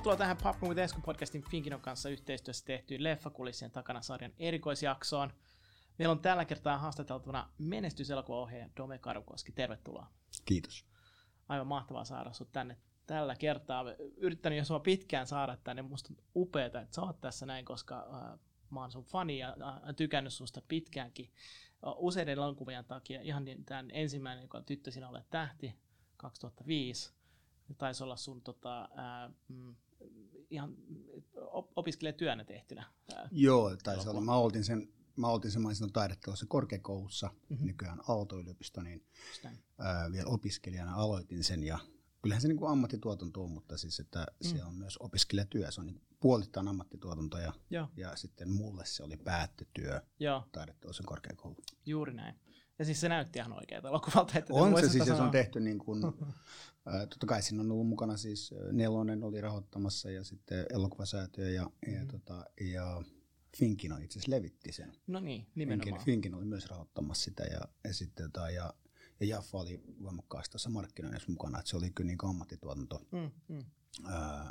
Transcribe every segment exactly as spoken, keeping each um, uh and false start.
Tervetuloa tähän Pop Movie Esko podcastin Finkinon kanssa yhteistyössä tehtyyn Leffakulissien takana sarjan erikoisjaksoon. Meillä on tällä kertaa haastateltuna menestyselokuvaohjaaja Dome Karvokoski. Tervetuloa. Kiitos. Aivan mahtavaa saada sinut tänne tällä kertaa. Yrittänyt jo sua pitkään saada tänne. Musta on upeata, että sä oot tässä näin, koska äh, mä oon sun fani ja äh, tykännyt susta pitkäänkin useiden elokuvien takia. Ihan tämän ensimmäinen, joka on Tyttö, sinä olet tähti, kaksituhattaviisi. Taisi olla sun tota, äh, mm, ihan opiskelijatyönä tehtynä. Äh, Joo, taisi olla. Mä aloitin sen, mä aloitin sen, mä olin taideteollisessa korkeakoulussa, mm-hmm. nykyään Aalto-yliopisto, niin äh, vielä opiskelijana aloitin sen. Ja kyllähän se niin kuin ammattituotanto on, mutta siis, että mm. se on myös opiskelijatyö. Se on niin puolittain ammattituotanto ja, ja sitten mulle se oli päättötyö taideteollisen korkeakoulu. Juuri näin. Ja siis se näytti ihan oikealta elokuvalta. Että on se siis, ja se on tehty niin kuin, äh, totta kai siinä on ollut mukana siis Nelonen oli rahoittamassa ja sitten elokuvasäätiö ja, mm. ja, tota, ja Finkino itse asiassa levitti sen. No niin, nimenomaan. Finkino oli myös rahoittamassa sitä ja, ja sitten tota, ja, ja Jaffa oli voimakkaasti tuossa markkinoinnissa mukana, että se oli kyllä niin kuin ammattituotanto. Mm, mm. Äh,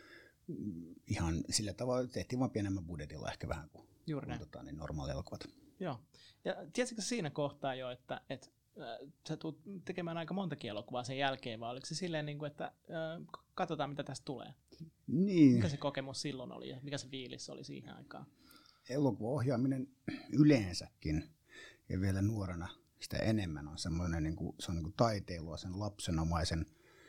ihan sillä tavalla tehtiin vaan pienemmän budjetilla ehkä vähän kuin, kuin tota, niin normaali elokuvat. Joo. Ja tiesitkö siinä kohtaa jo, että, että äh, sä tulet tekemään aika montakin elokuvaa sen jälkeen, vai oliko se silleen, niin kuin, että äh, katsotaan mitä tästä tulee? Niin. Mikä se kokemus silloin oli ja mikä se fiilis oli siihen aikaan? Elokuvaohjaaminen yleensäkin ja vielä nuorena sitä enemmän on semmoinen, niin kuin, se on niin kuin taiteilua, sen lapsenomaisen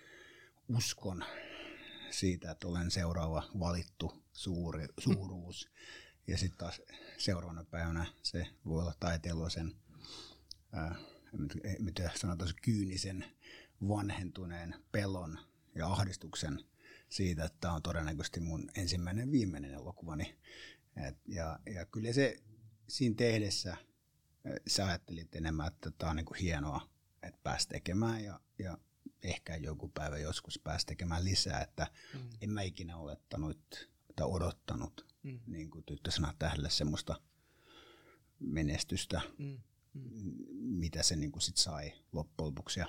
uskon siitä, että olen seuraava valittu suuri, suuruus. Ja sitten taas seuraavana päivänä se voi olla taiteilua sen, ää, mitä sanotaan, kyynisen, vanhentuneen pelon ja ahdistuksen siitä, että tämä on todennäköisesti mun ensimmäinen viimeinen elokuvani. Et, ja, ja kyllä se siinä tehdessä, sä ajattelit enemmän, että tämä on niinku hienoa, että pääsi tekemään ja, ja ehkä joku päivä joskus pääsi tekemään lisää, että mm. en mä ikinä olettanut tai odottanut mm. niin kuin Tyttö, sinä olet tähdelle semmoista menestystä, mm. Mm. mitä se niin kuin sit sai loppujen lopuksi. Ja,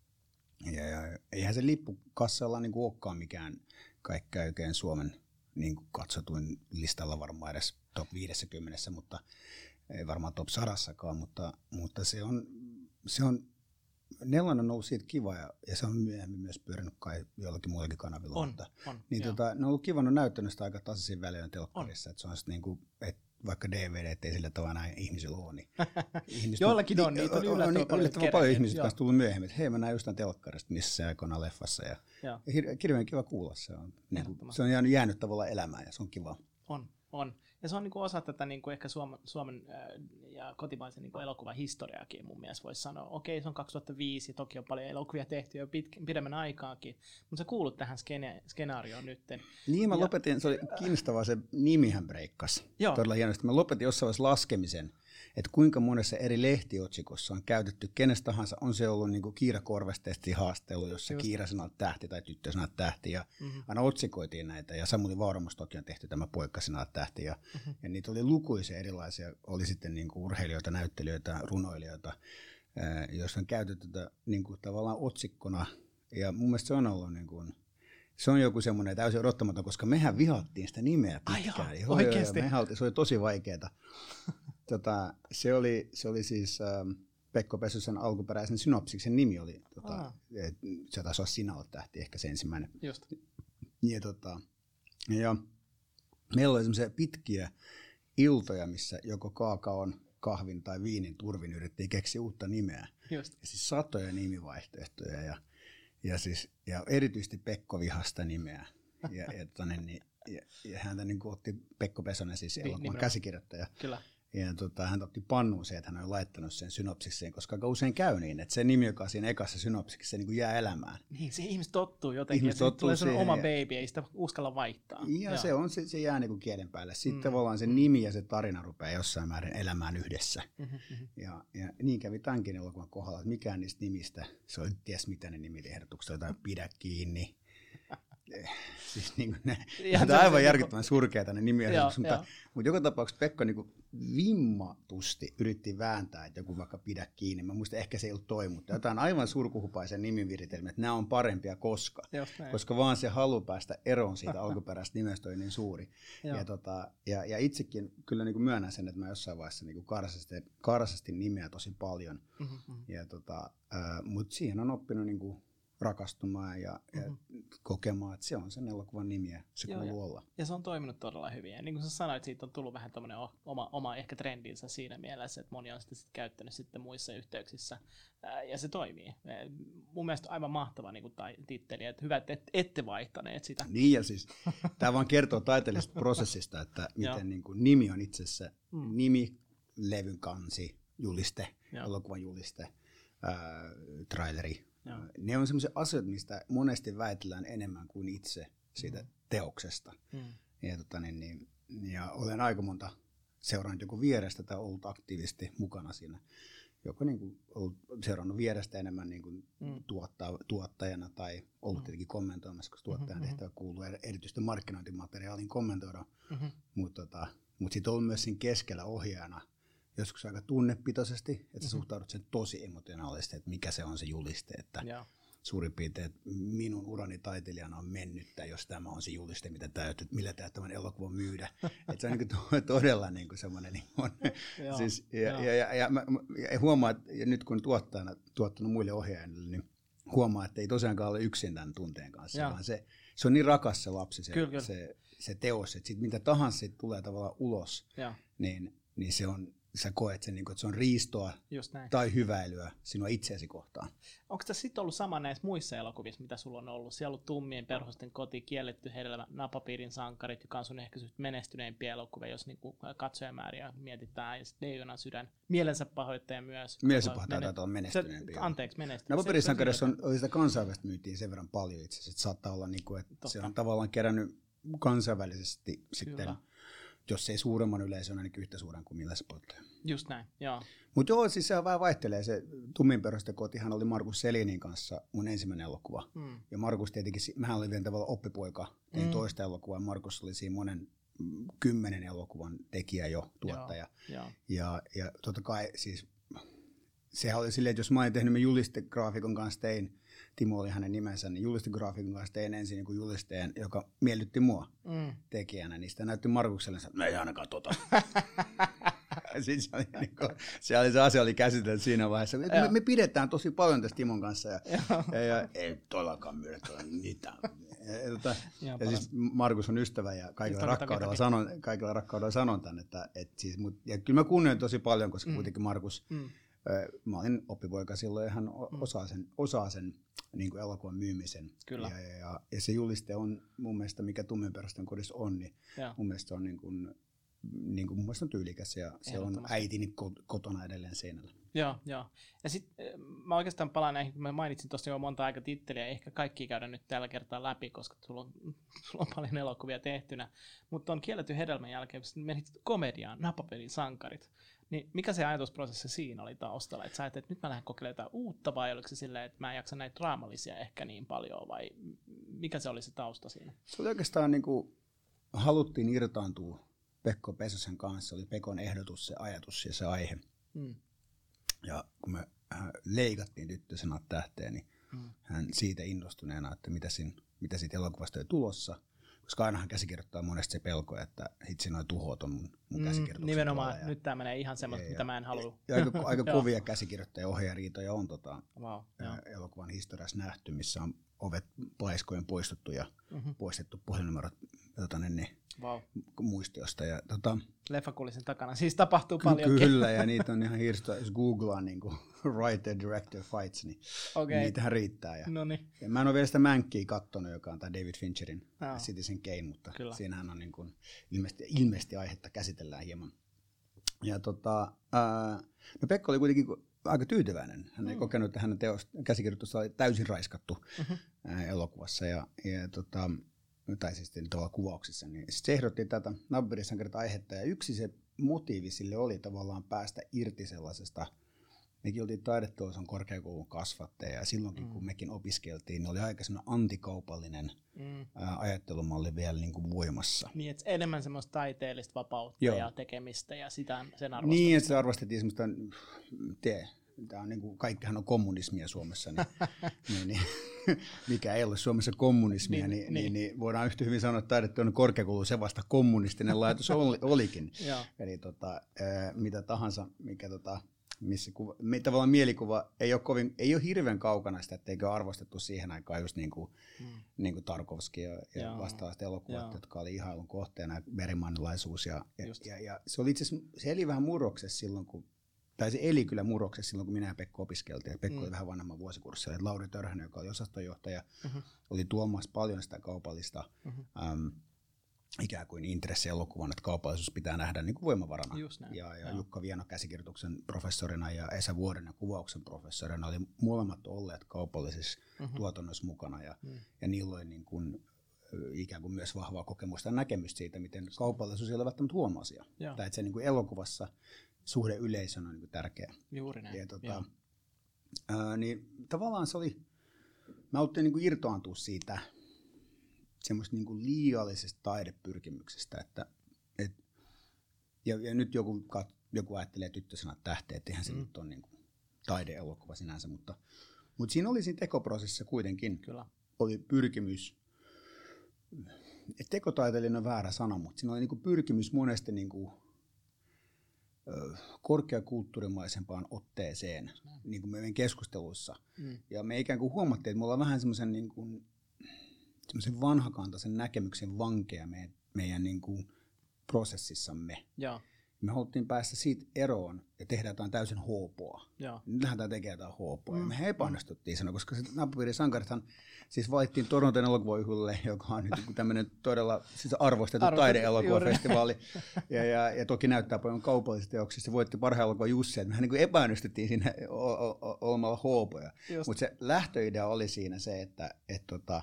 ja, ja eihän se lippukassalla niin kuin olekaan mikään kaikkein oikein Suomen niin kuin katsotuin listalla varmaan edes top viisikymmentä, mutta ei varmaan top sadassakaan, mutta, mutta se on, se on Nelonen on ollut siitä kiva ja, ja se on myöhemmin myös pyörinyt kai jollakin muillakin kanavilla. On, mutta, on, niin tota, ne on ollut kiva, ne on näyttänyt sitä aika tasaisin välein telkkarissa, että se on niin kuin, että vaikka D V D ei sillä tavalla näin ihmisillä ole, niin jollakin on, niitä on yllättävän paljon, paljon ihmisiä, jotka on tullut myöhemmin, että hei mä näin just tämän telkkarista, missä se aikana leffassa ja, ja hirveän kiva kuulla, se on, niin kuin, se on jäänyt, jäänyt tavallaan elämään ja se on kiva. On, on. Ja se on niinku osa tätä niinku ehkä Suomen, Suomen äh, ja kotimaisen niinku elokuvahistoriaakin mun mielestä voisi sanoa. Okei, se on kaksituhattaviisi ja toki on paljon elokuvia tehty jo pit, pidemmän aikaakin, mutta sä kuulut tähän skene, skenaarioon nytten. Niin mä ja, lopetin, se oli kiinnostavaa, se nimihän breikkasi. Todella hienosti. Mä lopetin jossain vaiheessa laskemisen, että kuinka monessa eri lehtiotsikossa on käytetty kenestä tahansa, on se ollut niinku Kiira Korvestesti haastelu, jossa Kiira sinä olet tähti tai Tyttö sinä olet tähti ja mm-hmm. aina otsikoitiin näitä ja Samuli Vauramossa toki on tehty tämä Poika sinä olet tähti ja, mm-hmm. ja niitä oli lukuisia erilaisia, oli sitten niinku urheilijoita, näyttelijöitä, runoilijoita, ää, joissa on käytetty tätä niinku tavallaan otsikkona ja mun mielestä se on ollut niinku, se on joku semmoinen täysin odottamaton, koska mehän vihattiin sitä nimeä pitkään. Ai joo, oikeasti? Mehän, se oli tosi vaikeaa. Tota, se, oli, se oli siis ähm, Pekko Pesosen alkuperäisen synopsiksen nimi oli, tota, et, se taisi olla Sinä olet tähti, ehkä se ensimmäinen. Just. Ja, tota, ja meillä oli semmoisia pitkiä iltoja, missä joko kaakaon, kahvin tai viinin turvin yritettiin keksiä uutta nimeä. Just. Ja siis satoja nimivaihtoehtoja ja, ja, siis, ja erityisesti Pekko vihasta nimeä. Ja, ja, tonne, niin, ja, ja häntä niin otti Pekko Pesonen, siis elokuvan käsikirjoittaja. Kyllä. Ja tota, hän otti pannuun se, että hän oli laittanut sen synopsikseen, koska aika usein käy niin, että se nimi, joka on siinä ekassa synopsiksessa, niin jää elämään. Niin, se ihmiset tottuu jotenkin, ihmiset tottuu tulee sellainen oma baby, ei sitä uskalla vaihtaa. Ja Joo. se, on, se, se jää niin kuin kielen päälle. Sitten mm. tavallaan se nimi ja se tarina rupeaa jossain määrin elämään yhdessä. Mm-hmm. Ja, ja niin kävi tämänkin elokuvan kohdalla, että mikään niistä nimistä, se oli ties mitä ne nimiehdotukset, jotain Pidä kiinni, siis niin kuin ne, ne on aivan järkyttävän niin surkeita ne nimiä, joo, mutta, joo. mutta joka tapauksessa Pekka niin kuin vimmatusti yritti vääntää, että joku vaikka pidä kiinni. Mä muistan, ehkä se ei ollut toi, mutta jotain aivan surkuhupaisen nimiviritelmiä, että nämä on parempia koska, koska vaan se halu päästä eroon siitä alkuperäisestä nimestä oli niin suuri. Ja, tota, ja, ja itsekin kyllä niin kuin myönnän sen, että mä jossain vaiheessa niin kuin karsastin, karsastin nimeä tosi paljon, mm-hmm. ja tota, äh, mutta siihen on oppinut niin kuin rakastumaan ja, mm-hmm. ja kokemaan, että se on sen elokuvan nimi ja se Joo, kuuluu ja, olla. Ja se on toiminut todella hyvin. Ja niin kuin sä sanoit, siitä on tullut vähän tommoinen oma, oma ehkä trendinsä siinä mielessä, että moni on sitä sit käyttänyt sitten muissa yhteyksissä. Ää, ja se toimii. Ää, mun mielestä aivan mahtava niin kuin tai, titteli, että hyvä, että et, ette vaihtaneet sitä. Niin ja siis tämä vaan kertoo taiteellisesta prosessista, että miten niin kuin nimi on itse asiassa mm. nimi, levyn kansi, juliste, Joo. elokuvan juliste, ää, traileri. Joo. Ne on sellaisia asioita, mistä monesti väitellään enemmän kuin itse siitä mm. teoksesta. Mm. Ja, tota, niin, niin, ja olen aika monta seurannut joko vierestä tai ollut aktiivisesti mukana siinä. Joko niin kuin ollut seurannut vierestä enemmän niin kuin mm. tuottaa, tuottajana tai ollut mm. tietenkin kommentoimassa, koska tuottajan mm-hmm. tehtävä kuuluu erityisesti markkinointimateriaalin kommentoida. Mm-hmm. Mutta tota, mut sitten on myös siinä keskellä ohjaajana joskus aika tunnepitoisesti, että mm-hmm. suhtaudut sen tosi emotionaalisesti, että mikä se on se juliste, että yeah. suurin piirtein, että minun urani taiteilijana on mennyttä, jos tämä on se juliste, mitä täytyy, millä tämä tämän elokuvan myydä. Että se on niin kuin todella niin kuin semmoinen, niin on. siis, ja, ja, ja, ja, mä, ja huomaa, että ja nyt kun tuottajana tuottanut muille ohjaajille, niin huomaa, että ei tosiaankaan ole yksin tämän tunteen kanssa, yeah. vaan se, se on niin rakas se lapsi, se, kyllä, kyllä. se, se teos, että sit mitä tahansa siitä tulee tavallaan ulos, yeah. niin, niin se on, sä koet sen, että se on riistoa tai hyväilyä sinua itseäsi kohtaan. Onko tässä sitten ollut sama näissä muissa elokuvissa, mitä sulla on ollut? Siellä on ollut Tummien perhosten koti, Kielletty hedelmä, Napapiirin sankarit, joka on sun ehkä menestyneimpiä elokuvia, jos niinku katsojamääriä mietitään. Ja sitten Leijonan sydän, Mielensä pahoittaja myös. Mielensä pahoittaja taitaa olla menestyneempiä. Anteeksi, menestyneempiä. Napapiirin sankarissa on, on sitä kansainvälistä myytiin sen verran paljon itse asiassa. Saattaa olla, niinku, että Totta. se on tavallaan kerännyt kansainvälisesti sitten. Kyllä. Jos ei suuremman yleisön, ainakin yhtä suuren kuin Mielensä pahoittaja. Just näin, joo. Mutta joo, siis se vähän vaihtelee. Se Tummin perhosten kotihan oli Markus Selinin kanssa mun ensimmäinen elokuva. Mm. Ja Markus tietenkin, mähän olin vielä tavallaan oppipoika, tein mm. toista elokuvaa. Markus oli siinä monen kymmenen elokuvan tekijä jo, tuottaja. Joo, ja, ja totta kai siis, sehän oli silleen, että jos mä olin tehnyt, mä julistegraafikon kanssa tein, Timo oli hänen nimensä, niin julistegraafikon kanssa tein ensin niin kuin julisteen, joka miellytti mua mm. tekijänä. Niin sitä näytti Markukselle, että mä ei ainakaan tota. Siis se, oli, niin kuin, se, oli, se asia oli käsitelty siinä vaiheessa. Me, me pidetään tosi paljon tästä Timon kanssa ja, ja, ja ei todellakaan myydä mitään. Ja, ja, tota, ja siis Markus on ystävä ja kaikilla rakkaudella sanon, kaikilla rakkaudella sanon tämän. Että, et siis, mut, ja kyllä mä kunnioin tosi paljon, koska mm. kuitenkin Markus, mm. mä olin oppipoika silloin ja hän osaa sen, osaa sen niin kuin elokuvan myymisen. Kyllä. Ja, ja, ja, ja se juliste on mun mielestä, mikä Tummin perhosten kodissa on, niin ja. mun mielestä on niin kuin, niin kuin mun mielestä on tyylikäs ja se on äitini kotona edelleen seinällä. Joo, joo. Ja sitten mä oikeastaan palaan näihin, kun mä mainitsin tuossa jo monta aika titteliä, ehkä kaikki käydä nyt tällä kertaa läpi, koska sulla on, sulla on paljon elokuvia tehtynä. Mutta on Kielletty hedelmän jälkeen, kun menit komediaan, Napapiirin sankarit. Niin mikä se ajatusprosessi siinä oli taustalla? Että sä ajattelet, että nyt mä lähden kokeilemaan jotain uutta, vai oliko se silleen, että mä en jaksa näitä draamallisia ehkä niin paljon, vai mikä se oli se tausta siinä? Se oli oikeastaan niin kuin haluttiin irtaantua Pekko Pesosen kanssa, oli Pekon ehdotus, se ajatus ja se aihe. Mm. Ja kun me leikattiin Tyttösenä tähteen, niin mm. hän siitä innostuneena, että mitä, siinä, mitä siitä elokuvasta on tulossa. Koska ainahan käsikirjoittaa monesti se pelko, että hitsi noin tuhot on mun, mun mm, käsikirjoituksen. Nimenomaan, ja, nyt tämä menee ihan semmoista, mitä mä en halua. Ja aika, aika kovia käsikirjoittajia ohjaajariitoja on tota, wow, elokuvan historiassa nähty, missä on ovet paiskojen poistettu ja mm-hmm. poistettu puhelinnumerot tota, ne, wow. muistiosta. Ja, tota, leffakulisin takana siis tapahtuu ky- paljon. Kyllä, ja niitä on ihan hirveä, jos googlaa niin kuin writer, director, fights, niin okay. niitähän riittää. Ja, ja mä en ole vielä sitä Mänkkiä kattonut, joka on tämä David Fincherin oh. Citizen Kane, mutta kyllä. siinähän on niin kuin ilmeisesti, ilmeisesti aihetta käsitellään hieman. Ja tota, ää, no Pekka oli kuitenkin aika tyytyväinen. Hän ei mm. kokenut, että hänen teos, käsikirjoitusta oli täysin raiskattu mm-hmm. ää, elokuvassa ja, ja tota, tai siis tavallaan kuvauksissa. Niin sitten se ehdotti tätä Napapiirin sankarit aihetta ja yksi se motiivi sille oli tavallaan päästä irti sellaisesta mekin oltiin taideteollisuuden korkeakoulun kasvatteja ja silloinkin mm. kun mekin opiskeltiin, niin oli aika semmoinen antikaupallinen mm. ää, ajattelumalli vielä niin kuin voimassa. Niin, että enemmän semmoista taiteellista vapautta Joo. ja tekemistä ja sitä, sen arvostamista. Niin, että se arvostettiin semmoista, te, tämä on niin kuin, kaikkihan on kommunismia Suomessa, niin, niin, niin mikä ei ole Suomessa kommunismia, niin, niin, niin, niin voidaan yhtä hyvin sanoa, että taideteollisuuden korkeakoulu se vasta kommunistinen laitos oli, olikin. Eli tota, ää, mitä tahansa, mikä tota, missä kuva, tavallaan mielikuva ei ole, kovin, ei ole hirveän kaukana sitä, etteikö arvostettu siihen aikaan just niin kuin, mm. niin kuin Tarkovski ja, ja vastaavat elokuvat, Joo. jotka oli ihailun kohteena, Bergmanilaisuus. Ja, ja, ja, ja se oli itse asiassa, se eli vähän murroksessa silloin, kun, tai se eli kyllä murroksessa silloin, kun minä ja Pekko opiskeltiin. Ja Pekko mm. oli vähän vanhemman vuosikurssilla. Lauri Törhänen, joka oli osastonjohtaja, mm-hmm. oli tuomassa paljon sitä kaupallista mm-hmm. äm, ikään kuin intressi elokuvan, että kaupallisuus pitää nähdä niin kuin voimavarana. Ja, ja Jukka Vieno käsikirjoituksen professorina ja Esa Vuorinen kuvauksen professorina oli molemmat olleet kaupallisissa mm-hmm. tuotannoissa mukana. Ja, mm. ja niillä oli niin kuin, ikään kuin myös vahvaa kokemusta ja näkemystä siitä, miten kaupallisuus ei ole välttämättä huono asia. Tai että se niin kuin elokuvassa suhde yleisön on niin kuin tärkeä. Juuri näin. Ja, tota, ää, niin tavallaan se oli, mä haluttiin niin kuin irtoantua siitä semmoista niin kuin liiallisesta taidepyrkimyksestä, että et, ja, ja nyt joku, joku ajattelee tyttösanat tähteet, että eihän se mm. nyt ole niin kuin taide-elokuva sinänsä, mutta, mutta siinä oli siinä tekoprosessissa kuitenkin Kyllä. oli pyrkimys, että tekotaiteellinen on väärä sana, mutta siinä oli niin kuin pyrkimys monesti niin kuin, ö, korkeakulttuurimaisempaan otteeseen mm. niin kuin meidän keskusteluissa. Mm. Ja me ikään kuin huomattiin, että me ollaan vähän semmoisen niin kuin semmoisen vanhakantaisen näkemyksen vankeja meidän, meidän niin kuin prosessissamme. Joo. Me haluttiin päästä siitä eroon ja tehdä jotain täysin hoopoa. Joo. Nyt lähdetään tekemään jotain hoopoa. Mm. Ja me epäonnistuttiin sanoa, koska Napapiirin sankarithan siis valittiin Toronton elokuvajuhlille, joka on nyt tämmöinen todella siis arvostettu taide-elokuvafestivaali. ja, ja, ja toki näyttää paljon kaupallisista teoksista. Se voitti parhaan elokuvan Jussi. Että mehän niin kuin epäonnistuttiin siinä olemalla hoopoja. Mutta se lähtöidea oli siinä se, että et tota,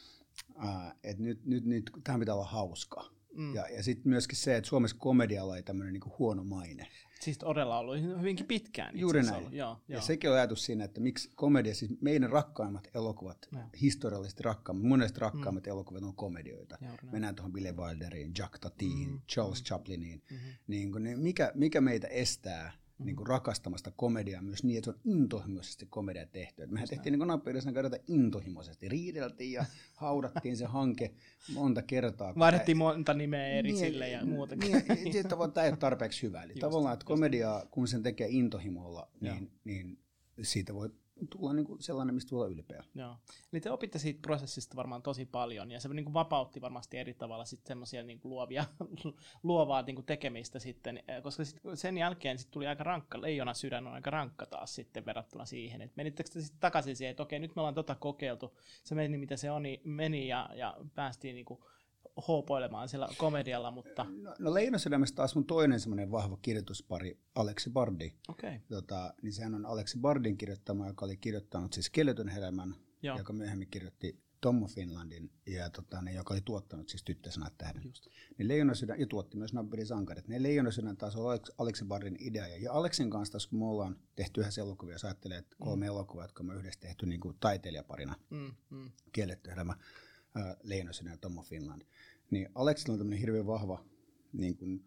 Uh, että nyt, nyt, nyt tähän pitää olla hauska. Mm. Ja, ja sitten myöskin se, että Suomessa komedialla oli tämmöinen niinku huono maine. Siis todella ollut hyvinkin pitkään. Juuri näin. Ollut. Joo, ja joo. sekin on ajatus siinä, että miksi komedia, siis meidän rakkaimmat elokuvat, no. historiallisesti rakkaimmat, monesti rakkaimmat mm. elokuvat on komedioita. Mennään tuohon Billy Wilderiin, Jacques Tatiin, mm. Charles mm. Chapliniin. Mm-hmm. Niin kun, niin mikä, mikä meitä estää mm-hmm. niin kun rakastamasta komediaa myös niin, että se on intohimoisesti komedia tehty. Et mehän tehtiin niin Napapiirissä intohimoisesti. Riideltiin ja haudattiin se hanke monta kertaa. Vaihdettiin monta nimeä eri niin, sille ja muuta. Niin, niin, tämä ei ole tarpeeksi hyvä. Eli just, tavallaan, että komediaa, kun sen tekee intohimolla, niin, niin siitä voi tulla niin kuin sellainen, mistä tulla ylpeä. Joo. Eli te opitte siitä prosessista varmaan tosi paljon, ja se niin kuin vapautti varmasti eri tavalla sitten semmoisia niin kuin luovia, luovaa niin kuin tekemistä sitten, koska sit sen jälkeen sit tuli aika rankka, Leijona sydän on aika rankka taas sitten verrattuna siihen, että menittekö te sitten takaisin siihen, että okei, nyt me ollaan tota kokeiltu, se meni mitä se on, niin meni ja, ja päästiin niin kuin hoopoilemaan siellä komedialla, mutta... No, no Leijona sydämestä taas mun toinen semmoinen vahva kirjoituspari, Aleksi Bardi. Okay. Tota, niin sehän on Aleksi Bardin kirjoittama, joka oli kirjoittanut siis Kelletön hedelmän, Joo. joka myöhemmin kirjoitti Tommo Finlandin, ja tota, ne, joka oli tuottanut siis Tyttösanat tähden. Niin Leijona sydän, ja tuotti myös Napapiirin sankarit. Ne Leijona sydän taas on Aleksi Bardin idea. Ja Aleksin kanssa taas, kun me ollaan tehty yhdessä elokuvia, jos ajattelee, että kolme mm. elokuvaa, jotka me yhdessä tehty niin kuin taiteilijaparina, mm, mm. Kielletty elämä, äh, Leijona sydän ja Tommo Finland. Niin Aleksilla on tämmöinen hirveän vahva niin kuin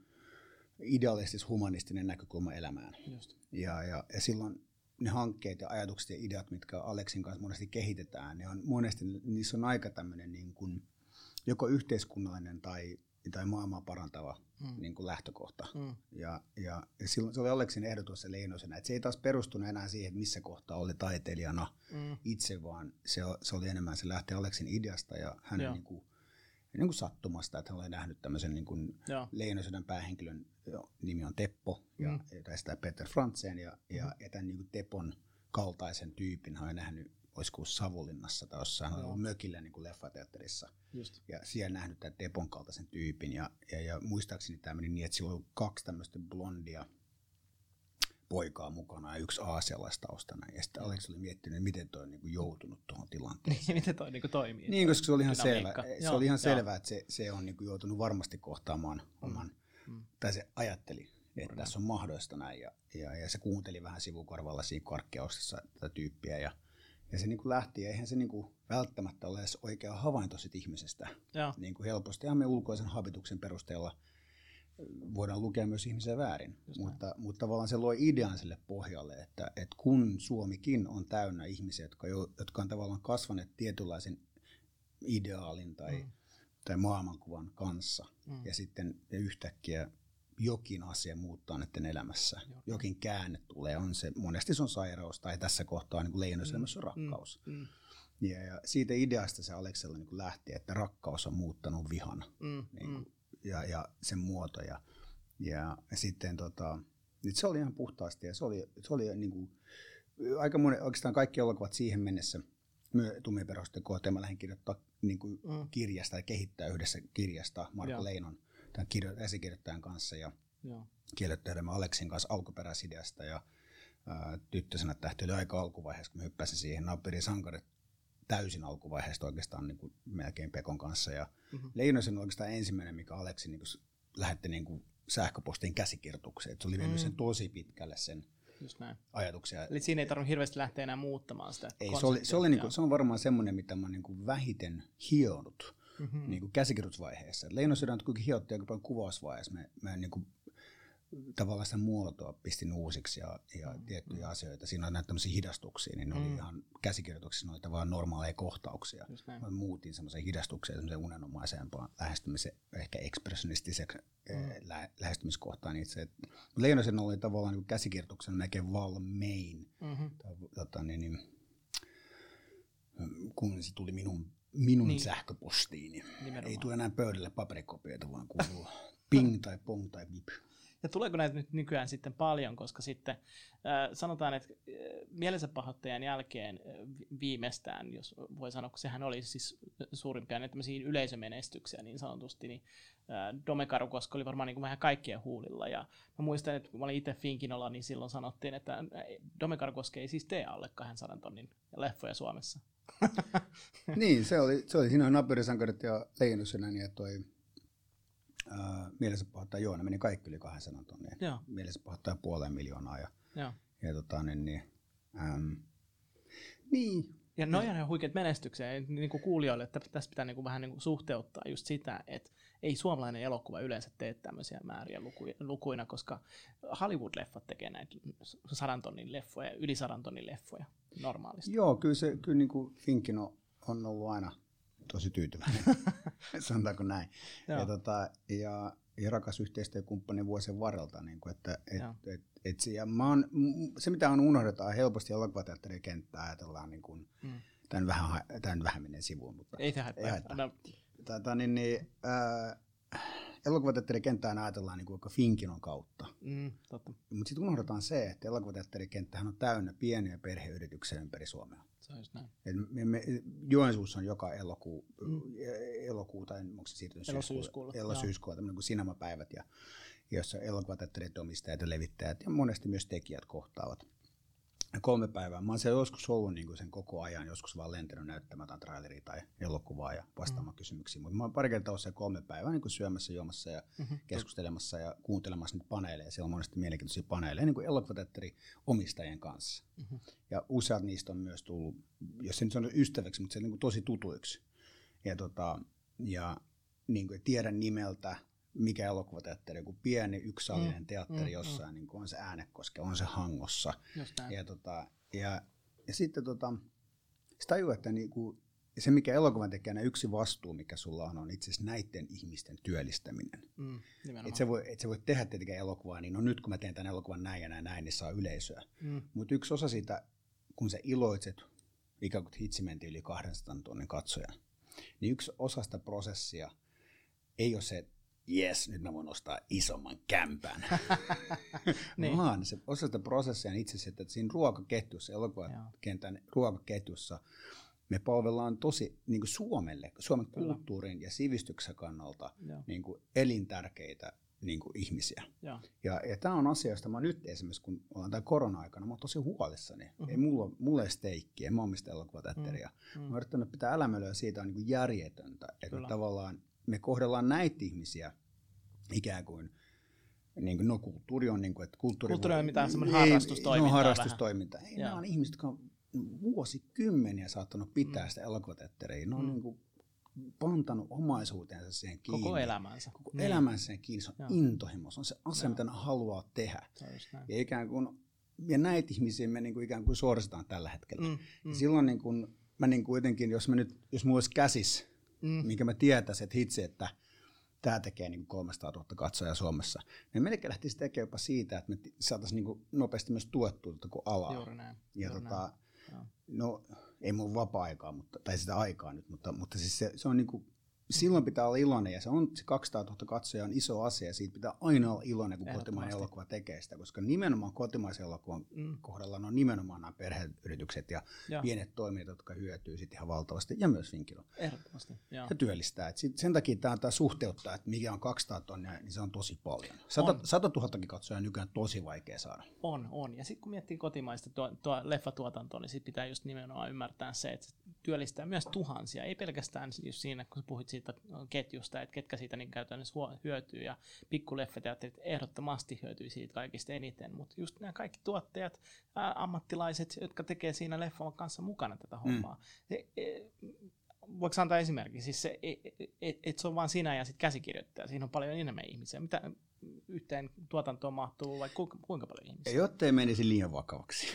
idealistis-humanistinen näkökulma elämään. Just. Ja, ja, ja silloin ne hankkeet ja ajatukset ja ideat, mitkä Aleksin kanssa monesti kehitetään, ne on monesti, niissä on aika tämmöinen niin kuin joko yhteiskunnallinen tai, tai maailmaa parantava mm. niin kuin lähtökohta. Mm. Ja, ja, ja silloin se oli Aleksin ehdotus se Leinosena, että se ei taas perustunut enää siihen, että missä kohtaa oli taiteilijana mm. itse, vaan se, se oli enemmän, se lähti Aleksin ideasta ja hänen niin kuin, niin kuin sattumasta, että hän oli nähnyt tämmöisen niin kuin Leinosydän päähenkilön nimi on Teppo, ja, mm. ja tästä Peter Frantzen, ja, ja, mm. ja tämän niin kuin Tepon kaltaisen tyypin hän oli nähnyt, olisiko Savonlinnassa tai jossain, hän oli ollut mökillä niin kuin leffateatterissa, Just. ja siellä nähnyt tämän Tepon kaltaisen tyypin, ja, ja, ja muistaakseni tämä meni niin, että sillä oli kaksi tämmöistä blondia poikaa mukana ja yksi aasialaistaustana. Ja sitten Aleksi oli miettinyt, miten toi on niin kuin joutunut tuohon tilanteeseen. Miten toi niin kuin toimii? Niin, koska se oli ihan selvä, se joo, oli ihan selvä että se, se on niin kuin joutunut varmasti kohtaamaan oman, mm. tai se ajatteli että tässä on mahdollista näin. Ja, ja, ja se kuunteli vähän sivukorvalla siinä karkkeostassa tätä tyyppiä. Ja, ja se niin kuin lähti, ja eihän se niin kuin välttämättä ole edes oikea havainto sit ihmisestä. Niin kuin helposti. Ja me ulkoisen habituksen perusteella voidaan lukea myös ihmisiä väärin, mutta, mutta tavallaan se loi idean sille pohjalle, että, että kun Suomikin on täynnä ihmisiä, jotka, jo, jotka on tavallaan kasvaneet tietynlaisen ideaalin tai, mm. tai maailmankuvan kanssa, mm. ja sitten ja yhtäkkiä jokin asia muuttaa näiden elämässä, Joo. jokin käänne tulee, on se, monesti se on sairaus, tai tässä kohtaa niin leijonassa mm. on rakkaus. Mm. Ja, ja siitä ideasta se Aleksella niin lähti, että rakkaus on muuttanut vihana. Mm. Niin kuin, Ja, ja sen muoto. Ja, ja sitten tota, nyt se oli ihan puhtaasti ja se oli, se oli niin kuin, aika monen, oikeastaan kaikki elokuvat siihen mennessä Tummioperäisten kohteen mä lähdin kirjoittaa niin kuin mm. kirjasta ja kehittää yhdessä kirjasta Marko Joo. Leinon, tämän kirjo, käsikirjoittajan kanssa ja kirjoittajamme Aleksin kanssa alkuperäisideasta ja ää, Tyttösenä tähti oli aika alkuvaiheessa, kun mä hyppäsin siihen Naappirin sankarit täysin alkuvaiheesta oikeastaan niin kuin melkein Pekon kanssa. Ja mm-hmm. Leinosen on oikeastaan ensimmäinen, mikä Aleksi niin kuin lähetti niin kuin sähköpostiin käsikirjoitukseen. Et se oli mennyt mm. sen tosi pitkälle sen ajatuksia. Eli siinä ei tarvitse hirveästi lähteä enää muuttamaan sitä ei, se, oli, se, oli niin kuin, se on varmaan semmoinen, mitä mä niin kuin vähiten hionut mm-hmm. niin kuin käsikirjoitusvaiheessa. Leinosen on kuitenkin hiottu aika paljon kuvausvaiheessa. Mä, mä niin kuin tavallaan sitä muotoa pistin uusiksi ja, ja mm, tiettyjä mm. asioita. Siinä on näitä tämmöisiä hidastuksia, niin ne mm. oli ihan käsikirjoituksissa noita vaan normaaleja kohtauksia. Mä muutin semmoisen hidastuksen, semmoisen unenomaisempaan lähestymiseen, ehkä ekspressionistiseen mm. lä- lähestymiskohtaan itse. Leinosen oli tavallaan niin käsikirjoituksen melkein valmein. Mm-hmm. Tota, niin, niin, kun se tuli minun, minun niin. sähköpostiini. Nimenomaan. Ei tule enää pöydälle paperikopioita, vaan kuuluu ping tai pong tai vip. Ja tuleeko näitä nyt nykyään sitten paljon, koska sitten äh, sanotaan, että äh, mielensä pahoittajan jälkeen äh, viimeistään, jos voi sanoa, kun sehän oli siis suurimpia näitä tämmöisiä yleisömenestyksiä niin sanotusti, niin äh, Domekaru Koska oli varmaan niin kuin vähän kaikkien huulilla. Ja mä muistan, että kun mä olin itse Finkinolla, niin silloin sanottiin, että Domekaru Koske ei siis tee alle kahdensadan tonnin leffoja Suomessa. Niin, se oli, se oli siinä on Naapurisankarit ja Leijonusena, ja toi Uh, mielensä pahoittaa, joo, ne meni kaikki yli kahdensadan tonnia. Mielensä pahoittaa puoleen miljoonaa. Ja, ja. ja tota, niin, niin, um, niin. Ja ne on ihan huikeat menestyksiä. Niin kuin kuulijoille, että tässä pitää niin kuin vähän niin kuin suhteuttaa just sitä, että ei suomalainen elokuva yleensä tee tämmöisiä määriä lukuina, koska Hollywood-leffat tekee näitä sadan tonnin leffoja, yli sadan tonnin leffoja normaalisti. Joo, kyllä, se, kyllä niin kuin Finkino on ollut aina tosi tyytyväinen, sanotaanko näin. Ja, tota, ja, ja rakas yhteistyökumppani vuosien varrelta. Niin kuin, että, et, et, et se, ja mä oon, se, mitä on unohdetaan helposti elokuvateatterin kenttää, ajatellaan, niin kuin, mm. tämän, vähän, tämän vähän menee sivuun. Mutta ei tehdä. Ei no. Tätä, niin, niin, äh, elokuvateatterin kenttää ajatellaan niin kuin Finkinon kautta. Mm, mutta sitten unohdetaan se, että elokuvateatterin kenttähän on täynnä pieniä perheyrityksiä ympäri Suomea. Se on just näin. Me, me, Joensuussa on joka elokuu, mm. elokuu tai onko se siirtynyt elosyyskuulla, elosyyskuulla tämmöinen kuin sinemapäivät, ja, jossa elokuvateatterit, omistajat ja levittäjät ja monesti myös tekijät kohtaavat. Kolme päivää. Mä oon siellä joskus ollut niin kuin sen koko ajan, joskus vaan lentänyt näyttämään traileria tai elokuvaa ja vastaamaan mm. kysymyksiin. Mutta mä oon pari kertaa ollut siellä kolme päivää niin kuin syömässä, juomassa ja mm-hmm. keskustelemassa ja kuuntelemassa niitä paneeleja. Siellä on monesti mielenkiintoisia paneeleja niin kuin elokuvateatterin omistajien kanssa. Mm-hmm. Ja useat niistä on myös tullut, jos se nyt on ystäväksi, mutta se on niin kuin tosi tutuiksi. Ja, tota, ja niin kuin tiedän nimeltä, mikä elokuvateatteri, joku pieni yksisalinen mm, teatteri mm, jossain, mm. niin on se Äänekoske, on se Hangossa. Ja, tota, ja, ja sitten tota, se tajuu, että niinku, se mikä elokuvan tekijänä yksi vastuu, mikä sulla on, on itse asiassa näiden ihmisten työllistäminen. Mm, että sä, et sä voit tehdä tietenkin elokuvaa, niin no nyt kun mä teen tämän elokuvan näin ja näin, näin niin saa yleisöä. Mm. Mutta yksi osa siitä, kun sä iloitset, ikään kuin hitsi menti yli kahdensadan tonnin katsojan, niin yksi osa sitä prosessia ei ole se, jes, nyt mä voin ostaa isomman kämpän. niin. Vaan se osa sitä prosessia on itse asiassa, että siinä ruokaketjussa, elokuvakentän ruokaketjussa, me palvellaan tosi niin kuin Suomelle, Suomen Kyllä. kulttuurin ja sivistyksen kannalta niin kuin elintärkeitä niin kuin ihmisiä. Ja, ja, ja tämä on asia, josta mä nyt esimerkiksi, kun ollaan tämän korona-aikana, mä oon tosi huolissani. Mm-hmm. Ei mulla, mulla ei steikkiä, en mä omista elokuvateatteria. Mm-hmm. Mä oon yrittänyt pitää älämölöä siitä on niin kuin järjetöntä, että tavallaan me kohdellaan näitä ihmisiä ikään kuin niin kuin, no kulttuuri on, niin kuin, että kulttuuri, kulttuuri on mitään semmoinen ei, harrastustoimintaa. Se on harrastustoiminta. Ei, Joo. nämä on ihmiset, jotka on vuosikymmeniä saattanut pitää mm. sitä elokuvateatteria. Ne on Mm. niin kuin pantanut omaisuutensa siihen kiinni. Koko elämänsä. Koko niin. elämänsä siihen kiinni. Se on Joo. intohimo. Se on se asia, Joo. mitä ne haluaa tehdä. Ja, ja, ikään kuin, ja näitä ihmisiä me niin kuin ikään kuin suoristetaan tällä hetkellä. Mm. Mm. Silloin niin kuin, mä niin kuin jotenkin, jos, mä nyt, jos mulla olisi käsis, mm. minkä mä tietäisin, että hitsi, että tämä tekee niin kolmesataatuhatta katsojaa Suomessa, niin melkein lähtisi tekemään jopa siitä, että me saataisiin niin nopeasti myös tuettua tätä koko alaa. Juuri näin. Ja Juuri tota, näin. no ei mulla vapaa-aikaa, mutta, tai sitä aikaa nyt, mutta, mutta siis se, se on niin kuin, silloin pitää olla iloinen, ja se on se kaksisataatuhatta katsojaa on iso asia, ja siitä pitää aina olla iloinen, kun kotimainen elokuva tekee sitä, koska nimenomaan kotimaisen elokuvan mm. kohdalla on nimenomaan nämä perheyritykset ja Joo. pienet toimijat, jotka hyötyy sitten ihan valtavasti, ja myös Finkilo. Ehdottomasti. Joo. Ja työllistää. Et sit, sen takia tämä, tämä suhteuttaa, että mikä on kaksisataa tonnia, niin se on tosi paljon. sata tuhatta katsojaa on nykyään tosi vaikea saada. On, on. Ja sitten kun miettii kotimaista tuo, tuo leffatuotantoa, niin sitten pitää just nimenomaan ymmärtää se, että se työllistää myös tuhansia, ei pelkästään just siinä, kun puhuit siitä ketjusta, että ketkä siitä niin käytännössä hyötyy, ja pikkuleffeteatterit ehdottomasti hyötyy siitä kaikista eniten, mutta just nämä kaikki tuottajat, ää, ammattilaiset, jotka tekee siinä leffan kanssa mukana tätä hommaa. Mm. Se, e, voiko antaa esimerkki? Siis se, et, et, et se on vaan sinä ja sitten käsikirjoittaja, siinä on paljon enemmän ihmisiä. Mitä yhteen tuotantoon mahtuu, vai kuinka, kuinka paljon ihmisiä? Jottei menisi liian vakavaksi.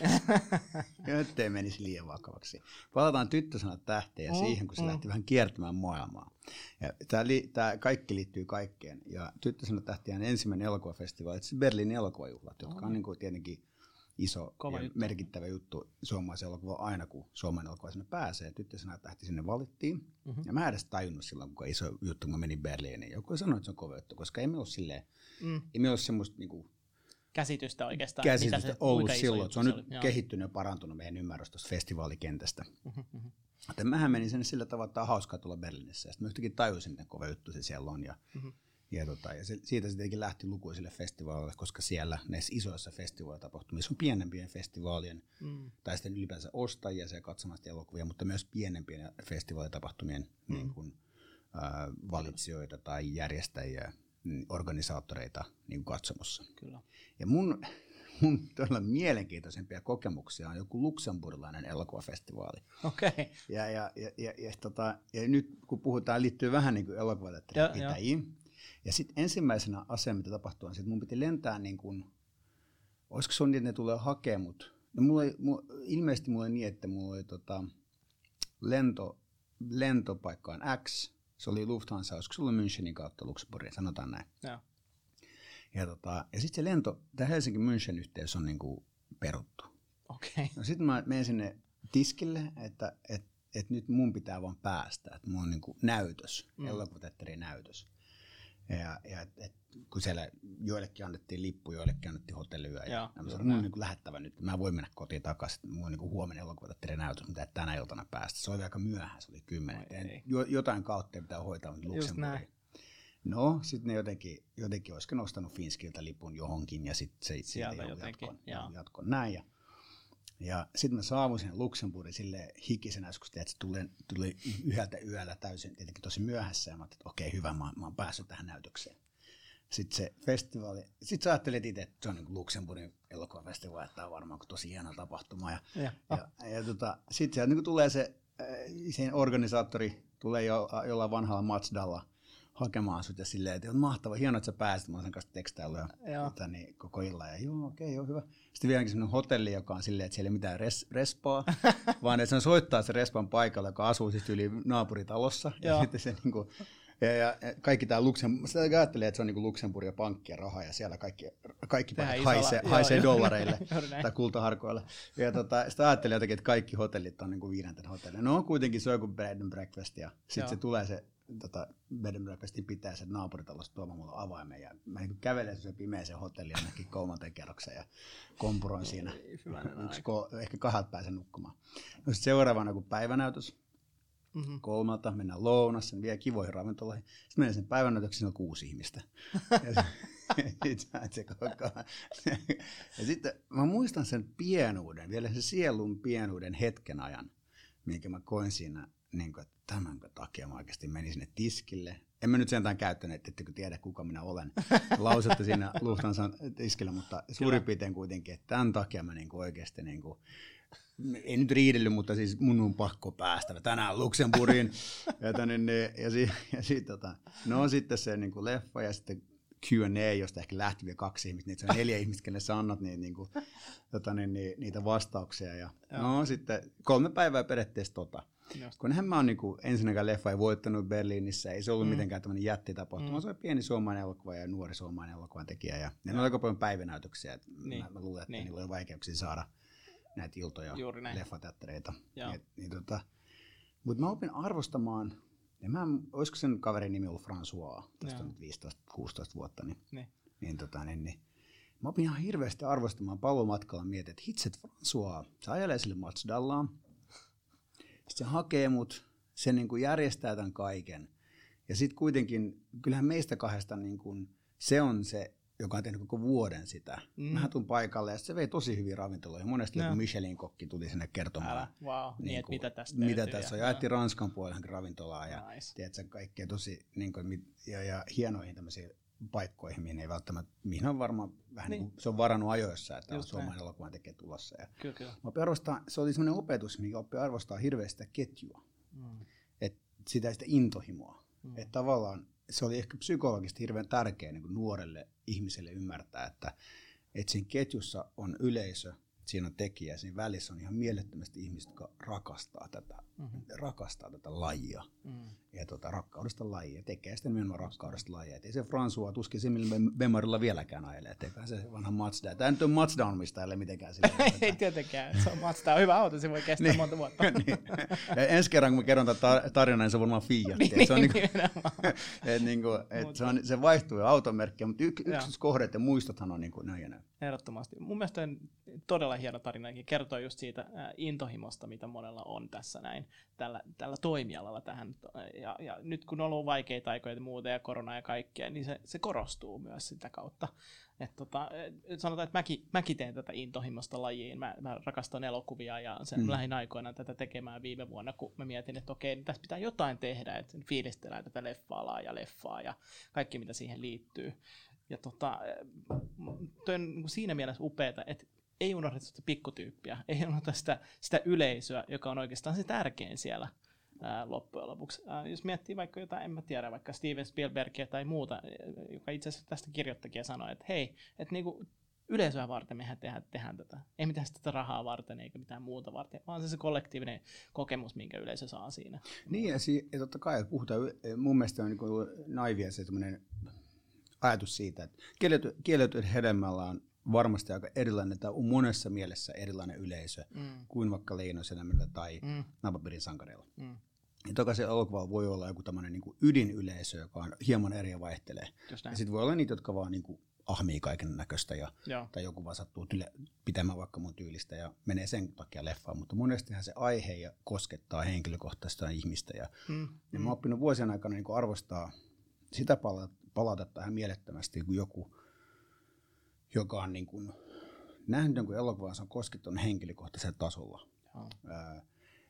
Jottei menisi liian vakavaksi. Palataan Tyttösanat tähteen ja mm, siihen, kun se mm. lähti vähän kiertämään maailmaa. Tämä, tämä kaikki liittyy kaikkeen. Ja Tyttösanat tähtiä on ensimmäinen elokuvafestivaali, se Berliinin elokuvajuhlat, jotka mm. on niin kuin tietenkin iso Kova ja juttu. merkittävä juttu suomalaisen elokuva aina, kun suomalainen elokuva sinne pääsee. Tyttösanat tähti sinne valittiin. Mm-hmm. Ja mä en edes tajunnut silloin, kun iso juttu, kun mä menin Berliiniin. Joku sanoi, että se on kova juttu, koska ei me ole silleen, mm. ei me ole semmoista niinku käsitystä oikeastaan. Käsitystä mitä se, ollut silloin. Se on se nyt oli. kehittynyt ja parantunut meidän ymmärrys tuosta festivaalikentästä. Mm-hmm. Mutta mähän menin sinne sillä tavalla, että on hauskaa tulla Berliinissä. Ja sitten mä yhtäkkiä tajusin, että kova juttu se siellä on. Ja, mm-hmm. ja, tota, ja se, siitä se tietenkin lähti lukuisille festivaaleille, koska siellä näissä isoissa festivaalitapahtumissa on pienempien festivaalien, mm. tai sitten ylipäänsä ostajia ja katsomasta elokuvia, mutta myös pienempien festivaalitapahtumien mm. niin kuin, äh, valitsijoita tai järjestäjiä, organisaattoreita niin kuin katsomossa. Kyllä. Ja mun, mun todella mielenkiintoisempia kokemuksia on joku luxemburgilainen elokuvafestivaali. Okei. Okay. Ja, ja, ja, ja, ja, tota, ja nyt kun puhutaan, liittyy vähän niin kuin elokuvateatterin pitäjiin. Ja sitten ensimmäisenä asia, mitä tapahtuu, on se, että mun piti lentää niin kuin, olisiko se on niin, että ne tulee hakemaan mut. No mulla oli, mulla, ilmeisesti mulla oli niin, että mulla oli tota, lento, lentopaikkaan X, se oli Lufthansa, olisiko se ollut Münchenin kautta Luxemburgiin, sanotaan näin. Ja, ja, tota, ja sitten se lento, tämä Helsinki-München yhteys on niin kuin peruttu. Okei. Okay. No sitten mä menen sinne tiskille, että et, et nyt mun pitää vaan päästä, että mulla on niin kuin näytös, mm. elokuvateatterin näytös. Ja, ja et, et, kun siellä joillekin annettiin lippu, joillekin annettiin hotelliyö. Ja, ja mä sanoin, mun on niin kuin lähettävä nyt. Mä voin mennä kotiin takaisin. Mulla on niin kuin huomenna elokuvateatterin näytös, mitä tänä iltana päästä. Se oli aika myöhään, se oli kymmenen. Jo, jotain kautta pitää hoitaa Luxemburgiin. No, sitten ne jotenkin, jotenkin olisiko nostanut Finskiltä lipun johonkin ja sitten se sieltä jotenkin jatkon näin. Ja, ja sitten mä saavun sinne Luxemburgiin silleen hikisenä, kun se tuli, tuli yhdeltä yöllä täysin tietenkin tosi myöhässä. Ja mä ajattelin, että okei, okay, hyvä, mä, mä oon päässyt tähän näytökseen. Sitten se festivaali, sitten sä ajattelit itse, että se on niin kuin Luxemburgin elokuvafestivaali, että tämä on varmaan tosi hieno tapahtuma. Ja, ja, ja, ja tota, sitten sieltä niin tulee se, se organisaattori, tulee jo, jollain vanhalla Mazdalla hakemaan sut ja silleen, että on mahtava, hienoa, että sä pääsit, mä oon sen kanssa tekstailuja niin, koko illan. Ja joo, okei, okay, joo, hyvä. Sitten vieläkin semmoinen hotelli, joka on silleen, että siellä ei ole mitään res, respaa, vaan että se soittaa se respan paikalla, joka asuu siis yli naapuritalossa. Ja sitten se niinku, ja, ja kaikki tää Luxemburg, sitä ajattelee, että se on niinku Luxemburg ja pankki ja raha ja siellä kaikki, kaikki paikat haisee, haisee joo, dollareille tai kultaharkoille. Ja tota, sitä ajattelee jotenkin, että kaikki hotellit on niinku viidenten hotelli. No kuitenkin se on joku bed and breakfast ja sitten se tulee se tota, bed and breakfastin pitää se naapuritalosta tuomaan mulle avaimen ja mä niin kävelen se pimeeseen hotelliin ainakin kolmanteen kerrokseen ja kompuroin siinä. Yksi, ko- ehkä kahdelta pääsen nukkumaan. No sitten seuraavana kun päivänäytös, mm-hmm. kolmalta mennään lounassa, vielä kivoihin ravintoloihin. Sitten menen sen päivänäytöksi, siinä on kuusi ihmistä. ja, se ja sitten mä muistan sen pienuuden, vielä se sielun pienuuden hetken ajan, minkä mä koin siinä, niin kuin, että tämän takia mä oikeasti menin sinne tiskille en mä nyt sentään käyttänyt, ettekö tiedä kuka minä olen. Lausetta siinä Lufthansan tiskillä, mutta suurin piirtein kuitenkin, että tämän takia mä niinku oikeasti, niinku, ei nyt riidellyt, mutta siis mun on pakko päästä tänään Luxemburgiin. ja tänne, ja, si, ja sit, tota, no sitten se niinku leffa ja sitten Q and A, josta ehkä lähti vielä kaksi ihmistä, niin se on neljä ihmistä, kenelle sä annat niin, niin kuin, tota, niin, niin, niitä vastauksia. Ja, no sitten kolme päivää periaatteessa tota. Just. Kun eihän mä oon niin kuin, ensinnäkään leffa ei voittanut Berliinissä, ei se ollut mm. mitenkään tämmöinen jättitapahtuma. Mm. Se oli pieni suomalainen elokuva ja nuori suomalainen elokuvan tekijä. Ja ne on aika paljon päivänäytöksiä. Niin. Mä, mä luulen, että niin. niillä on vaikeuksia saada näitä iltoja, leffateattereita. Niin, niin, tota, mutta mä opin arvostamaan. Ja mä, olisiko sen kaverin nimi ollut François, tästä nyt viisitoista kuusitoista vuotta, niin, niin. Niin, tota, niin, niin mä opin ihan hirveästi arvostamaan palomatkalla, mietin, että hitset François, se ajelee sille Mazdallaan, sitten se hakee mut, se niin kuin järjestää tämän kaiken, ja sitten kuitenkin, kyllähän meistä kahdesta niin kuin, se on se, joka on tehnyt koko vuoden sitä. Mm. Mähän tuun paikalle ja se vei tosi hyvin ravintoloihin. Monesti no. Michelin kokki tuli sinne kertomaan. Älä, wow. niin, niin kuin, mitä tässä Mitä tässä on. Jaettiin no. Ranskan puolenkin ravintolaa ja nice. Tiedätkö, kaikkea tosi niin kuin, ja, ja hienoihin tämmöisiin paikkoihin, mihin ei välttämättä, mihin on varmaan vähän niin. Niin kuin, se on varannut ajoissa, että just on suomalainen elokuvan tekee tulossa. Ja kyllä, kyllä. Arvostaa, se oli semmoinen opetus, mikä oppi arvostaa hirveästi sitä ketjua. Mm. Et sitä, sitä intohimoa. Mm. Että tavallaan se oli ehkä psykologisesti hirveän tärkeä niin kuin nuorelle ihmiselle ymmärtää, että, että siinä ketjussa on yleisö, siinä on tekijä, siinä välissä on ihan mielettömästi ihmiset, jotka rakastaa tätä, mm-hmm. rakastaa tätä lajia. Mm. Ja tuota, rakkaudesta lajia, tekee sitten nimenomaan rakkaudesta lajia. Et ei se François tuskin se, millä Bemarilla vieläkään ajelee, ettei se vanha Mazda. Tämä nyt on Mazda omistajalle mitenkään sillä. Ei tietenkään, se on Mazda, on hyvä auto, se voi kestää niin, monta vuotta. Niin. Ja ensi kerran, kun mä kerron tätä tarinaa, niin se on varmaan Fiat. Niin, se, on niinku, et niinku, et se, on, se vaihtuu jo automerkkiä, mutta y- yksityiskohdat ja muistothan on niinku näin ja näin. Ehdottomasti. Mun mielestä on todella hieno tarina, kertoo just siitä äh, intohimosta, mitä monella on tässä näin, tällä, tällä toimialalla tähän. Ja, ja nyt kun on ollut vaikeita aikoja ja muuta ja korona ja kaikkea, niin se, se korostuu myös sitä kautta. Et tota, et sanotaan, että mäkin, mäkin teen tätä intohimosta lajiin. Mä, mä rakastan elokuvia ja sen mm. lähin aikoina tätä tekemään viime vuonna, kun mä mietin, että okei, niin tässä pitää jotain tehdä, että fiilistellään tätä leffa-alaa ja leffaa ja kaikki, mitä siihen liittyy. Ja tota, toi on siinä mielessä upeata, että ei unohdeta sitä pikkutyyppiä, ei unohdeta sitä, sitä yleisöä, joka on oikeastaan se tärkein siellä ää, loppujen lopuksi. Ää, jos miettii vaikka jotain, en mä tiedä, vaikka Steven Spielbergia tai muuta, joka itse asiassa tästä kirjoittakin ja sanoi, että hei, että niinku yleisöä varten mehän tehdään, tehdään tätä. Ei mitään sitä rahaa varten eikä mitään muuta varten, vaan se se kollektiivinen kokemus, minkä yleisö saa siinä. Niin, ja, si- ja totta kai, puhutaan, mun mielestä on niin kuin naivia se tämmöinen ajatus siitä, että kielletyn hedelmällä on varmasti aika erilainen, tai on monessa mielessä erilainen yleisö mm. kuin vaikka Leinoselämällä tai mm. Napapiirin sankareilla. Mm. Ja toki se elokuva voi olla joku tämmöinen niin kuin ydinyleisö, joka on hieman eri ja vaihtelee. Ja sitten voi olla niitä, jotka vaan niin kuin ahmii kaiken näköistä, ja, tai joku vaan sattuu tyle, pitämään vaikka mun tyylistä ja menee sen takia leffaan. Mutta monestihan se aihe ja koskettaa henkilökohtaista ihmistä. Ja, mm. ja mä oon oppinut vuosien aikana niin kuin arvostaa sitä palata, palata tähän mielettömästi, kun joku, joka on niin kuin nähnyt jonkun elokuvan, se on koskettanut henkilökohtaisella tasolla. Ää,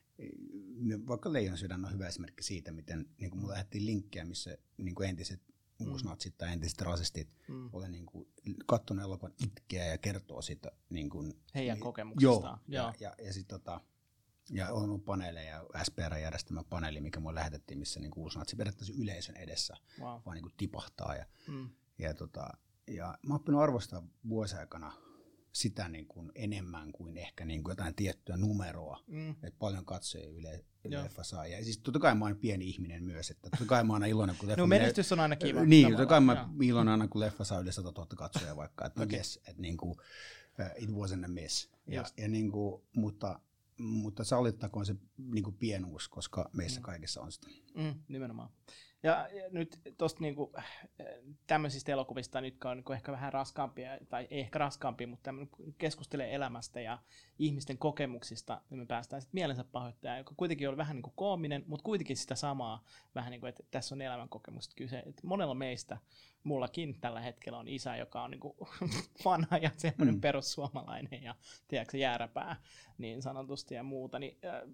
vaikka Leijon sydän on hyvä esimerkki siitä, miten niin kuin mulla lähdettiin linkkejä, missä niin kuin entiset mm. uusnatsit tai entiset rasistit mm. olen niin kuin katsonut elokuvan itkeä ja kertoo siitä niin kuin, heidän kokemuksistaan. Joo, ja, ja, ja sitten tota, ja on ollut paneeleja, S P R-järjestämä paneeli, mikä mulle lähetettiin, missä niin uusnatsi periaatteessa yleisön edessä wow. vaan niin kuin tipahtaa. Ja, mm. ja, tota, ja mä oon oppinut arvostaa vuosien aikana sitä niin kuin enemmän kuin ehkä niin kuin jotain tiettyä numeroa, mm. että paljon katsojia yle, leffa saa. Ja siis totta kai mä oon pieni ihminen myös, että totta kai mä oon aina iloinen, kun leffa... No menestys on aina kiva. Niin, totta kai mä iloinen aina, kun leffa saa yli sata tuhatta katsojia vaikka, että okay. yes, että niin kuin, uh, it wasn't a miss. Ja, ja niin kuin, mutta, mutta sallittakoon se niin kuin pienuus, koska meissä mm. kaikessa on sitä. Mm, nimenomaan. Ja, ja nyt tuosta niinku, tämmöisistä elokuvista, jotka on niinku ehkä vähän raskaampia, tai ei ehkä raskaampia, mutta keskustelee elämästä ja ihmisten kokemuksista, niin me päästään sitten mielensä pahoittajaan, joka kuitenkin on vähän niinku koominen, mutta kuitenkin sitä samaa, vähän niin kuin, että tässä on elämänkokemusta kyse. Että monella meistä, mullakin tällä hetkellä on isä, joka on niinku vanha ja semmoinen mm. perussuomalainen ja tiedätkö, jääräpää niin sanotusti ja muuta, niin äh,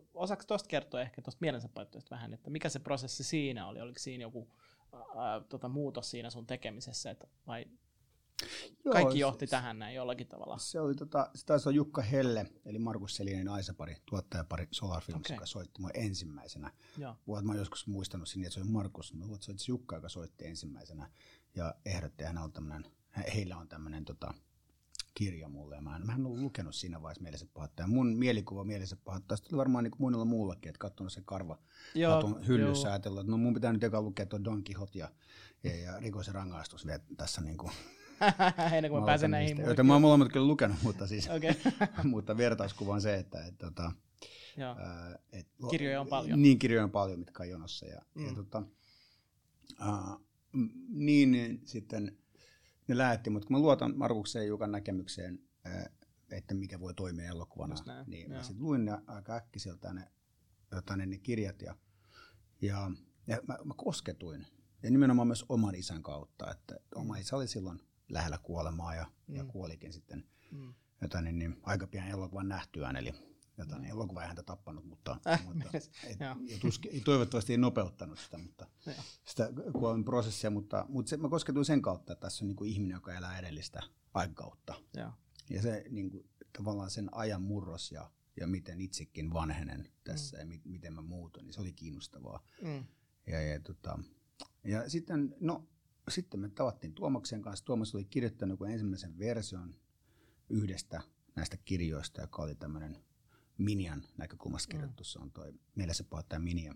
osaako tuosta kertoa ehkä tuosta mielensäpahoittelusta vähän, että mikä se prosessi siinä oli? Oliko siinä joku ää, tota, muutos siinä sun tekemisessä, että, vai Joo, kaikki johti se, tähän näin jollakin tavalla? Se oli tota, se taisi olla Jukka Helle, eli Markus Selinen Aisapari, tuottajapari Solar Films, okay. joka soitti mua ensimmäisenä. Voit mä joskus muistanut sinne, että se oli Markus, mutta se oli Jukka, joka soitti ensimmäisenä ja ehdotti, hänellä on tämmönen, heillä on tämmöinen tota, kirja mulle, ja mä en, mä en ollut lukenut siinä vaiheessa Mieliset pahoittaa. Mun mielikuva Mieliset pahoittaa, sitten oli varmaan niin kuin monella muullakin, että katsonut sen karva katon hyllyssä ja ajatellut, että no mun pitää nyt eka lukea tuo Don Quixote ja, ja, ja Rikos ja rangaistus vielä tässä niin kuin ennen kuin mä pääsen näihin muihin. Joten mä oon molemmat kyllä lukenut, mutta, siis, okay. mutta vertauskuva on se, että et, tota, ää, et, kirjoja on paljon. Niin, kirjoja on paljon, mitkä on jonossa. Ja, mm. ja, tota, ää, niin, niin sitten ne lähetti, mutta kun mä luotan Markuksen ja Jukan näkemykseen, ää, että mikä voi toimia elokuvana, niin mä sitten luin ne aika äkkiseltä ne, ne, ne kirjat ja, ja, ja mä, mä kosketuin. Ja nimenomaan myös oman isän kautta, että oma isä oli silloin lähellä kuolemaa ja, mm. ja kuolikin sitten mm. jotain, niin, niin, aika pian elokuvan nähtyään, eli jotain, mm. elokuva ei häntä tappanut, mutta, äh, mutta et, et uski, toivottavasti ei nopeuttanut sitä, mutta, sitä kuoleman prosessia, mutta, mutta se, mä kosketuin sen kautta, että tässä on niin kuin ihminen, joka elää edellistä aikakautta. Ja, ja se niin kuin, tavallaan sen ajan murros ja, ja miten itsekin vanhenen tässä mm. ja mi, miten mä muutun, niin se oli kiinnostavaa. Mm. Ja, ja, tota, ja sitten, no, sitten me tavattiin Tuomaksen kanssa. Tuomas oli kirjoittanut ensimmäisen version yhdestä näistä kirjoista, joka oli tämmöinen Minian näkökulmasta kirjoitettu. Se on toi Mielessä pahoittaa Minia.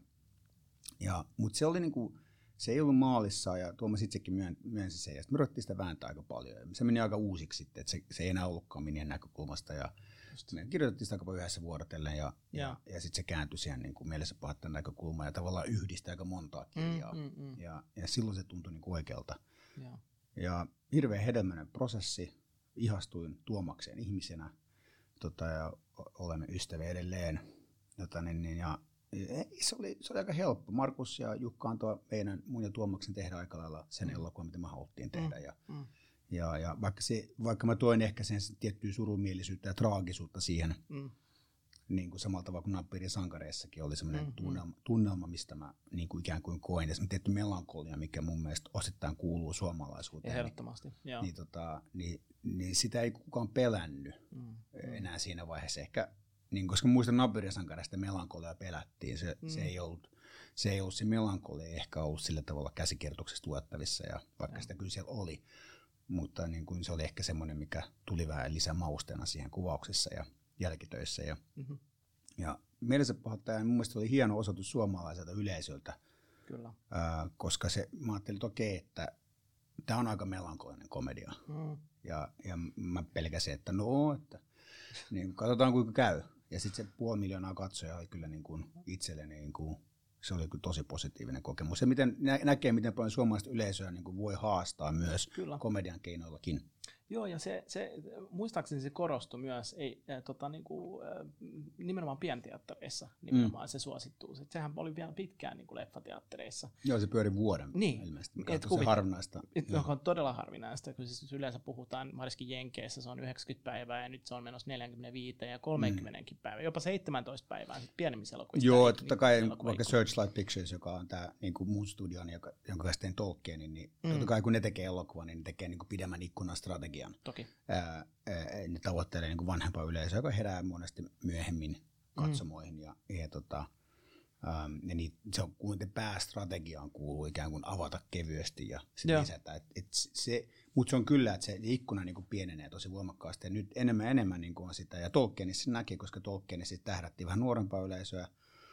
Ja, mutta se oli niinku, se ei ollut maalissa ja Tuomas itsekin myön, myönsi sen. Ja sitten me ruvettiin sitä vääntää aika paljon. Ja se meni aika uusiksi sitten, että se, se ei enää ollutkaan Minian näkökulmasta. Ja me kirjoitettiin sitä aika paljon yhdessä vuorotellen ja, ja. ja, ja sitten se kääntyi siihen niin kuin Mielessä pahoittaa näkökulmaan ja tavallaan yhdistää aika montaa kirjaa. Mm, mm, mm. Ja, ja silloin se tuntui niin kuin oikealta. Ja, ja hirveän hedelmäinen prosessi. Ihastuin Tuomakseen ihmisenä tota, ja olemme ystäviä edelleen. Jota, niin, niin, ja, se, oli, se oli aika helppo. Markus ja Jukka antoi meidän, mun ja Tuomaksen tehdä aika lailla sen mm. elokuvan, mitä me haluttiin tehdä. Mm, ja, mm. Ja, ja vaikka, se, vaikka mä toin ehkä sen tiettyä surumielisyyttä ja traagisuutta siihen, mm. niin kuin samalla tavalla kuin Nappirin sankareissakin oli semmoinen mm, tunnelma, mm. tunnelma, mistä mä niin kuin ikään kuin koin. Ja semmoinen tietty melankolia, mikä mun mielestä osittain kuuluu suomalaisuuteen. Ehdottomasti, niin, niin, tota, niin, niin sitä ei kukaan pelännyt mm. enää siinä vaiheessa. Ehkä, niin, koska muistan Nappirin sankareista melankolia pelättiin. Se, mm. se, ei ollut, se ei ollut se melankolia, ei ehkä ollut sillä tavalla käsikirjoituksessa luettavissa, ja vaikka ja. sitä kyllä siellä oli. Mutta niin kuin se oli ehkä semmoinen, mikä tuli vähän lisää mausteena siihen kuvauksessa ja jälkitöissä. Ja, mm-hmm. ja Mielensä pahoittaja mun mielestä oli hieno osoitus suomalaiselta yleisöltä, Kyllä. Ää, koska se, mä ajattelin, että okei, että tämä on aika melankolinen komedia. Mm. Ja, ja mä pelkäsin, että no, että niin, katsotaan kuinka käy. Ja sitten se puoli miljoonaa katsojaa oli kyllä niin kuin itselleni niin kuin, se oli kyllä tosi positiivinen kokemus. Ja miten nä- näkee, miten paljon suomalaista yleisöä niin kuin voi haastaa myös Kyllä. komedian keinoillakin. Joo, ja se, se, muistaakseni se korostui myös ei, äh, tota, niin kuin, äh, nimenomaan pienteattereissa nimenomaan mm. se suosittuus. Et sehän oli vielä pitkään niin kuin leffateattereissa. Joo, se pyöri vuoden niin. ilmeisesti. Et kuvit- se harvinaista. Et, on todella harvinaista, kun siis yleensä puhutaan, varsinkin Jenkeissä se on yhdeksänkymmentä päivää ja nyt se on menossa neljäkymmentäviisi ja kolmekymmentä mm. päivää, jopa seitsemäntoista päivää pienemmissä elokuvissa. Joo, totta kai niin, vaikka Searchlight Pictures, joka on tämä niin kuin mun studio, jonka, jonka kanssa tein Tolkienin, niin mm. totta kai kun ne tekee elokuvan, niin ne tekee niin kuin pidemmän ikkunan strategian. Toki. Ää, ää, ne tavoittelee niin kuin vanhempaa yleisöä, joka herää monesti myöhemmin katsomoihin. Mm. Ja, ja, tota, ää, ja niin, se on kuitenkin päästrategiaan kuuluu ikään kuin avata kevyesti ja sitten lisätä. Et, et se, mutta se on kyllä, että se ikkuna niin kuin pienenee tosi voimakkaasti. Ja nyt enemmän ja enemmän niin kuin on sitä. Ja Tolkienissa näki, koska Tolkienissa tähdättiin vähän nuorempaa yleisöä.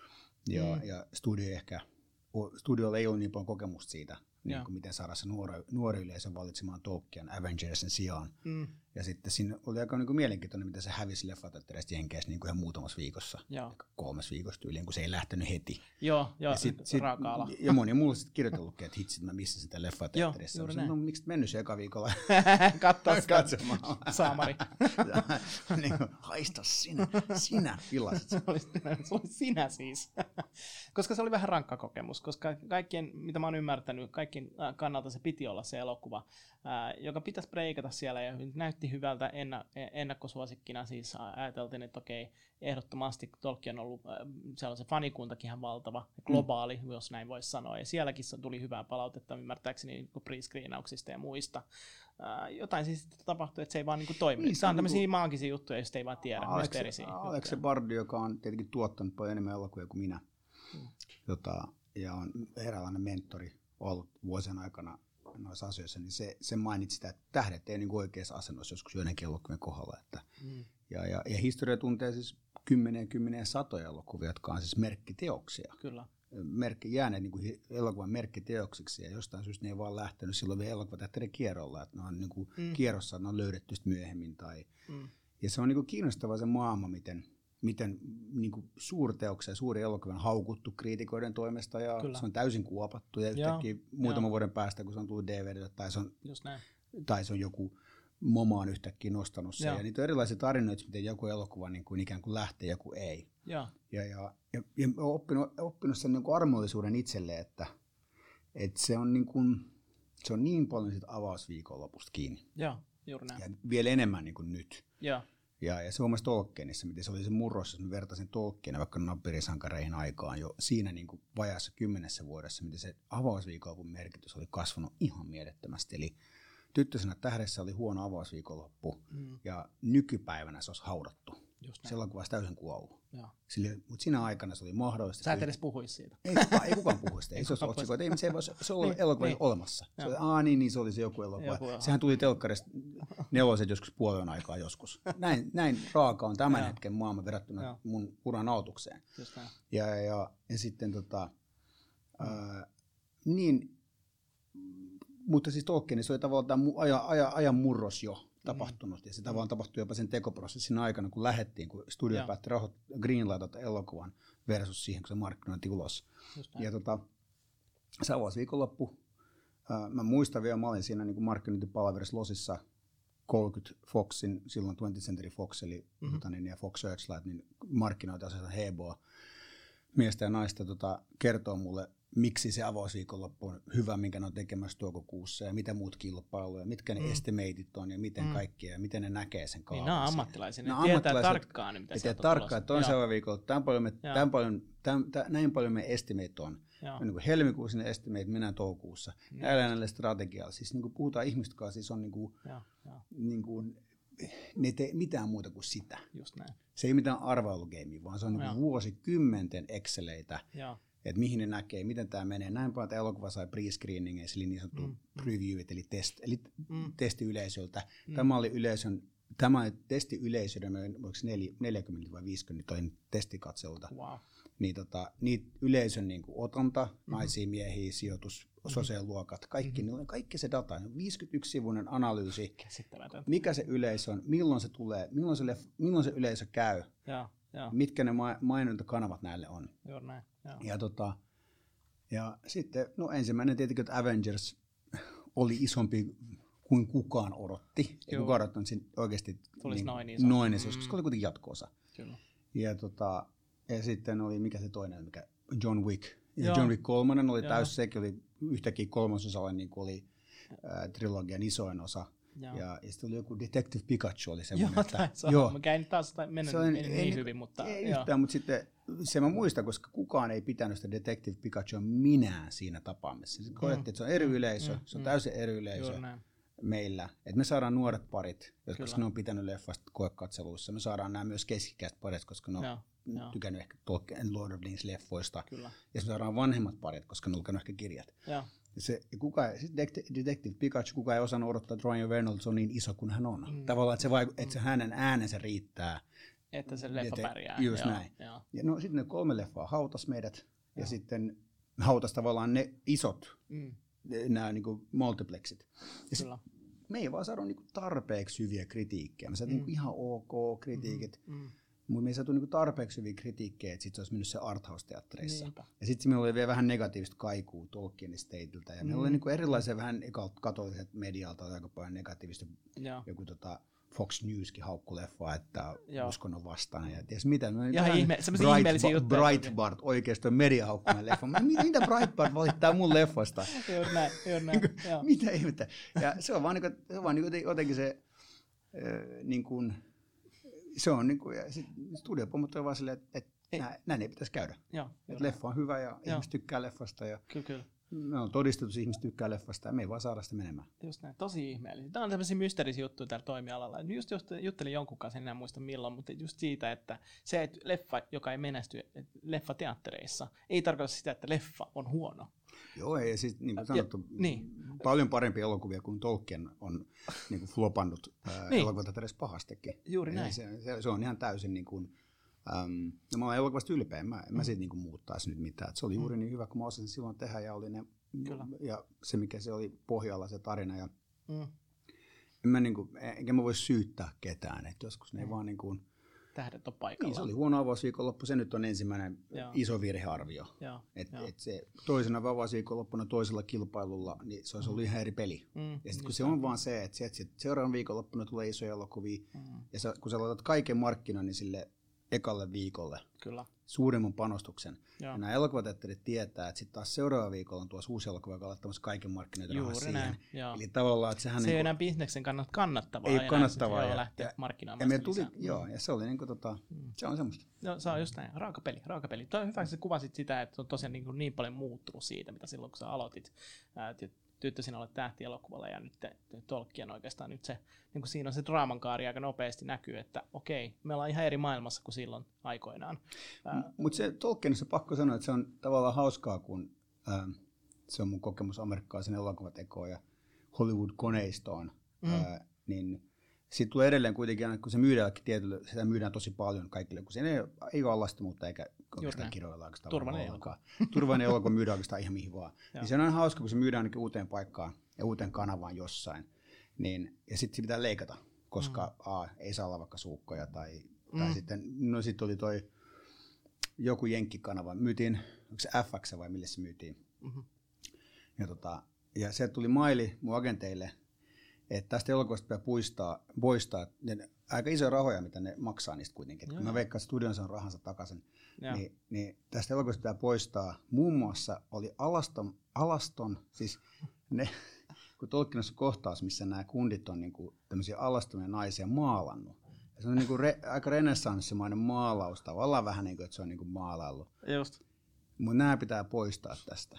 Ja, mm. ja studio ehkä, studiolla ei ole niin paljon kokemusta siitä. Niin kuin miten saada se nuori, nuori yleisö valitsemaan Tolkien Avengersin sijaan. Mm. Ja sitten siinä oli aika niin kuin mielenkiintoinen, miten se hävisi leffateattereista Jenkeissä niin kuin ihan muutamassa viikossa. Kolmes viikossa tyyliin, kun se ei lähtenyt heti. Joo, joo, sit, sit, raaka-ala. Ja moni mulle sitten kirjoitellutkin, että hitsit mä missasin sitä leffateatterissa. Joo, no miksi mennyt se eka viikolla? Katsomaan. Saamari. Niin kuin, haista sinä, sinä pilasit. Se oli, se oli sinä siis. Koska se oli vähän rankka kokemus, koska kaikkien, mitä mä oon ymmärtänyt, kaikkien kannalta se piti olla se elokuva, ää, joka pitäisi breikata siellä ja näyttää näytti hyvältä enna, ennakkosuosikkina, siis ajateltiin, että okei, ehdottomasti Tolkien on ollut, siellä on se fanikuntakin ihan valtava, globaali, mm. jos näin voisi sanoa, ja sielläkin tuli hyvää palautetta, ymmärtääkseni niin pre-screenauksista ja muista. Uh, jotain siis tapahtui, että se ei vaan niinku toimi. Niin, se on tämmöisiä niinku maagisia juttuja, joista ei vaan tiedä, mysteerisiä juttuja. Alex Bardi, joka on tietenkin tuottanut paljon enemmän elokuvia kuin minä, mm. jota, ja on eräänlainen mentori ollut vuosien aikana noissa asioissa, niin se, se mainitsi sitä, että tähdet ei niin oikeassa asennossa joskus joidenkin elokuvien kohdalla. Että, mm. ja, ja, ja historia tuntee siis kymmenen, kymmenen satoja elokuvia, jotka on siis merkkiteoksia. Kyllä. Merkki, jääneet niin kuin elokuvan merkkiteoksiksi, ja jostain syystä ne ei vaan lähtenyt silloin vielä elokuvatähteiden kierrolla, että ne on niin kuin mm. kierrossa, ne on löydetty myöhemmin. Tai, mm. Ja se on niin kuin kiinnostava se maailma, miten, miten niin kuin suurteoksia, suuri elokuva on haukuttu kriitikoiden toimesta, ja Kyllä. se on täysin kuopattu, ja yhtäkkiä muutaman Joo. vuoden päästä, kun se on tullut D V D, tai se on, tai se on joku Momo on yhtäkkiä nostanut sen, Joo. ja niitä on erilaisia tarinoita, miten joku elokuva niin kuin ikään kuin lähtee, joku ei. Joo. Ja, ja, ja, ja olen oppinut, oppinut sen niin kuin armollisuuden itselle, että, että se, on niin kuin, se on niin paljon siitä avausviikonlopusta kiinni. Joo, juuri näin. Ja vielä enemmän niin kuin nyt. Joo. Ja, ja se on myös Tolkienissa, miten se oli se murros, jos mä vertaisin Tolkienia vaikka Napperisankareihin aikaan jo siinä niin kuin vajaassa kymmenessä vuodessa, miten se avausviikonlopun merkitys oli kasvanut ihan mielettömästi. Eli Tyttösenä tähdessä oli huono avausviikonloppu, mm. ja nykypäivänä se olisi haudattu. Se elokuva olisi täysin kuollut. Mutta siinä aikana se oli mahdollista. Sä et edes puhuisi siitä. Ei, ei kukaan puhuisi siitä. Ei se olisi otsikoita. Ei, se ei voisi, se oli niin, elokuva niin. olemassa. Se oli, Aa niin, niin se oli se joku elokuva. Joku, Sehän tuli telkkarista neloset joskus puolen aikaa joskus. Näin, näin raaka on tämän hetken maailma verrattuna ja. mun uran aloitukseen. Ja, ja, ja, ja sitten tota, mm. ää, niin, mutta siis Tolkien, se oli tavallaan tämä ajan, ajan, ajan murros jo tapahtunut, mm. ja se tavallaan tapahtui jopa sen tekoprosessin aikana, kun lähdettiin, kun studio ja. päätti rahoittaa Greenlightat elokuvan versus siihen, kun se markkinointi ulos. Ja tota, se avasi viikonloppu. Äh, mä muistan vielä, mä olin siinä niin markkinointipalaverissa Losissa kolmekymmentä Foxin, silloin twentieth Century Fox, eli mm-hmm. niin, ja Fox Searchlight, niin markkinoita asioita heboa. Miestä ja naista tota, kertoo mulle, miksi se avausviikonloppu on hyvä, minkä ne on tekemässä toukokuussa, ja mitä muut kilpailuja, ja mitkä ne mm. estimatit on, ja miten mm. kaikkia, ja miten ne näkee sen kaavan. Niin, nämä on ammattilaisia, ne, ne tietää tarkkaan, mitä sieltä on tarkkaan, että on seuraava viikolla, tämän paljon me, tämän paljon, tämän, tämän, näin paljon me estimate on. Niin kuin helmikuussa ne estimate, mennään toukokuussa. Mm. Näillä näillä strategialla, siis niin kuin puhutaan ihmistä, joka siis on niin kuin, niin kuin, ne ei tee mitään muuta kuin sitä. Just näin. Se ei mitään arvailugeimia, vaan se on niin kuin vuosikymmenten exceleitä. Että mihin ne näkee, miten tämä menee. Näin paljon, että elokuva sai pre-screeningeissa, eli niin sanottu mm. previewit, eli, test, eli mm. testiyleisöltä. Mm. Tämä oli yleisön, tämä oli testiyleisöiden, oliko neljäkymmentä vai viisikymmentä, oli testikatselta. Wow. Niin tota, niitä yleisön niin kuin otanta, mm-hmm. naisia, miehiä, sijoitus, mm-hmm. sosiaaliluokat, kaikki, mm-hmm. kaikki se data, viisikymmentäyksi-sivuinen analyysi, mikä se yleisö on, milloin se tulee, milloin se, milloin se yleisö käy. Ja. Joo. Mitkä ne mainontakanavat näille on. Joo, näin. Joo. Ja, tota, ja sitten, no ensimmäinen tietenkin, että Avengers oli isompi kuin kukaan odotti. Ja kukaan odottanut siinä oikeasti tulisi niin, noin iso. Noin iso, koska se oli kuitenkin jatko-osa. Kyllä. Ja, tota, ja sitten oli, mikä se toinen, mikä John Wick. Ja John Wick kolmonen oli täys, sekin oli yhtäkkiä kolmososalle, niin kuin oli äh, trilogian isoin osa. Ja, ja sitten oli joku Detective Pikachu oli semmoinen. Joo, että, se on. Joo. Mä käyn taas mennä on, niin ei, hyvin, mutta... Ei joo. yhtään, mutta sitten se mä muistan, koska kukaan ei pitänyt sitä Detective Pikachua minään siinä tapaamisessa. Se koettiin, että se on eri yleisö, mm, se on mm, täysin eri yleisö meillä. Että me saadaan nuoret parit, koska ne on pitänyt leffasta koekatseluissa. Me saadaan nämä myös keskikäiset parit, koska ne on joo, tykännyt ehkä Tolkien Lord of the Rings leffoista. Kyllä. Ja me saadaan vanhemmat parit, koska ne on lukenut ehkä kirjat. Joo. Se, kuka, Detective Pikachu, kuka ei osannut odottaa, että Ryan Reynolds on niin iso kuin hän on. Mm. Tavallaan, että se, vaiku, että se hänen äänensä riittää. Että se leffa te, pärjää. Just joo, näin. Joo. Ja no, sitten ne kolme leffaa hautas meidät, joo. ja sitten hautas tavallaan ne isot, mm. nämä niin kuin multiplexit. Ja sit, me ei vaan saada niin kuin tarpeeksi hyviä kritiikkejä. Me saatiin mm. niin ihan ok kritiikit. Mm. Mm. Mutta me ei saatu niinku tarpeeksi hyviä kritiikkejä, että sitten se olisi mennyt se arthouse-teattereissa. Niinpä. Ja sitten meillä oli vielä vähän negatiivista kaikua Tolkien estateiltä. Ja mm. meillä oli niinku erilaisia vähän katoliset medialta aika paljon negatiivista. Joo. Joku tota Fox Newskin haukkuleffa, että Joo. uskonnon vastainen. Ja ties mitä. Ja ihme, semmoisia ihmeellisiä juttuja. Breitbart oikeasti on mediahaukkunen leffa. Mitä Breitbart valittaa mun leffasta? Juuri näin, juuri näin. Mitä ihmettä. Ja se on vaan, niinku, se on vaan niinku jotenkin se... niin kuin, se on niin kuin, ja sit studiopomot on vaan silleen, että et, näin ei pitäisi käydä. Joo, että leffa on hyvä ja Joo. ihmiset tykkää leffasta ja kyllä, kyllä. me on todistettu, että ihmiset tykkää leffasta ja me ei vaan saada sitä menemään. Just näin, tosi ihmeellistä. Tämä on tämmöisiä mysteerisiä juttuja täällä toimialalla. Just, just juttelin jonkun kanssa, en enää muista milloin, mutta just siitä, että se, että leffa, joka ei menesty leffateattereissa, ei tarkoita sitä, että leffa on huono. Joo, ja siis niin kuin sanottu, ja, niin. paljon parempia elokuvia kuin Tolkien on niin kuin flopannut niin. elokuvateattereissa pahastikin. Juuri näin. Se, se, se on ihan täysin, niin kuin, um, no mä olen elokuvasta ylpeä, mä, mm. mä siitä niin kuin muuttaisi nyt mitään. Et se oli juuri mm. niin hyvä, kun mä osasin silloin tehdä ja, oli ne, ja se, mikä se oli pohjalla, se tarina. Ja mm. en mä, niin kuin, enkä mä voi syyttää ketään, että joskus ne mm. vaan niin kuin, tähdet on paikalla. Niin, se oli huono avausviikonloppu, se nyt on ensimmäinen Joo. iso virhearvio. Että et se toisena avausviikonloppuna toisella kilpailulla, niin se olisi ollut mm. ihan eri peli. Mm, ja sitten kun se on vaan se, että et, et seuraavan viikonloppuna tulee isoja elokuvia, mm. ja sä, kun sä laitat kaiken markkinoinnin sille ekalle viikolle, Kyllä. suuremman panostuksen, Joo. ja nämä elokuvateatterit tietää, että sitten taas seuraava viikolla on tuossa uusi elokuva, joka on laittamassa kaiken markkinoita rahaa siihen. Eli tavallaan, että sehän... Se ei niin enää bisneksen kannalta kannattavaa. Ei ole kannattavaa. Ja, lähteä ja, markkinoimaan ja me tuli, joo, ja se oli niin kuin tota, mm. se on semmoista. No, se on just näin, raaka peli, raaka peli. Tuo on hyvä, että kuvasit sitä, että on tosiaan niin, niin paljon muuttunut siitä, mitä silloin kun sä aloitit. Ää, tyttö sinä olet tähtielokuvalla ja nyt Tolkien oikeastaan nyt se, niin kuin siinä on se draaman kaari aika nopeasti näkyy, että okei, me ollaan ihan eri maailmassa kuin silloin aikoinaan. Mutta se Tolkienissa pakko sanoa, että se on tavallaan hauskaa, kun ää, se on mun kokemus amerikkalaisen elokuvatekoon ja Hollywood-koneistoon, mm. ää, niin siitä tulee edelleen kuitenkin, kun se myydään tietyllä, sitä myydään tosi paljon kaikille, kun se ei, ei ole alastomuutta eikä oikeastaan kirjoilla oikeastaan. Turvallinen elokuva. Turvallinen elokuva myydään oikeastaan ihan mihin vaan. Niin se on aina hauska, kun se myydään ainakin uuteen paikkaan ja uuteen kanavaan jossain. Niin, ja sitten se pitää leikata, koska mm. a, ei saa olla vaikka suukkoja tai, mm. tai sitten, no sitten oli toi joku jenkkikanava, myytiin, onko se F X vai mille se myytiin. Mm-hmm. Ja, tota, ja sieltä tuli maili mun agenteille, että tästä elokuvasta pitää puistaa, poistaa ne aika isoja rahoja, mitä ne maksaa niistä kuitenkin. Kun mä veikkaan, että studion saa rahansa takaisin, niin, niin tästä elokuvasta pitää poistaa. Muun muassa oli alaston, alaston siis ne, kun Tolkienissa kohtaus, missä nämä kundit on niin kuin tämmöisiä alastomia naisia maalannut. Ja se on niin kuin re, aika renessanssimainen maalaus, tavallaan vähän niin kuin, että se on niin kuin maalaillut. Just. Mutta nämä pitää poistaa tästä,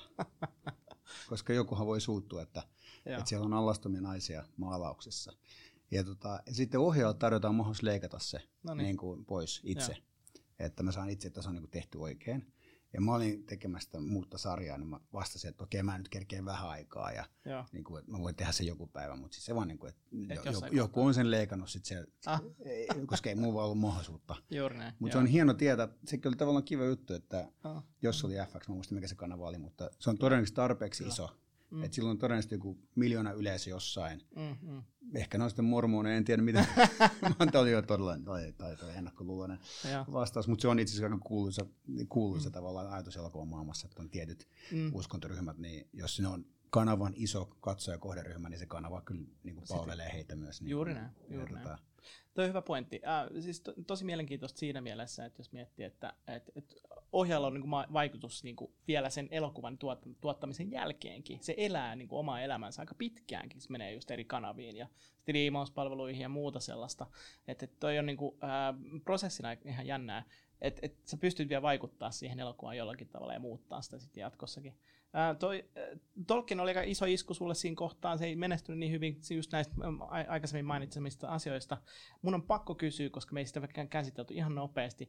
koska jokuhan voi suuttua, että että siellä on alastomia naisia maalauksessa. Ja, tota, ja sitten ohjaajalle tarjotaan mahdollisuus leikata se niin kuin pois itse. Joo. Että mä saan itse, että se on niin kuin tehty oikein. Ja mä olin tekemästä muutta sarjaa, niin mä vastasin, että okei, mä nyt kerkeen vähän aikaa. Ja niin kuin, että mä voin tehdä sen joku päivä, mutta siis se vaan niin kuin, että jo, joku, joku on sen leikannut sit se, ah. koska ei mulla ollut mahdollisuutta. Mutta se on hieno tietää, sekin oli tavallaan kiva juttu, että ah. jos oli F X, mä muistin mikä se kanava oli, mutta se on todennäköisesti tarpeeksi Kyllä. iso. Mm. Että silloin on todennäköisesti joku miljoona yleisö jossain. Mm, mm. Ehkä ne on sitten mormoneja, en tiedä mitä. Tämä oli jo todella tai, tai, tai ennakkoluuloinen vastaus, mutta se on itse asiassa aika kuuluisa, kuuluisa mm. tavallaan ajatus elokuvan maailmassa, että on tietyt mm. uskontoryhmät, niin jos ne on kanavan iso katsojakohderyhmä, niin se kanava kyllä niin kuin palvelee heitä myös. Niin, juuri näin, juuri näin. Tota, Tuo on hyvä pointti. Äh, siis to, tosi mielenkiintoista siinä mielessä, että jos miettii, että et, et ohjaajalla on niin kuin vaikutus niin kuin vielä sen elokuvan tuot, tuottamisen jälkeenkin. Se elää niin kuin omaa elämänsä aika pitkäänkin. Se menee just eri kanaviin ja striimauspalveluihin ja muuta sellaista. Että et toi on niin kuin, äh, prosessina ihan jännää. Että et sä pystyt vielä vaikuttaa siihen elokuvaan jollakin tavalla ja muuttaa sitä sitten jatkossakin. Ää, toi, äh, Tolkien oli aika iso isku sulle siinä kohtaan, se ei menestynyt niin hyvin just näistä a- aikaisemmin mainitsemista asioista. Mun on pakko kysyä, koska me ei sitä vaikka käsitelty ihan nopeasti.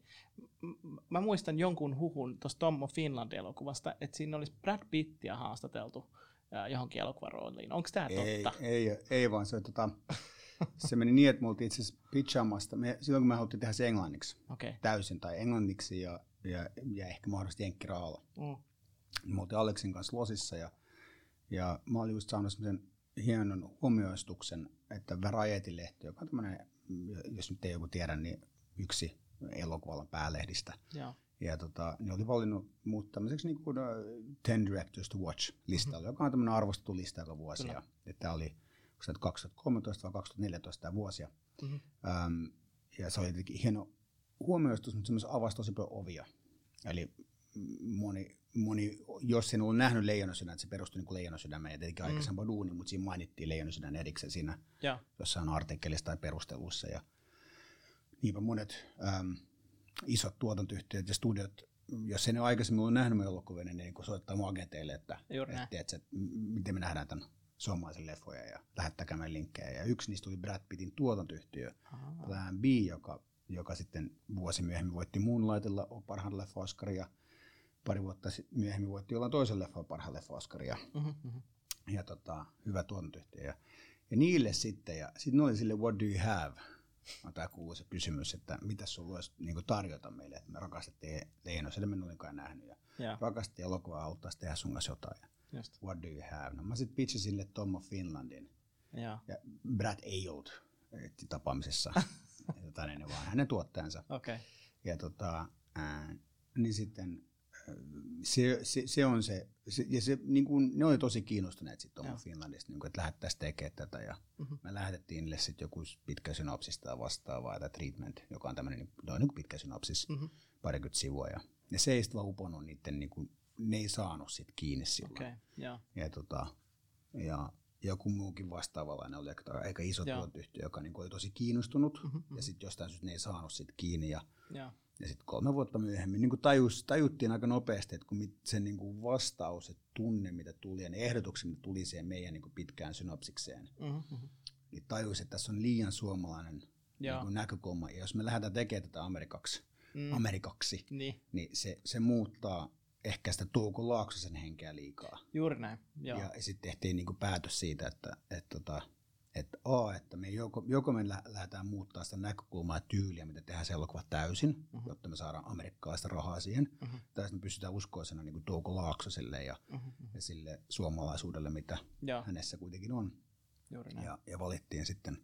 M- mä muistan jonkun huhun tuosta Tom of Finland-elokuvasta, että siinä olisi Brad Pittia haastateltu äh, johonkin elokuvarooliin. Onko tämä totta? Ei, ei, ei vaan se, tota, se meni niin, että me oltiin itse asiassa pitchaamasta, me, silloin kun me haluttiin tehdä se englanniksi okay. täysin, tai englanniksi ja, ja, ja ehkä mahdollisesti jenkkiraalla. Mm. Me oltiin Aleksin kanssa losissa ja, ja mä olin just saanut semmoisen hienon huomioistuksen, että Variety-lehti, joka on tämmöinen, jos nyt ei joku tiedä, niin yksi elokuvalan päälehdistä. Ja, ja tota, ne oli valinnut muut tämmöiseksi niin kuin Ten Directors to Watch-listalle, mm-hmm. joka on tämmöinen arvostettu lista joka vuosi. Ja tämä oli kaksituhattakolmetoista vai kaksituhattaneljätoista tämä vuosi. Mm-hmm. Ähm, ja se oli jotenkin hieno huomioistus, mutta semmoisen avasi tosi paljon ovia. Eli moni moni, jos en ollut nähnyt Leijonasydän, että se perustui niin kuin Leijonasydämeen ja tietenkin mm. aikaisempaa duunia, mutta siinä mainittiin Leijonasydän erikseen siinä ja. jossain artikkelissa tai perusteluissa. Ja niinpä monet äm, isot tuotantoyhtiöt ja studiot, jos en ole aikaisemmin ollut nähnyt meidän elokuvia, niin, niin soittaa mun agenteille, että, että, että, että miten me nähdään tämän suomalaisen leffoja ja lähettäkää meidän linkkejä. Ja yksi niistä tuli Brad Pittin tuotantoyhtiö, Plan B, joka, joka sitten vuosi myöhemmin voitti Moonlightilla parhaan leffa-Oscarin ja pari vuotta myöhemmin voitti jollain toisen leffan parhaan leffa-Oscarin. Ja, mm-hmm. ja tota, hyvä tuotantoyhtiö. Ja, ja niille sitten, ja sitten ne oli sille what do you have? Tämä kuuluu se kysymys, että mitä sulla olisi niin tarjota meille, että me rakastettiin Leijonasydän, me en olikaan nähnyt, ja yeah. rakastettiin elokuvaa, haluttaisiin tehdä sun kanssa jotain. Just. What do you have? No mä sitten pitchasin sille Tom of Finlandin, yeah. ja Brad Ayold tapaamisessa, jotain ennen vaan hänen tuottajansa. Okay. Ja tota, ää, niin sitten se, se, se on se, se ja se, niin kuin, ne oli tosi kiinnostuneet sitten Tom of Finlandista, niin kuin, että lähdettäisiin tekemään tätä, ja mm-hmm. me lähetettiin niille sitten joku pitkä synopsis tai vastaavaa, tai treatment, joka on tämmöinen no, niin pitkä synopsis, mm-hmm. parikymmentä sivua, ja, ja se ei sitten vaan uponut niiden, niin kuin, ne ei saanut sitten kiinni sillä. Okay. Yeah. Ja, tota, ja joku muukin vastaavallainen oli aika, aika iso yeah. tuotantoyhtiö, joka niin kuin, oli tosi kiinnostunut, mm-hmm. ja sitten jostain syystä ne ei saanut sitten kiinni, ja yeah. Ja sitten kolme vuotta myöhemmin niin tajus, tajuttiin aika nopeasti, että kun mit, se niin kuin vastaus, se tunne, mitä tuli ja ne ehdotukset, mitä tuli siihen meidän niin kuin pitkään synopsikseen, mm-hmm. niin tajus, että tässä on liian suomalainen niin kuin näkökulma. Ja jos me lähdetään tekemään tätä Amerikaksi, mm. Amerikaksi niin, niin se, se muuttaa ehkä sitä Tuukon Laaksosen henkeä liikaa. Juuri näin. Joo. Ja sitten tehtiin niin kuin päätös siitä, että, että, että Että, a, että me joko, joko me lähdetään muuttaa sitä näkökulmaa ja tyyliä, mitä tehdään se elokuva täysin, uh-huh. jotta me saadaan amerikkalaista rahaa siihen, uh-huh. tai sitten me pystytään uskoisena niin kuin Tuukko Laaksoselle ja, uh-huh. ja sille suomalaisuudelle, mitä ja. hänessä kuitenkin on. Ja, ja valittiin sitten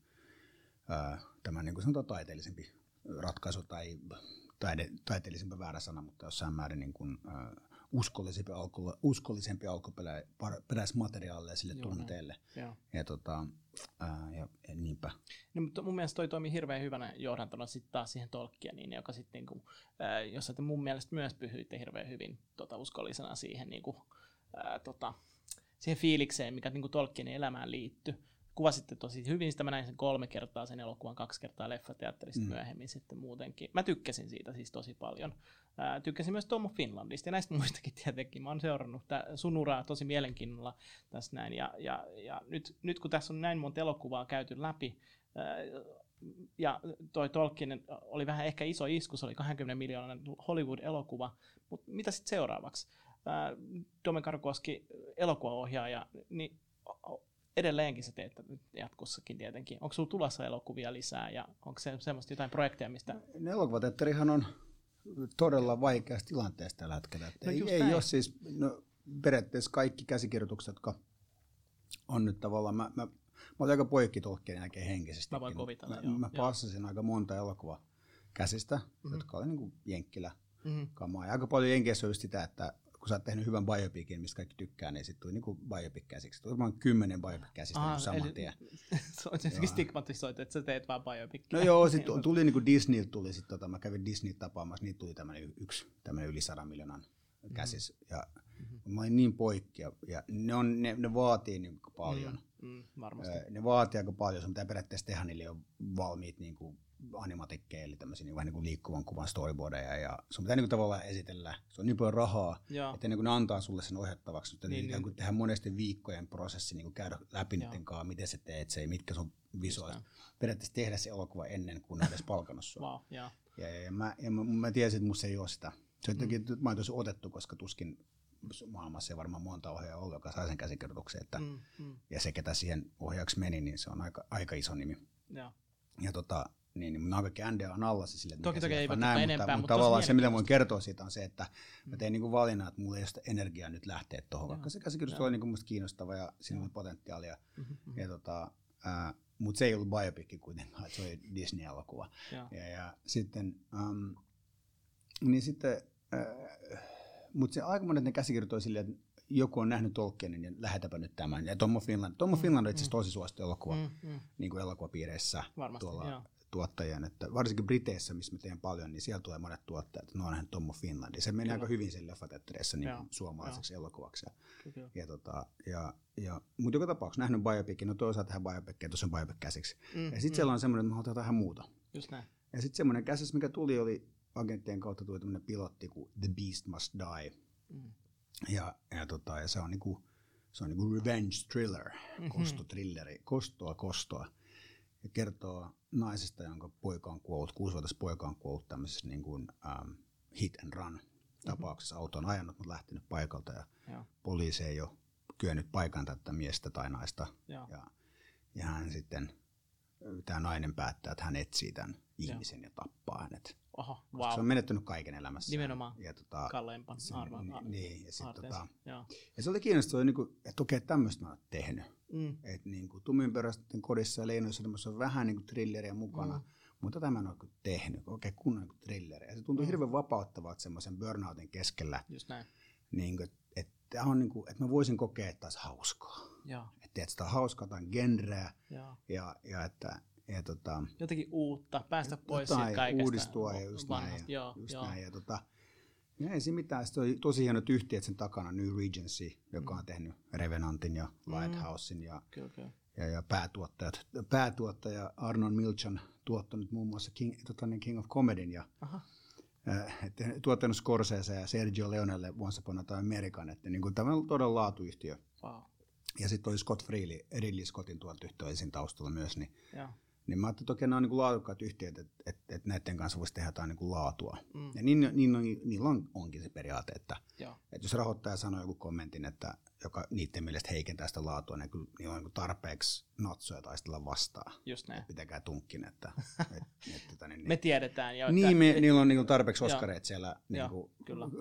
ää, tämä niin kuin sanotaan taiteellisempi ratkaisu, tai taide, taiteellisempi väärä sana, mutta jossain määrin niin kuin, ää, uskollisempi, alku, uskollisempi alkuperäismateriaalille sille Joo, tunteelle. Ja. Ja, tota, ää, ja, ja niinpä. No, mutta mun mielestä toi toimii hirveän hyvänä johdantona sitten taas siihen Tolkieniin, joka sitten, niinku, ää, jossa te mun mielestä myös pyhyitte hirveän hyvin tota, uskollisena siihen, niinku, ää, tota, siihen fiilikseen, mikä niinku Tolkienin elämään liittyy. Kuvasitte tosi hyvin sitä, mä näin sen kolme kertaa sen elokuvan, kaksi kertaa leffateatterista mm. myöhemmin sitten muutenkin. Mä tykkäsin siitä siis tosi paljon. Ää, tykkäsin myös Tom of Finlandista ja näistä muistakin tietenkin. Mä oon seurannut tää sun uraa tosi mielenkiinnolla tässä näin. Ja, ja, ja nyt, nyt kun tässä on näin monta elokuvaa käyty läpi, ää, ja toi Tolkien oli vähän ehkä iso isku, se oli kaksikymmentä miljoonan Hollywood-elokuva, mutta mitä sitten seuraavaksi? Ää, Dome Karkoski, elokuvaohjaaja, niin edelleenkin sä teet jatkossakin tietenkin. Onko sulla tulossa elokuvia lisää ja onko se semmoista jotain projekteja, mistä... No, elokuvateatterihan on todella vaikeassa tilanteessa tällä hetkellä. No, ei ei ole siis, no, periaatteessa kaikki käsikirjoitukset, jotka on nyt tavallaan, mä, mä, mä olen aika poikki Tolkien jälkeen henkisesti. Mä voin kovitella, mä, joo. Mä passasin aika monta elokuvaa käsistä, mm-hmm. jotka oli niin kuin jenkkilä mm-hmm. kamaa. Ja aika paljon jenkeissä on just sitä, että kun sä oot tehnyt hyvän biopicin, mistä kaikki tykkää, niin sitten tuli niinku biopic-käsiksi. Tuli varmaan kymmenen biopic-käsistä niin saman tien. Se on tietenkin stigmatisoitu, että sä teet vaan biopicia. No joo, sitten tuli niinku Disneyltä tuli sit, tota, mä kävin Disneyt tapaamassa, niitä tuli tämmönen yksi tämmönen yli sadan miljoonan käsis. Mm-hmm. Ja mm-hmm. mä olin niin poikki, ja, ja ne, on, ne, ne vaatii niinku paljon. Mm, mm, varmasti. Ne vaatii aika paljon, se mitä periaatteessa tehdä, niille jo valmiit niinku animatikkeja, eli tämmöisiä niin vähän niin kuin liikkuvan kuvan storyboardeja, ja sun pitää niin kuin tavallaan esitellä, se on niin paljon rahaa, Joo. että ennen kuin ne antaa sulle sen ohjattavaksi, että niin, niin. tehdään monesti viikkojen prosessi, niin kuin käydä läpi niiden kanssa, miten sä teet se, mitkä sun visuaalit. Periaatteessa tehdä se elokuva ennen kuin ne edes palkannut sua. Wow, yeah. ja, ja, ja, mä, ja mä, mä tiesin, että musta ei ole sitä. Se jotenkin, mm. mä oon tosi otettu, koska tuskin maailmassa ei varmaan monta ohjaajaa ollut, joka sai sen käsikirjoituksen, että, mm, mm. ja se, ketä siihen ohjaajaksi meni, niin se on aika, aika iso nimi. Yeah. Ja tota, niin, niin on kaikki N D A:n alla se sille, että toki, toki ei näin, mutta, enempää, mutta, mutta tavallaan se, mitä voin kertoa siitä, on se, että mm. mä tein niin kuin valinnan, että mulla ei ole sitä energiaa nyt lähteä tuohon, vaikka se käsikirjoitus oli niin kuin musta kiinnostava ja siinä oli potentiaalia. Mm-hmm. Ja tota, äh, mutta se ei ollut biopikki kuitenkaan, että se oli Disney-elokuva. Ja, ja, ja sitten, ähm, niin sitten, äh, mutta se aika monet ne käsikirjoitui silleen, että joku on nähnyt Tolkienin ja lähetäpä nyt tämän. Ja Tom of Finland, Tom of Finland on itse asiassa tosi suosittu elokuva, mm, mm. niin kuin elokuvapiireissä. Varmasti, tuolla, tuottajien, että varsinkin Briteissä, missä mä teen paljon, niin siellä tulee monet tuottajat, no onhan Tommo Finlandi. Se menee aika hyvin sen leffateattereissa niin suomalaiseksi ja. elokuvaksi. Ja, ja, tota, ja, ja, mutta joka tapauksessa nähnyt biopicin, no toisaalta tähän biopicia, tuossa on biopic käsiksi. Mm, ja sitten mm. siellä on semmoinen, että mä haluan tähän muuta. Just näin. Ja sitten semmoinen käsis, mikä tuli, oli agenttien kautta tuli tämmöinen pilotti kuin The Beast Must Die. Mm. Ja, ja, tota, ja se on niinku, se on niinku revenge thriller, mm-hmm. kostotrilleri, kostoa kostoa. Ja kertoo naisesta, jonka poika on kuollut, kuusivuotias poika on kuollut tämmöisessä niin kuin, um, hit and run tapauksessa. Mm-hmm. Auto on ajanut, mutta lähtenyt paikalta ja Joo. poliisi ei ole kyennyt paikantaa tätä miestä tai naista. Ja, ja hän sitten, tämä nainen päättää, että hän etsii tämän ihmisen Joo. ja tappaa hänet. Oho, wow. Se on menettänyt kaiken elämässä. Nimenomaan ja, tota, kalleimpan arvan. Niin, ja, sit, tota, ja se oli kiinnostavaa, niin kuin, että okei, tämmöistä mä oon tehnyt. Mm. Että niin kuin Tumminpöräisten kodissa ja Leinoissa on vähän niin kuin thrilleriä mukana, mm. mutta tätä mä en ole tehnyt. Okei, kunnon niin thrilleriä. Ja se tuntuu mm. hirveän vapauttavalta semmoisen burnoutin keskellä. Just näin. Niin kuin, että, on niin kuin, että mä voisin kokea, että taas hauskaa. Että, että sitä on hauskaa, tai genreä. Ja, ja että ja tota, jotenkin uutta, päästä pois siitä kaikesta. Uudistua ja just näin. Ja, joo, just joo. näin. Ja, tota, ja ei se mitään. Sitten oli tosi hienot yhtiöt sen takana, New Regency, joka mm. on tehnyt Revenantin ja Lighthousein ja, kyllä, kyllä. ja, ja päätuottajat. Päätuottaja Arnon Milchan tuottanut muun muassa King, tota, King of Comedyn ja äh, tuottanut Scorsese ja Sergio Leonelle Once Upon a Time American. Että niin kuin, tämä on todella laatuyhtiö. Wow. Ja sitten oli Scott Freely, Ridley Scottin tuotantoyhtiö siinä taustalla myös. Niin, niin mä ajattelin, että okei, nämä on niin kuin laadukkaat yhtiöt, että, että, että näiden kanssa voisi tehdä jotain niin kuin laatua. Mm. Ja niin, niin on, niillä on, onkin se periaate, että, että jos rahoittaja sanoo joku kommentin, että joka niiden mielestä heikentää sitä laatua, niin kyllä niillä on niin tarpeeksi natsoja taistella vastaan. Just näin. Pitäkää tunkkin, että... et, et, tota, niin, me tiedetään jo. Niin, me, et, niillä on niin tarpeeksi oskareita siellä niin kuin,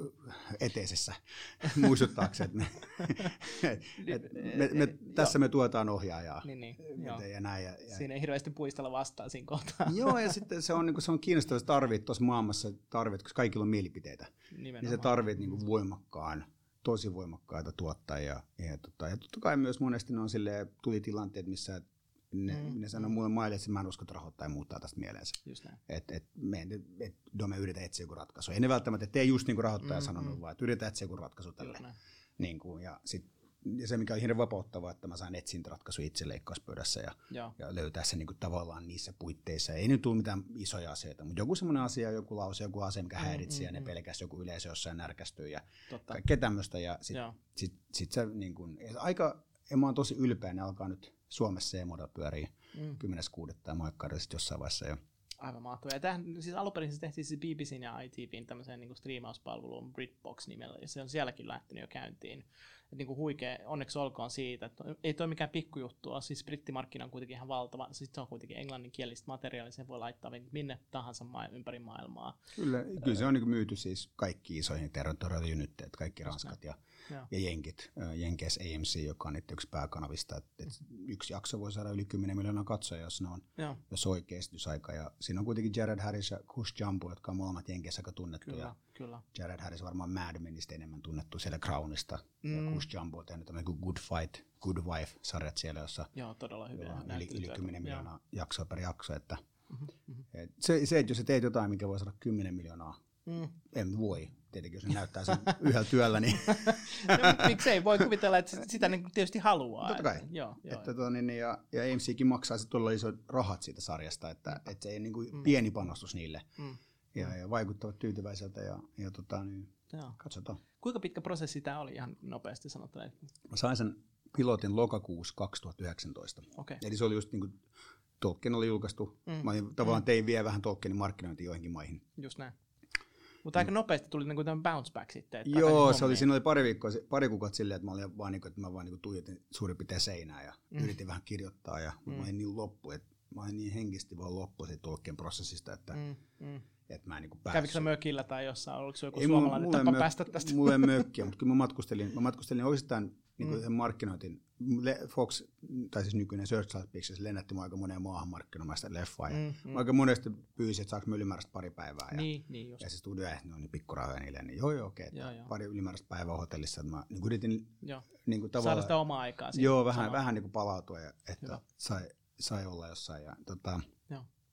eteisessä muistuttaakseen, että me, et, me, me, tässä me tuetaan ohjaajaa. Niin, niin, ja näin, ja, ja, siinä ei hirveästi puistella vastaan siinä kohtaa. Joo, ja sitten se on, niin kuin, se on kiinnostavaa, että tarvit tuossa maailmassa, tarvit, koska kaikilla on mielipiteitä, nimenomaan. Niin se tarvit niin kuin voimakkaan, tosi voimakkaita tuottajia. Ja, ja, tota, ja totta kai myös monesti ne on silleen, tuli tilanteet, missä ne, mm, ne sanoo mm. mulle maille, että mä en usko, että rahoittaja muuttaa tästä mieleensä. Että et, me, et, me yritetään etsiä joku ratkaisu. Ei ne välttämättä tee just niin kuin rahoittaja mm, sanonut, mm. vaan että yritetään etsiä joku ratkaisu tälle. Niin kuin, ja, sit, ja se, mikä on hirveän vapauttavaa, että mä sain etsintäratkaisu itse leikkauspöydässä ja, ja. ja löytää se niin kuin tavallaan niissä puitteissa. Ei nyt tule mitään isoja asioita, mutta joku semmoinen asia, joku lause, joku asia, mikä häiritsee mm, ja mm, ne pelkästään joku yleisö jossain närkästyy ja Totta. kaikkea tämmöistä. Ja sitten sit, sit se niin kuin, aika, ja mä oon tosi ylpeä, ne alkaa nyt Suomessa C-moda pyörii mm. kymmenes kuudetta ja moikkaudella sitten jossain vaiheessa jo. Aivan mahtavaa. Ja tämähän, siis alun perin se tehtiin siis B B C:n ja I T V:n tämmöiseen niin kuin striimauspalveluun Britbox nimellä, ja se on sielläkin lähtenyt jo käyntiin. Et niin kuin huikea, onneksi olkoon siitä, että ei toi mikään pikkujuttu ole, siis brittimarkkina on kuitenkin ihan valtava, siis se on kuitenkin englanninkielistä materiaalia, sen voi laittaa minne tahansa maa, ympäri maailmaa. Kyllä, kyllä se on niin kuin myyty siis kaikki isoihin territorial-unitteet, kaikki ranskat ja, ja jenkit. Jenkeissä A M C, joka on niiden yksi pääkanavista, että et yksi jakso voi saada yli kymmenen miljoonaa katsoja, jos ne on, jos on oikea esitysaika. Ja siinä on kuitenkin Jared Harris ja Kush Jumbo, jotka on molemmat Jenkeissä aika tunnettuja. Kyllä, kyllä. Jared Harris varmaan Mad Menistä enemmän tunnettu siellä Crownista. Mm. Ja Kush Jumbo on tehnyt tämmöinen Good Fight, Good Wife-sarjat siellä, jossa Joo, todella hyvä. on yli, yli kymmenen miljoonaa jaksoa per jakso. Että mm-hmm. et se, se, että jos sä teet jotain, mikä voi saada kymmenen miljoonaa, mm. en voi. Tietenkin, jos ne näyttää sen yhdellä työllä, niin... no, miksei, voi kuvitella, että sitä niin tietysti haluaa. Totta kai. Että, joo, joo. Että, to, niin, ja, ja A M C:kin maksaa sitten todella isot rahat siitä sarjasta, että, että se ei niin kuin mm. pieni panostus niille. Mm. Ja, ja vaikuttavat tyytyväiseltä ja, ja tota, niin, katsotaan. Kuinka pitkä prosessi tämä oli ihan nopeasti sanottuna? Mä sain sen pilotin lokakuussa kaksituhattayhdeksäntoista. Okay. Eli se oli just niin kuin Tolkien oli julkaistu. Mm. Mä tavallaan mm. tein vielä vähän Tolkienin markkinointia joihinkin maihin. Just näin. Mutta aika nopeasti tuli niinku tämän bounce back sitten. Että joo, se oli, siinä oli pari viikkoa, pari kuukautta silleen, että mä, olin vaan, että mä vaan niin tuijotin suurin piirtein seinää ja mm. yritin vähän kirjoittaa. Ja, mm. mä olin niin loppu, että mä olin niin henkisesti vaan loppu siitä Tolkien prosessista, että, mm. Mm. että mä en niin päässyt. Kävikö sä mökillä tai jossain? Oliko se joku ei, suomalainen tapa mö- päästä tästä? Mulla ei mökkiä, mutta kyllä mä matkustelin, mä matkustelin oikeastaan niin kuin mm. markkinoitin. Fox, tai siis nykyinen Searchlight Pictures, lennätti mua aika moneen maahan markkinoimaan sitä leffaa. Mm, mm. Mä aika monesti pyysin, että saako mä ylimääräistä pari päivää. Ja, niin, niin just. Ja se studio ehti, no niin pikkurahoja niille, niin joo joo okei, okay, pari ylimääräistä päivää hotellissa. Että mä niin yritin niin kuin saada sitä omaa aikaa. Joo, vähän, vähän niin kuin palautua, ja, että sai, sai olla jossain. Ja, tota,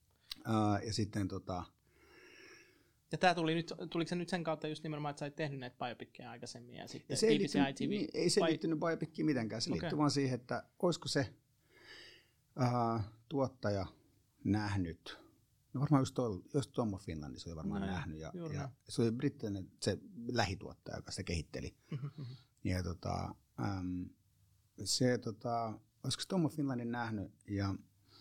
Uh, ja sitten tota... Ja tää tuli nyt, tuliko se nyt sen kautta just nimenomaan, että sä olit tehnyt näitä biopickeja aikaisemmin ja sitten se B B C I T V? Niin, ei se vai... liittynyt biopickiin mitenkään, se okay. liittyi vaan siihen, että olisiko se uh, tuottaja nähnyt, no varmaan just, toi, just Tom of Finland, se oli varmaan no, nähnyt, ja, ja se oli brittinen se lähituottaja, joka sitä kehitteli. Mm-hmm. Ja tota, um, se, tota, olisiko se Tom of Finlandin nähnyt, ja,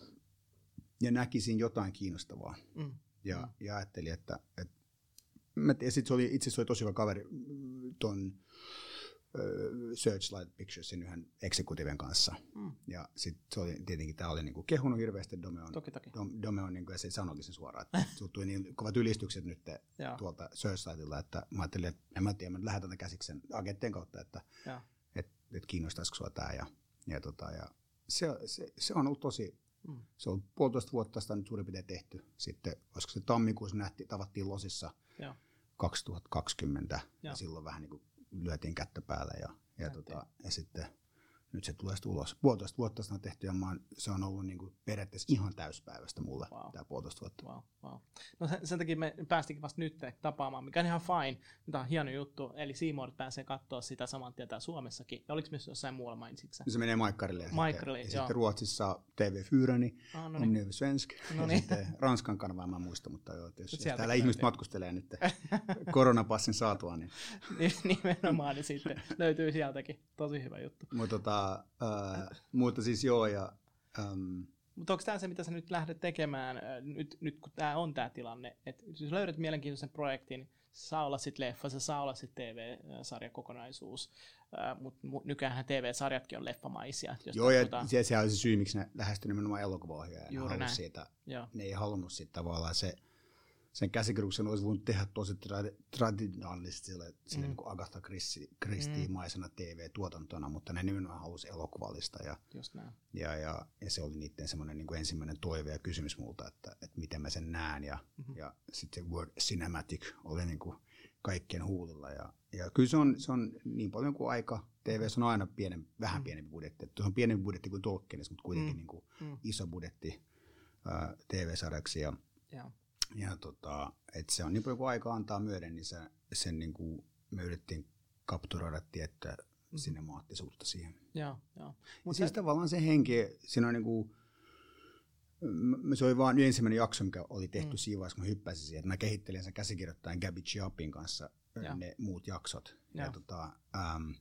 ja näkisin jotain kiinnostavaa. Mm. Ja, mm. ja ajattelin, että, että ja sitten se oli, itse asiassa oli tosi hyvä kaveri ton uh, Searchlight Picturesin yhden executiven kanssa. Mm. Ja sitten se oli tietenkin, tämä oli niinku kehunut hirveästi, Dome on, toki, toki. Dome on niinku, ja se sanoikin sen suoraan, että sinulle tuli niin kovat ylistykset nyt tuolta Searchlightilla, että mä ajattelin, että en mä tiedä, mä lähdetään tätä käsiksi sen agenttien kautta, että et, et kiinnostaisiko sinua tämä. Ja, ja, tota, ja se, se, se on ollut tosi, mm. se on puolitoista vuotta sitä nyt suurin piirtein tehty. Sitten, olisiko se tammikuussa nähti, tavattiin Losissa, ja. kaksituhattakaksikymmentä ja. ja silloin vähän niin kuin lyötiin kättä päälle ja, ja, tota, ja sitten nyt se tulee sitten ulos. Puolitoista vuotta sitä on tehty ja oon, se on ollut niin kuin periaatteessa ihan täyspäivästä mulle wow. tämä puolitoista vuotta. Wow, wow. No sen, sen takia me päästikin vasta nyt tapaamaan, mikä on ihan fine. Tämä on hieno juttu, eli C More pääsee katsoa sitä saman tietää Suomessakin. Ja oliko myös jossain muualla mainitsitko? Se menee Maikkarille ja, Maikkarille, sitten, ja sitten Ruotsissa T V fyra, niin ah, no niin. Svensk, no niin. Ja sitten Ranskan kanavaa mä muista, mutta joo, jos, jos täällä ihmiset matkustelee nyt koronapassin saatua, niin... Nimenomaan, niin sitten löytyy sieltäkin. Tosi hyvä juttu. Mutta tota, uh, mutta siis joo ja... Um, Mutta onko tämä se, mitä sä nyt lähdet tekemään, nyt, nyt kun tämä on tämä tilanne, että jos löydät mielenkiintoisen projektin, se saa olla sitten leffa, se saa olla sitten T V-sarjakokonaisuus, uh, mutta nykyään T V-sarjatkin on leffamaisia. Joo, ja tuota... se, se on se syy, miksi ne lähestyi nimenomaan elokuvaohjaajia. Ne, siitä, ne ei halunnut siitä tavallaan se, sen käsikirjoituksen olisi voinut tehdä tosi tra- traditionaalisesti sille, sille mm. niin kuin Agatha Christie-maisena T V-tuotantona, mutta ne nimenomaan halusi elokuvallista. Ja, ja, ja, ja se oli niiden semmoinen niin kuin ensimmäinen toive ja kysymys multa, että, että miten mä sen näen. Ja, mm-hmm. ja sitten se word cinematic oli niin kuin kaikkien huulilla. Ja, ja kyllä se on, se on niin paljon kuin aika. T V on aina pienen, vähän mm. pienempi budjetti. Se on pienempi budjetti kuin Tolkienissa, mutta kuitenkin mm. niin kuin mm. iso budjetti uh, T V-sarjaksi. Ja, yeah. Ja tota, että se on niin paljon kuin aika antaa myöden, niin se, sen niin kuin me yritettiin kapturoida tiettyä mm. sinemaattisuutta siihen. Joo, joo. Mutta siis tavallaan se henki, siinä on niin kuin, se oli vaan ensimmäinen jakso, mikä oli tehty mm. siinä vaiheessa, kun mä hyppäsin siihen, että mä kehittelin sen käsikirjoittajan Gabby Chiapin kanssa ja. ne muut jaksot. Ja, ja, tota, ähm,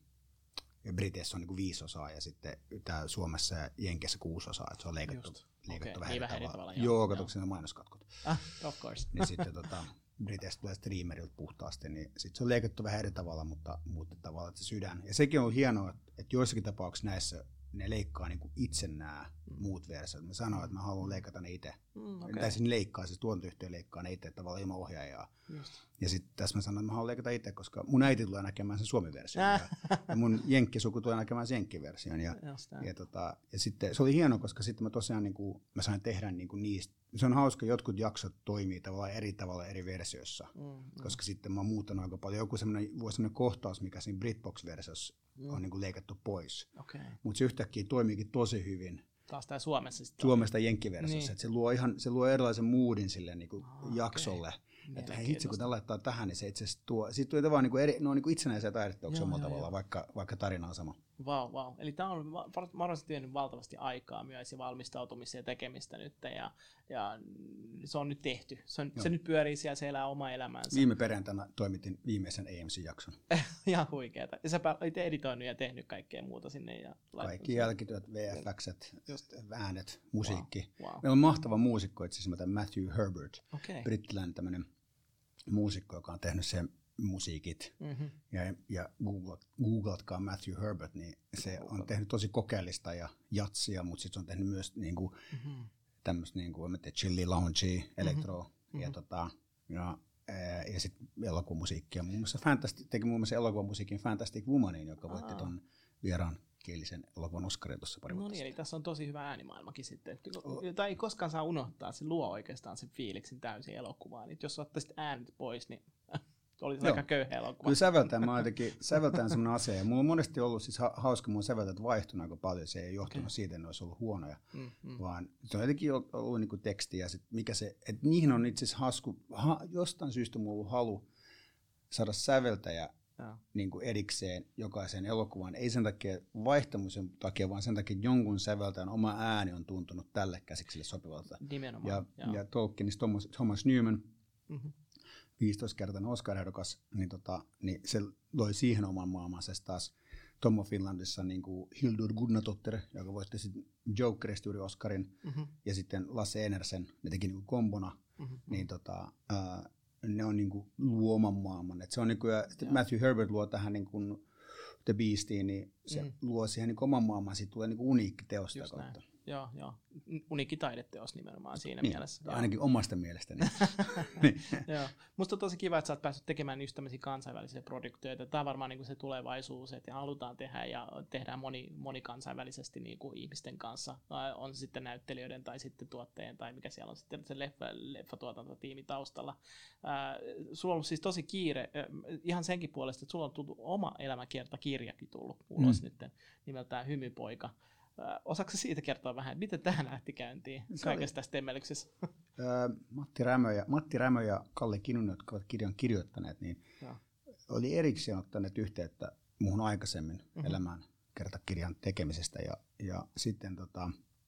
ja Briteissä on niin kuin viisi osaa ja sitten tää Suomessa ja Jenkeissä kuusi osaa, että se on leikattu. Just. Leikattu okay, vähän, niin vähän eri tavalla. Joo, joo katsotaan ne mainoskatkot. Ah, of course. Niin sitten tota, Briteistä tulee streamerilta puhtaasti, niin sitten se on leikattu vähän eri tavalla, mutta, mutta tavallaan että se sydän. Ja sekin on hienoa, että, että joissakin tapauksissa näissä ne leikkaa niin kuin itse nämä mm. muut versiot. Mä sanoin, että mä haluan leikata ne itse. Mm, okay. Tai siis leikkaa, siis tuotantoyhtiö leikkaa ne itse tavallaan ilman ohjaajaa. Just. Ja sitten tässä mä sanoin, että mä haluan leikata itse, koska mun äiti tulee näkemään sen suomi-version. ja, ja mun jenkkisuku tulee näkemään sen jenkkiversion. Ja, ja, tota, ja sitten se oli hienoa, koska sitten mä tosiaan niin kuin, mä sain tehdä niin kuin niistä. Se on hauska, jotkut jaksot toimii tavallaan eri tavalla eri versioissa. Mm, mm. Koska sitten mä oon muuttanut aika paljon. Joku semmoinen, voi semmoinen kohtaus, mikä siinä Britbox-versiossa mm. on niin kuin leikattu pois. Okay. Mutta se yhtäkkiä toimiikin tosi hyvin. Taas tää Suomessa sitten. Suomesta jenkkiversiossa. Niin. Se luo ihan, se luo erilaisen moodin sille niin kuin oh, jaksolle. Okay. Että hei hitsi, kun tällä laittaa tähän, niin se itse asiassa tuo, siitä tulee vaan niin kuin eri, ne on niin kuin itsenäisiä taideteoksia omalla tavallaan, vaikka, vaikka tarina on sama. Vau, wow, vau. Wow. Eli tämä on varmasti vienyt valtavasti aikaa myös ja valmistautumista ja tekemistä nyt, ja, ja se on nyt tehty. Se, on, se nyt pyörii siellä, se elää oma elämänsä. Viime perjantaina toimitin viimeisen A M C-jakson. Ihan huikeeta. Ja sä olit editoinut ja tehnyt kaikkea muuta sinne. Ja kaikki jälkityöt, V F X:t, äänet, musiikki. Wow, wow. Meillä on mahtava muusikko, itse asiassa Matthew Herbert, okay. brittiläinen tämmöinen muusikko, joka on tehnyt sen musiikit, mm-hmm. ja, ja googlat, googlatkaa Matthew Herbert, niin se oh, on okay. tehnyt tosi kokeellista ja jatsia, mutta sitten se on tehnyt myös niinku, mm-hmm. tämmöistä niinku, chilli lounge, elektro, mm-hmm. ja, tota, ja, ää, ja sitten elokuvamusiikkia. Muun muassa Fantastic, teki muun muassa elokuvamusiikin Fantastic Womanin, joka Aa. voitti ton vieraan kielisen elokuvan Oscarin tuossa pari vuotta. No niin, eli tässä on tosi hyvä äänimaailmakin sitten, jota ei koskaan saa unohtaa, se luo oikeastaan sen fiiliksin täysin elokuvaan. Jos ottaisit äänet pois, niin oli se aika köyhä elokuva. Kyllä säveltäen, mä jotenkin, säveltäen semmoinen asia, ja mulla on monesti ollut siis hauska, mun säveltäjät vaihtunut aika paljon, se ei johtunut okay. siitä, että ne olisi ollut huonoja, mm, mm. vaan se on jotenkin ollut, ollut niin kuin teksti, ja sit mikä se, että niihin on itse asiassa hasku, ha, jostain syystä mulla on ollut halu saada säveltäjä ja. Niin kuin erikseen jokaisen elokuvan, ei sen takia vaihtamisen takia, vaan sen takia, että jonkun säveltäjän oma ääni on tuntunut tälle käsikselle sopivalta. Nimenomaan. Ja, ja Tolkienissa Thomas, Thomas Newman, mm-hmm. viisitoistakertainen Oscar-ehdokas, niin, tota, niin se loi siihen oman maailmansa. Taas Tom of Finlandissa niin kuin Hildur Guðnadóttir, joka voitti sitten Jokerista juuri Oscarin, mm-hmm. ja sitten Lasse Enersen, ne teki niin kuin kombona, mm-hmm. niin tota, ää, ne on niin kuin luo oman maailman. Et se on niin kuin, ja Matthew Herbert luo tähän niin kuin The Beastiin, niin se mm. luo siihen niin kuin oman maailman, siitä tulee niin kuin uniikki teos sitä kautta. Joo, joo. Uniikki taideteos nimenomaan siinä niin, mielessä. Ainakin joo. omasta mielestäni. niin. Joo. Musta on tosi kiva, että sä oot päässyt tekemään just tämmöisiä kansainvälisiä produktioita. Tämä on varmaan niin kuin se tulevaisuus, että halutaan tehdä ja tehdään moni, moni kansainvälisesti niin kuin ihmisten kanssa. On se sitten näyttelijöiden tai sitten tuottajien tai mikä siellä on sitten se leffa, leffatuotantotiimi taustalla. Äh, sulla on ollut siis tosi kiire, äh, ihan senkin puolesta, että sulla on tullut oma elämäkertakirjakin tullut ulos mm. nyt nimeltään Hymypoika. Osaatko siitä kertoa vähän, miten tämä lähti käyntiin kaikessa tässä temmelyksessä? Matti Rämö ja, Matti Rämö ja Kalle Kinnunen, jotka ovat kirjan kirjoittaneet, niin ja. oli erikseen ottaneet yhteyttä muuhun aikaisemmin mm-hmm. elämään kertakirjan tekemisestä. Ja, ja sitten tota,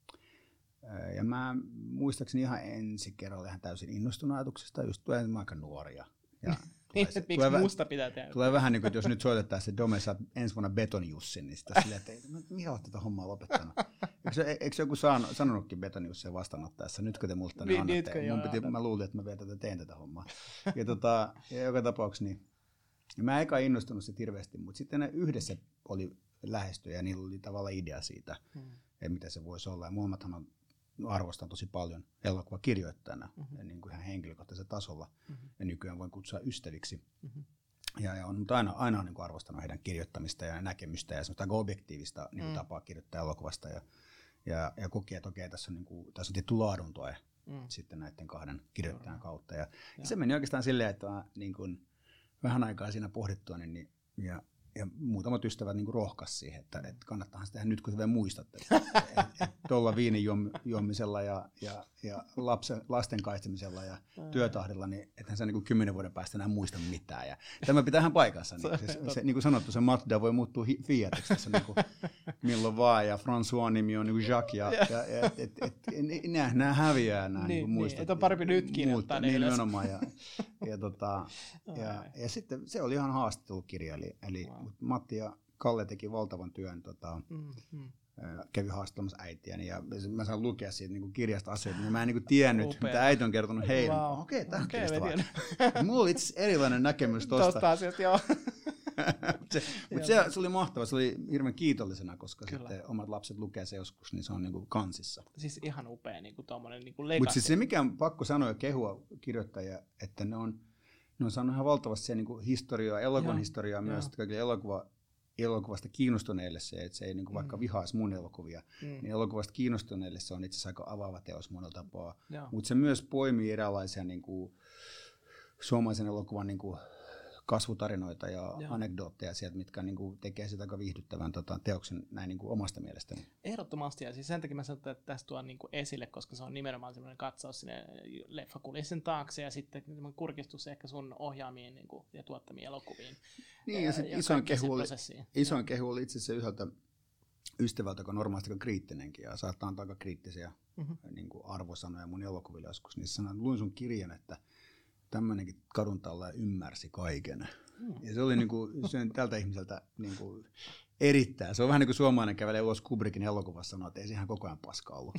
ja mä muistaakseni ihan ensi kerralla ihan täysin innostunut ajatuksesta, just tulee aika nuoria. Ja niin, se, miksi musta pitää tehdä? Tulee vähän niin kuin, että jos nyt soitettaisiin se Dome, saat ensi vuonna Betonjussin, niin sitten silleen, että ei, mihin olet tätä hommaa lopettanut? Eikö, eikö joku saanut, sanonutkin Betonjussia vastaanottaessa? Nytkö te multa ne niin, annatte? Mun piti, mä luulin, että mä vielä tätä teen tätä hommaa. Ja, tota, ja joka tapauksessa, niin mä eka innostunut sit hirveästi, mutta sitten ne yhdessä oli lähestyjä ja niillä oli tavallaan idea siitä, hmm. että mitä se voisi olla. Ja molemmathan on arvostan tosi paljon elokuvakirjoittajana mm-hmm. ja niin kuin ihan henkilökohtaisella tasolla. Mm-hmm. Ja nykyään voin kutsua ystäviksi. Mm-hmm. Ja, ja on, mutta aina, aina on niin kuin arvostanut heidän kirjoittamista ja näkemystä ja semmoista aika objektiivista niin kuin mm. tapaa kirjoittaa elokuvasta. Ja, ja, ja kokee, että okei, tässä on, niin kuin, tässä on tietty laaduntoe mm. sitten näiden kahden kirjoittajan mm. kautta. Ja, ja. ja se meni oikeastaan silleen, että niin kuin vähän aikaa siinä pohdittua, niin, niin ja Ja muutamat ystävät niin rohkaisivat siihen, että, että kannattaahan sitä tehdä nyt, kun te vielä muistatte. Tuolla viinin juomisella ja, ja, ja lapsen, lasten kaistemisella ja työtahdilla, niin ethän sä niin kymmenen vuoden päästä enää muista mitään. Ja tämä pitää ihan paikassa. Niin, se, se, niin kuin sanottu, se Mazda voi muuttua Fiatiksi tässä niin kuin, milloin vaan. Ja François nimi on niin kuin Jacques. Ja, ja, ja et, et, et, nämä, nämä häviää nämä niin, niin muistot. Että on parempi nyt kirjoittaa ne ylös. Nimenomaan. Ja, ja, tota, ja, ja sitten se oli ihan haastattelukirja. Eli, eli wow. Matti ja Kalle teki valtavan työn, tota, mm-hmm. kävi haastattelemassa äitiäni ja mä sain lukea siitä niin kuin kirjasta asioita, niin mä en niin kuin tiennyt, Upea. mitä äiti on kertonut heille. Wow. Okei, okay, tämä on kiinnostavaa. Mulla oli itse erilainen näkemys tosta. Tosta asiasta, joo. se, mutta se, se oli mahtavaa, se oli hirveän kiitollisena, koska Kyllä. sitten omat lapset lukee se joskus, niin se on niin kuin kansissa. Siis ihan upea niin kuin tommonen niin kuin legacy. Mutta siis se mikä on pakko sanoa ja kehua kirjoittajia, että ne on Ne on saanut ihan valtavasti se, niin kuin historiaa, elokuvan historiaa myös, että kaikille elokuva, elokuvasta kiinnostuneille se, että se ei niin kuin vaikka mm. vihaisi mun elokuvia, mm. niin elokuvasta kiinnostuneille se on itse asiassa aika avaava teos monella tapaa. Mutta se myös poimii eräänlaisia niin kuin suomalaisen elokuvan niin kuin kasvutarinoita ja Joo. anekdootteja sieltä, mitkä niin kuin tekee sitä aika viihdyttävän tota, teoksen näin niin kuin omasta mielestäni. Ehdottomasti, ja siis sen takia mä sanon, että tästä tuon niin kuin esille, koska se on nimenomaan semmoinen katsaus sinne leffakulissin taakse ja sitten kurkistus ehkä sun ohjaamiin niin kuin, ja tuottamiin elokuviin. Niin, ja, ja sitten isoin, kehu oli, isoin kehu oli itse asiassa yhdeltä ystävältä, joka on normaalisti aika kriittinenkin ja saattaa antaa aika kriittisiä mm-hmm. niin kuin arvosanoja mun elokuville joskus, niin sanoin, luin sun kirjan, että tämmöinenkin kaduntalla ymmärsi kaiken. Mm. Ja se oli niinku, se on tältä ihmiseltä niinku erittäin. Se on vähän niin kuin suomalainen kävelee ulos Kubrickin elokuvassa sanoo, että ei se ihan koko ajan paska ollut.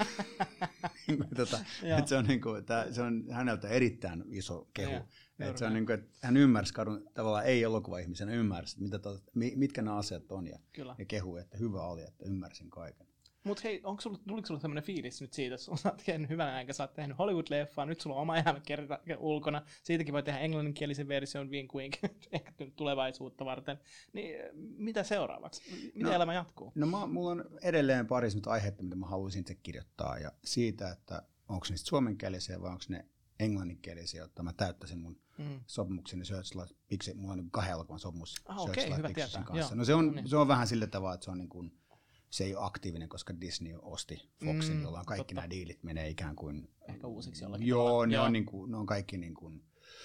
tota, et se, on niinku, tää, se on häneltä erittäin iso kehu. Ja, et se on niinku, että hän ymmärsi kadun, tavallaan ei elokuva-ihmisenä ymmärsi, mitä to, mitkä nämä asiat on. Ja, ja kehu, että hyvä oli, että ymmärsin kaiken. Mutta hei, onko sulla, tuliko sulla tämmöinen fiilis nyt siitä, että sä oot tehnyt hyvän aika, sä oot tehnyt Hollywood-leffaa, nyt sulla on oma elämäkerta ulkona, siitäkin voi tehdä englanninkielisen version, wink wink, ehkä tulevaisuutta varten. Niin mitä seuraavaksi? Mitä no, elämä jatkuu? No mä, mulla on edelleen pari aiheetta, mitä mä haluaisin itse kirjoittaa, ja siitä, että onko ne suomenkielisiä vai onko ne englanninkielisiä, jotta mä täyttäisin mun mm. sopimukseni Searchlight Pictures. Mulla on niin kahden elokuvan sopimus ah, Searchlight okay, Picturesin kanssa. No se on, no, se on vähän sillä tavalla, että se on niin kuin, se ei ole aktiivinen, koska Disney osti Foxin, mm, jolla kaikki totta. Nämä diilit menee ikään kuin... Ehkä uusiksi jollakin joo, tavalla. Ne, joo. On niin kuin, ne on kaikki niin kuin,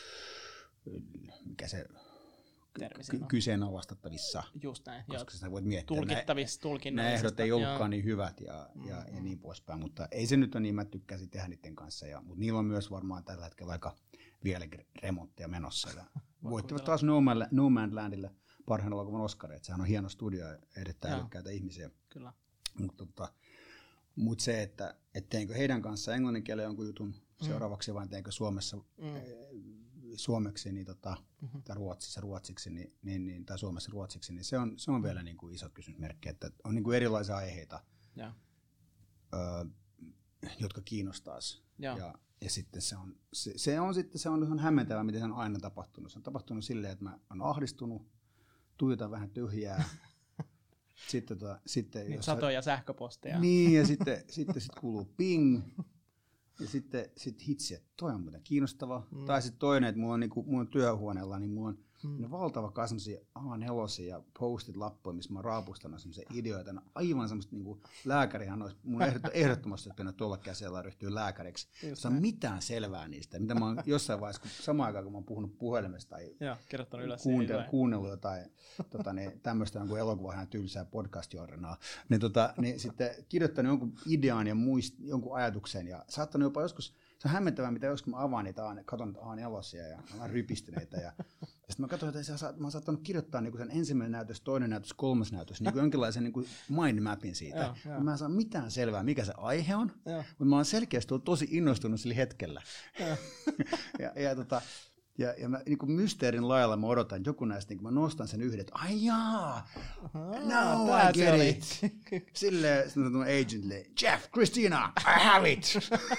mikä se... Ky- kyseenalaistettavissa, just näin, koska joo. Sä voit miettiä, tulkittavissa, nämä ehdot ei ollutkaan niin hyvät ja, mm-hmm. ja, ja niin poispäin, mutta ei se nyt ole niin, mä tykkäsin tehdä niiden kanssa, ja, mutta niillä on myös varmaan tällä hetkellä aika vieläkin remonttia menossa. Ja voittivat taas No, Man, no Man Landille parhaan elokuvan Oscarin, että sehän on hieno studio ja erittäin älykkäitä ihmisiä. Kyllä. Mutta tota, mut se, että et teinkö heidän kanssa englannin kielen jonkun jutun mm. seuraavaksi vai teinkö Suomessa mm. suomeksi niin tota, mm-hmm. tai Ruotsissa ruotsiksi niin, niin, niin, tai Suomessa ruotsiksi, niin se on, se on vielä niin kuin iso kysymysmerkki, että on niin kuin erilaisia aiheita, ja. Ö, jotka kiinnostaisi. Ja, ja, ja sitten se on, se, se on sitten se on ihan hämmentävää, miten se on aina tapahtunut. Se on tapahtunut silleen, että mä oon ahdistunut, tuijotan vähän tyhjää. sitten, tota, sitten, niin, satoja sähköposteja. Niin, ja sitten, sitten sit kuuluu ping. Ja sitten sit hitsi, että toi on muuten kiinnostava. Mm. Tai sitten toinen, että mulla on, niinku, mulla on työhuoneella, niin mulla on mm. valtava kanssa semmosia A neljä ja postit lappuja, missä mä oon raapustanut semmoisia ideoita. No, aivan semmoista, niinku, lääkärihän olisi, mun ehdot, ehdottomasti olisi pitänyt tuolla käsillä ja ryhtyä lääkäriksi. Se on mitään selvää niistä. Mitä mä oon jossain vaiheessa, kun samaan aikaan kun mä oon puhunut puhelimesta tai joo, kirjoittanut ylös kuunnellut, kuunnellut jotain tota, niin, tämmöistä jonkun elokuvahan tylsää podcast-journaa, niin, tota, niin sitten kirjoittanut jonkun idean ja muist, jonkun ajatuksen ja saattanut jopa joskus, se on hämmentävää, mitä joskus mä avaan niitä, katson A neljä ja mä oon rypistyneitä ja, ja sitten mä katson, että mä oon saattanut kirjoittaa niin sen ensimmäinen näytös, toinen näytös, kolmas näytös, niin jonkinlaisen niin mind mapin siitä. Ja, ja. Mä en saa mitään selvää, mikä se aihe on, ja. Mutta mä oon selkeästi ollut tosi innostunut sillä hetkellä. Ja, ja, ja, tota, ja, ja mä niin kuin mysteerin lailla mä odotan, että joku näistä, niin mä nostan sen yhden, että ai jaa, now I get it. Silleen sitten on agentille, Jeff, Christina, I have it.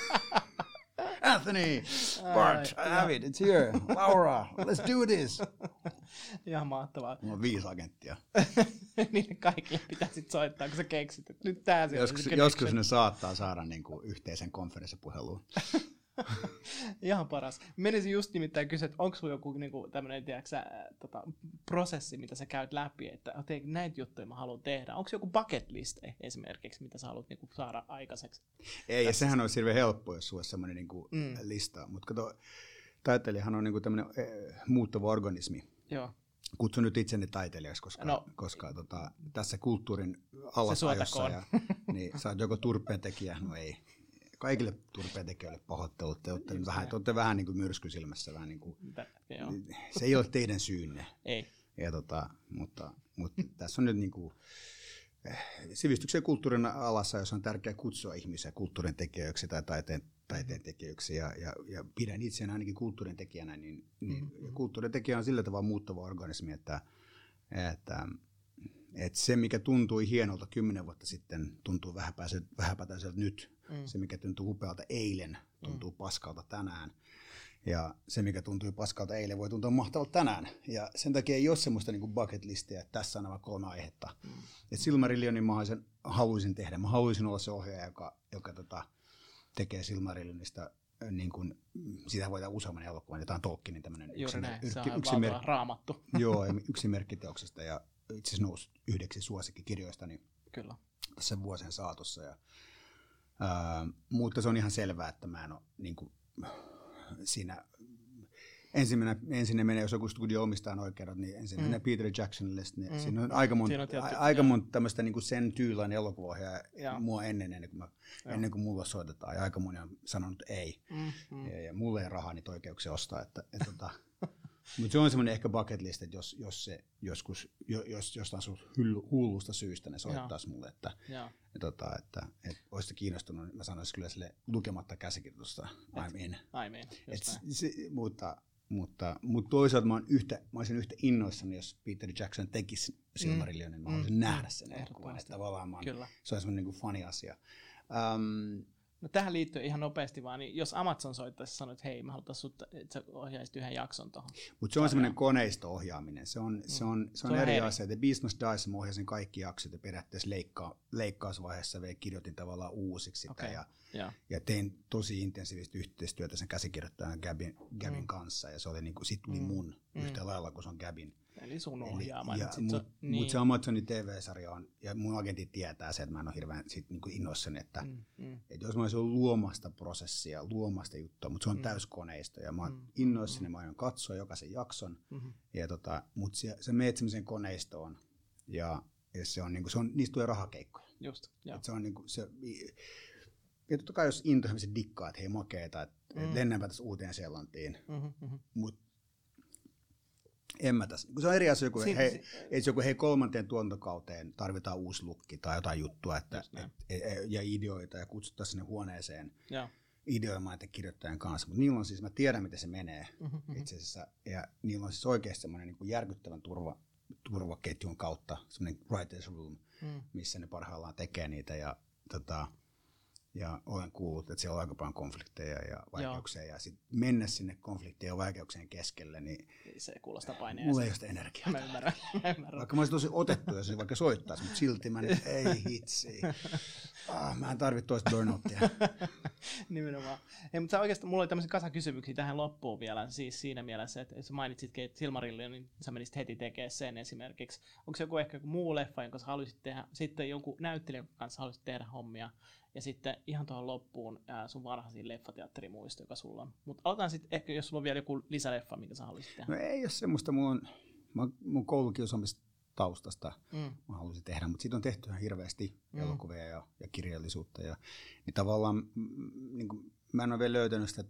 Anthony, Bart, I have it, it's here. Laura, let's do this. Ihan mahtavaa. Mulla on viisi agenttia. Niille kaikille pitää sitten soittaa, kun sä keksit, että nyt tää se joskus, on. Joskus ne saattaa saada niinku yhteisen konferenssipuheluun. Ihan paras. Menisin just nimittäin kysyä, että onko sulla joku niinku tämmöinen tiedätkö, tota, prosessi, mitä sä käyt läpi, että okay, näitä juttuja mä haluan tehdä. Onko joku bucket list esimerkiksi, mitä sä haluat niinku saada aikaiseksi? Ei, ja sehän olisi hirveän helppo, jos sulla olisi semmoinen niinku mm. lista. Mutta kato, taiteilijahan on niinku tämmöinen eh, muuttava organismi. Joo. Kutsun nyt itseni taiteilijaksi, koska, no, koska tota, tässä kulttuurin alasajossa ja, niin, sä oot joko turpeentekijä, no ei. Kaikille turpeentekijöille pahoittelut, te olette vähän, te olette vähän niin kuin myrskysilmässä, vähän niin kuin, se ei ole teidän syynne. Ei. Ja tota, mutta, mutta tässä on nyt niin kuin, sivistyksen ja kulttuurin alassa, jos on tärkeää kutsua ihmisiä kulttuurin tekijöiksi tai taiteen, taiteen tekijöiksi, ja, ja, ja pidän itseäni ainakin kulttuurin tekijänä, niin, niin mm-hmm. kulttuurin tekijä on sillä tavalla muuttava organismi, että, että että se, mikä tuntui hienolta kymmenen vuotta sitten, tuntuu vähäpätöiseltä nyt. Mm. Se, mikä tuntuu upealta eilen, tuntuu mm. paskalta tänään. Ja se, mikä tuntui paskalta eilen, voi tuntua mahtavalta tänään. Ja sen takia ei ole semmoista niin kuin bucket listia, että tässä on nämä kolme aihetta. Mm. Et Silmarillionin mä sen haluaisin tehdä. Mä haluaisin olla se ohjaaja, joka, joka tota, tekee Silmarillionista, niin kuin, siitä voi tehdä useamman elokuvan. Ja tämä on Tolkienin tämmöinen yksi, yksi, yksi mer- raamattu. Joo, yksi merkkiteoksista. Ja itse asiassa nousi yhdeksi suosikkikirjoistani Kyllä. tässä vuosien saatossa. Ja, ää, mutta se on ihan selvää, että mä en ole niin kuin, siinä ensimmäinen, ensin menee, jos joku studio omistaa oikeudet, niin ensin mm. menee Peter Jacksonille. Niin mm. Siinä on aika monta, on aika monta tämmöistä niin kuin sen tyylainen elokuvaohjaaja mua ennen, ennen kuin, mä, ennen kuin mulla soitetaan. Ja aika moni on sanonut ei. Mm. Mm. Ja, ja mulla ei rahaa niitä oikeuksia ostaa. Että, et, tota, mutta se on semmoinen ehkä bucket list, että jos, jos se joskus, jos jostain hullusta syystä ne soittaisi mulle, että, ja, tota, että, että olisit kiinnostunut, niin mä sanoisin kyllä sille lukematta käsikirjoitusta, I'm in. I'm in, Et se, mutta, mutta, mutta toisaalta mä, yhtä, mä olisin yhtä innoissani, jos Peter Jackson tekisi Silmarillionin, mm. mä haluaisin mm. nähdä sen elokuvan, että tavallaan mä, se on semmoinen niin kuin funny asia. Um, No tähän liittyy ihan nopeasti vaan, niin jos Amazon soittaisi ja sanoo, että hei, mä halutaan sut, että sä ohjaisit yhden jakson tuohon. Mutta se on semmoinen koneisto-ohjaaminen. Se on, mm. se on, se on, se on eri asia. The Business Dice, mä ohjasin kaikki jaksot ja periaatteessa leikkaa, leikkausvaiheessa vielä kirjoitin tavallaan uusiksi sitä. Okay. Ja, yeah. ja tein tosi intensiivistä yhteistyötä sen käsikirjoittajan Gabin, Gabin mm. kanssa. Ja se oli niin kuin, sit tuli mun mm. yhtä lailla kuin se on Gabin. Eli sun ohjaama. Mutta mut, niin. mut se Amazonin T V-sarja on, ja mun agentti tietää se, että mä en ole hirveän sit niinku innoissani, että mm, mm. et jos mä olisin ollut luomasta prosessia, luomasta juttua, mutta se on mm. täyskoneisto, ja mä oon mm, innoissani, mm. mä aion katsoa jokaisen jakson, mm-hmm. ja tota, mutta se, se meet semmoiseen koneistoon, ja, ja se on, niinku, se on, niistä tulee rahakeikkoja. Just, et se on niinku, se, ja totta kai jos intohimoiset dikkaa, että hei makeeta, että mm. et lennäänpä tässä Uuteen Seelantiin, mm-hmm. mutta en mä tässä. Se on eri asia, kun hei, joku hei kolmanteen tuotantokauteen tarvitaan uusi lukki tai jotain juttua että, et, et, ja ideoita ja kutsutaan sinne huoneeseen ja. ideoimaan että kirjoittajan kanssa. Mutta niillä on siis, mä tiedän miten se menee mm-hmm. itse asiassa ja niillä on siis oikeasti semmoinen niin kuin järkyttävän turva, turvaketjun kautta semmoinen writer's room, mm. missä ne parhaillaan tekee niitä ja tota, ja olen kuullut, että siellä on aika paljon konflikteja ja vaikeuksia, Joo. ja sitten mennä sinne konfliktien ja vaikeuksien keskelle, niin se kuulostaa paineeseen. Mulla ei ole sitä energiaa. Mä ymmärrän. Mä ymmärrän. Vaikka mä olisin tosi otettu, jos se vaikka soittaisi, mutta silti mä nyt, ei hitsi. Ah, mä en tarvitse toista burnouttia. Nimenomaan. Ei, mutta oikeastaan mulla oli tämmöisiä kasakysymyksiä tähän loppuun vielä, siis siinä mielessä, että jos mainitsit Silmarillion, niin sä menisit heti tekemään sen esimerkiksi. Onko se joku ehkä joku muu leffa, jonka sä haluaisit tehdä, sitten joku näyttelijä, jonka kanssa haluaisit tehdä hommia, ja sitten ihan tuohon loppuun ää, sun varhaisin leffateatterimuisto, joka sulla on. Mutta aloitetaan sitten ehkä, jos sulla on vielä joku lisäleffa, minkä sä haluaisit tehdä. No ei ole semmoista, mun, on, mä, mun koulukiusaamista taustasta mm. mä haluaisin tehdä, mutta siitä on tehty ihan hirveästi mm. elokuvia ja, ja kirjallisuutta. Ja, niin tavallaan mm, niin kuin, mä en ole vielä löytänyt sitä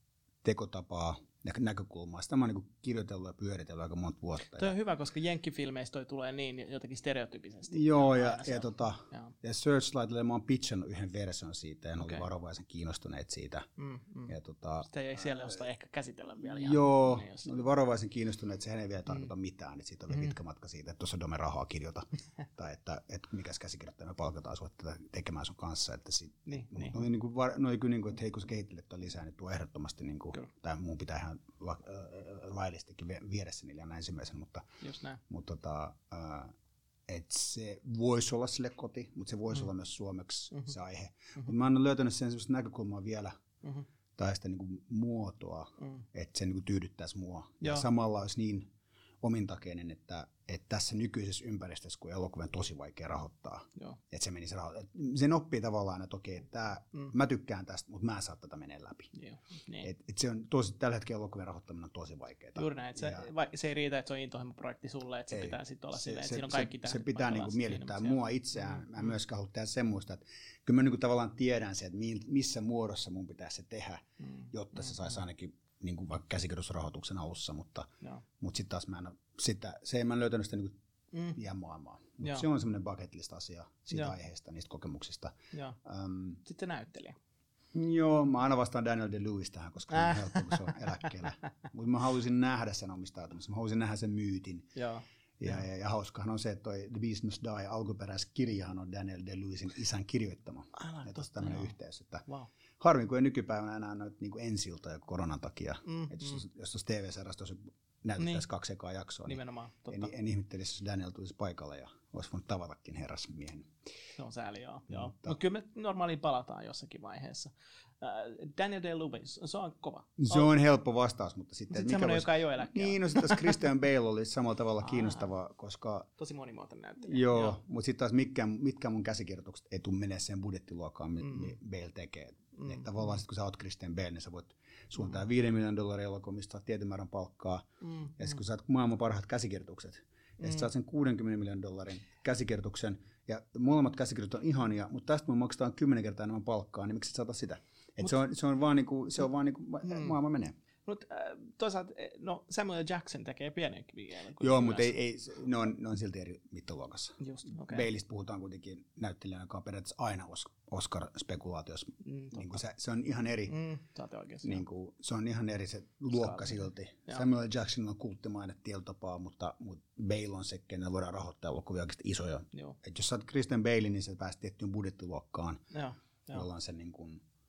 tekotapaa ja näkökulmaa. Sitä mä oon niin kirjoitellut ja pyöritellyt aika monta vuotta. Toi on hyvä, koska jenkkifilmeistä toi tulee niin jotenkin stereotypisesti. Joo, ja, ja, ja, tota, ja Searchlightille mä oon pitchannut yhden version siitä, ja ne okay. oli varovaisen kiinnostuneet siitä. Mm, mm. Ja, tota, sitä ei siellä jostain ehkä käsitellä vielä. Joo, niin, ne oli varovaisen kiinnostuneet, että sehän ei vielä tarkoita mm. mitään, että siitä on vielä mm. pitkä matka siitä, että tuossa on dome rahaa kirjoita, tai että, että mikäs käsikirjoittaja me palkataan sua tekemään sun kanssa. Että sit, niin, niin. Ne oli, niin kuin, ne oli kyllä niin kuin, että hei kun sä kehittelet tuon lisää, niin tuo ehdottomasti, niin kuin, tai mun pitää ihan laillistikin viedä sen Iljana ensimmäisen, mutta, mutta tota, äh, et se voisi olla sille koti, mutta se voisi mm. olla myös suomeksi mm-hmm. se aihe. Mm-hmm. Mutta mä oon löytänyt sen sellaista näkökulmaa vielä, mm-hmm. tai sitä niinku muotoa, mm. että se niinku tyydyttäisi mua. Joo. Ja samalla olisi niin omintakeinen, että, että tässä nykyisessä ympäristössä, kun elokuva on tosi vaikea rahoittaa, Joo. että se menisi rahoittaa. Sen oppii tavallaan, että okei, tää, mm. mä tykkään tästä, mutta mä en saa tätä menee läpi. Joo. Niin. Et, et se on tosi, tällä hetkellä elokuvien rahoittaminen on tosi vaikeaa. Juuri näin, että se, va, se ei riitä, että se on intohimoprojekti sulle, että se ei, pitää sitten olla se, silleen, että siinä on kaikki se, se pitää niinku miellyttää mua itseään. Mm. Mä en myöskään halua tehdä semmoista, että kyllä mä niinku tavallaan tiedän se, että missä muodossa mun pitää se tehdä, mm. jotta mm. se saisi ainakin niin kuin vaikka käsikirjoitusrahoituksen alussa, mutta, mutta sitten taas mä en, sitä, se ei mä en löytänyt sitä niin mm. iän maailmaa. Se on semmoinen bucket list asia siitä Joo. aiheesta, niistä kokemuksista. Um, sitten näyttelijä. Joo, mä aina vastaan Daniel Day-Lewis tähän, koska se on helppo, kun se on eläkkeellä. Mutta mä haluaisin nähdä sen omistautumisen, mä haluaisin nähdä sen myytin. Joo. Ja, ja, ja hauskahan on se, että toi The Beast Must Die alkuperäiskirjahan on Daniel Day-Lewisin isän kirjoittama. Aivan, ja tossa tämmöinen yhteys, että wow. harmi, kun ei nykypäivänä enää noita niin ensi-iltoja koronan takia. Mm, että mm. jos, jos tuossa T V-sarjassa näytettäisiin niin. kaksi ekaa jaksoa, niin Nimenomaan, en, en ihmettelisi, jos Daniel tulisi paikalle ja olisi voinut tavatakin herrasmiehen. Se on sääli, joo. joo. Mutta mut kyllä me normaaliin palataan jossakin vaiheessa. Uh, Daniel Day-Lewis, se on kova. Se on helppo vastaus, mutta sitten... Sitten semmoinen, voisi... joka ei ole eläkkeellä. Niin, no sitten taas Christian Bale oli samalla tavalla kiinnostava, koska... Tosi monimuotoinen näyttelijä. Joo, joo. Mutta sitten taas mitkään, mitkään mun käsikirjoitukset ei tule menee sen budjettiluokkaan, mitä mm. Bale tekee. Mm. Että tavallaan sit, kun sä oot Christian Bale, niin sä voit suuntaa mm. viiden miljoonan dollaria elokuva, mistä saat tietyn määrän palkkaa. Mm. Ja sitten kun sä oot maailman parhaat käsikirjoitukset, ja sitten mm. saat sen kuudenkymmenen miljoonan dollarin käsikirjoituksen, ja molemmat käsikirjoitukset on ihania, mutta tästä mun maksetaan kymmenen kertaa enemmän palkkaa, niin miksi et saata sitä? Et Mut, se, on, se on vaan niinku, se on vaan niinku, mm. maailma menee. Mutta äh, toisaalta, no Samuel Jackson tekee pienenkin vielä. Joo, mutta ei, ei, ne, on, ne on silti eri mittaluokassa. Just, okay. Baleista puhutaan kuitenkin näyttelijänä, joka on periaatteessa aina Oscar-spekulaatiossa. Mm, niin se, se on ihan eri. Mm, niin kuin, se on ihan eri se luokka silti. Joo. Samuel Jackson on kulttimainen tietotapaa, mutta, mutta Bale on se, kenellä voidaan rahoittaa elokuvia oikeasti isoja. Et jos sä oot Christian Bale, niin sä pääset tiettyyn budjettiluokkaan, Joo, jo. jolla on se niin kuin,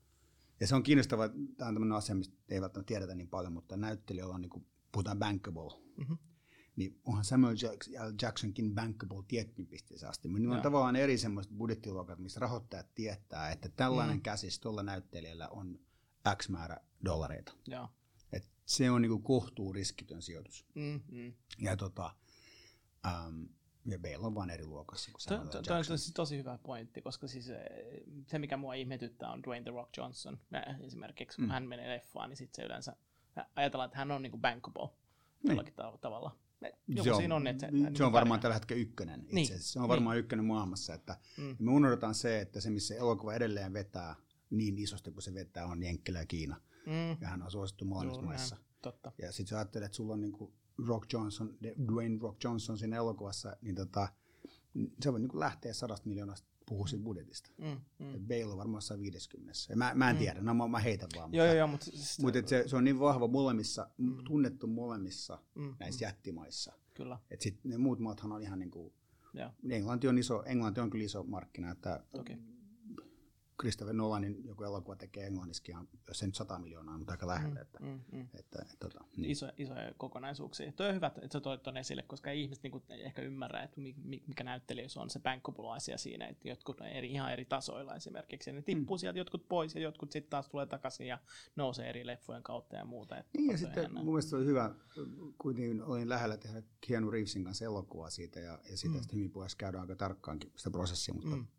Ja se on kiinnostavaa, tämä on tämmöinen asia, mistä ei välttämättä tiedetä niin paljon, mutta näyttelijöillä on, niin kuin, puhutaan bankable, mm-hmm. niin onhan Samuel Jacksonkin bankable tiettyyn pisteeseen asti. Mutta niillä on tavallaan eri semmoiset budjettiluokat, missä rahoittajat tietää, että tällainen mm. käsis tuolla näyttelijällä on X määrä dollareita. Ja. Et se on niinku kohtuu riskitön sijoitus. Mm-hmm. Ja, tota, ähm, ja Bale on vaan eri luokassa kuin Samuel Jackson. Tuo on tosi, tosi hyvä pointti, koska siis se, mikä mua ihmetyttää, on Dwayne The Rock Johnson. Esimerkiksi kun mm. hän menee leffaan, niin sit se yleensä ajatellaan, että hän on niinku bankable jollakin mm. tavalla. Joku se on, siinä on, että se, se niin on varmaan tällä hetkellä ykkönen itse asiassa. Niin. Se on varmaan niin. ykkönen maailmassa. Että mm. Me unohdetaan se, että se missä elokuva edelleen vetää niin isosti kuin se vetää on Jenkkilä ja Kiina. Mm. Ja hän on suosittu molemmissa maissa. Totta. Ja sit sä ajattelet, että sulla on niinku Rock Johnson, Dwayne Rock Johnson siinä elokuvassa, niin tota, se voi niinku lähteä sadasta miljoonasta puhua siitä budjetista. Mm, mm. Bale on varmaan jossain viideskymmenessä. Mä, mä en mm. tiedä, no, mä, mä heitän vaan. Joo, mutta joo, mutta mut se, se on niin vahva molemmissa, mm. tunnettu molemmissa mm, näissä mm. jättimaissa. Kyllä. Et sit ne muut maathan on ihan niinku, Englanti on iso, Englanti on kyllä iso markkina, että okay. Christopher Nolanin joku elokuva tekee englanniskin, jos se nyt sata miljoonaa, mutta aika lähellä. Mm, että, mm, mm. Että, että, että, niin. Iso, isoja kokonaisuuksia. Tuo on hyvä, että sä toit tuon esille, koska ei ihmiset niinku ehkä ymmärrä, että mikä näyttelijyys on se bankable-asia siinä, että jotkut on eri, ihan eri tasoilla esimerkiksi. Ja ne tippuu mm. sieltä jotkut pois ja jotkut sitten taas tulee takaisin ja nousee eri leffojen kautta ja muuta. Että niin ja sitten mun mielestä oli hyvä, kuitenkin olin lähellä tehdä Keanu Reevesin kanssa elokuvaa siitä ja, ja siitä mm. sitten hyvin puheessa käydään aika tarkkaankin sitä prosessia, mutta mm.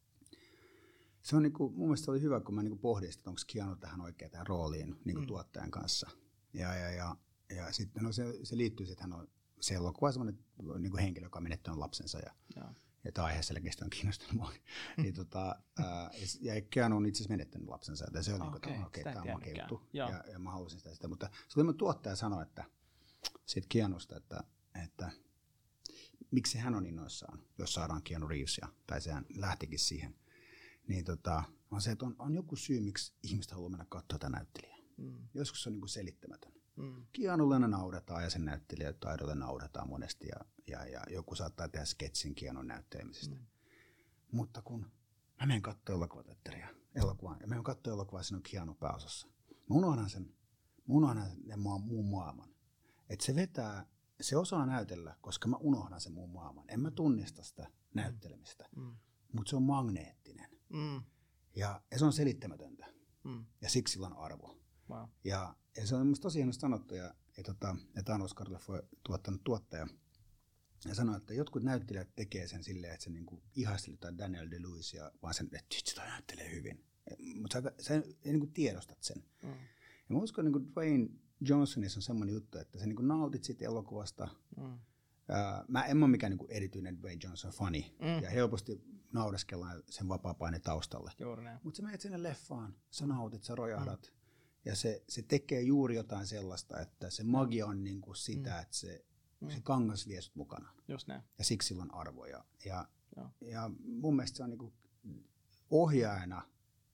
se on niinku, mun mielestä oli hyvä, kun mä niinku pohdin, että onko Keanu tähän oikein tähän rooliin niinku mm. tuottajan kanssa. Ja, ja, ja, ja sitten no se, se liittyy, että hän on se elokuva semmoinen niinku henkilö, joka on menettänyt lapsensa ja, ja. ja tämä aihe selkeästi on kiinnostunut mua. Mm. Niin, tota, ää, ja Keanu on itse asiassa menettänyt lapsensa, ja se on niinku, että okei, tämä on makea juttu. Ja, ja mä halusin sitä, sitä. Mutta se oli tuottaja sanoi, että siitä Keanusta, että, että miksi hän on innoissaan, jos saadaan Keanu Reevesia, tai sehän lähtikin siihen. Niin tota, on se, että on, on joku syy, miksi ihmiset haluaa mennä katsoa tätä näyttelijää. Mm. Joskus se on niin kuin selittämätön. Mm. Keanulle nauretaan ja sen näyttelijät taidolle nauretaan monesti ja, ja, ja joku saattaa tehdä sketsin Keanun näyttelemisestä. Mm. Mutta kun mä menen katsoa elokuvateatteria, elokuvaa, ja mä menen katsoa elokuvaa, siinä on Keanu pääosassa. Mä unohdan sen, mä unohdan sen muun maailman. Että se vetää, se osaa näytellä, koska mä unohdan sen muun maailman. En mä tunnista sitä näyttelemistä, mm. mutta se on magneettinen. Mm. Ja, ja se on selittämätöntä. Mm. Ja siksi sillä on arvo. Wow. Ja, ja se on minusta tosi hienosti sanottu. Ja, ja, tota, ja tämä on Oscar-leffoja tuottanut tuottaja. Ja sanoi, että jotkut näyttelijät tekee sen silleen, että se niinku ihasteli jotain Daniel Day-Lewisia, vaan sen, että sitä näyttelee hyvin. Mutta sä, sä ei niinku tiedostat sen. Mm. Ja mä uskon, että niinku Dwayne Johnsonissa on semmoinen juttu, että sä niinku nautit siitä elokuvasta. Mm. Ää, mä en ole mikään niinku erityinen Dwayne Johnson-fani. Mm. Ja helposti naudeskellaan sen vapaa-paine taustalle. Mutta sä menet sinne leffaan, sä nautit, sä rojahdat. Mm. Ja se, se tekee juuri jotain sellaista, että se magia on niinku sitä, mm. että se, mm. se kangas vie sut mukana. Just näin. Ja siksi sillä on arvoja. Ja, ja mun mielestä se on niinku ohjaajana,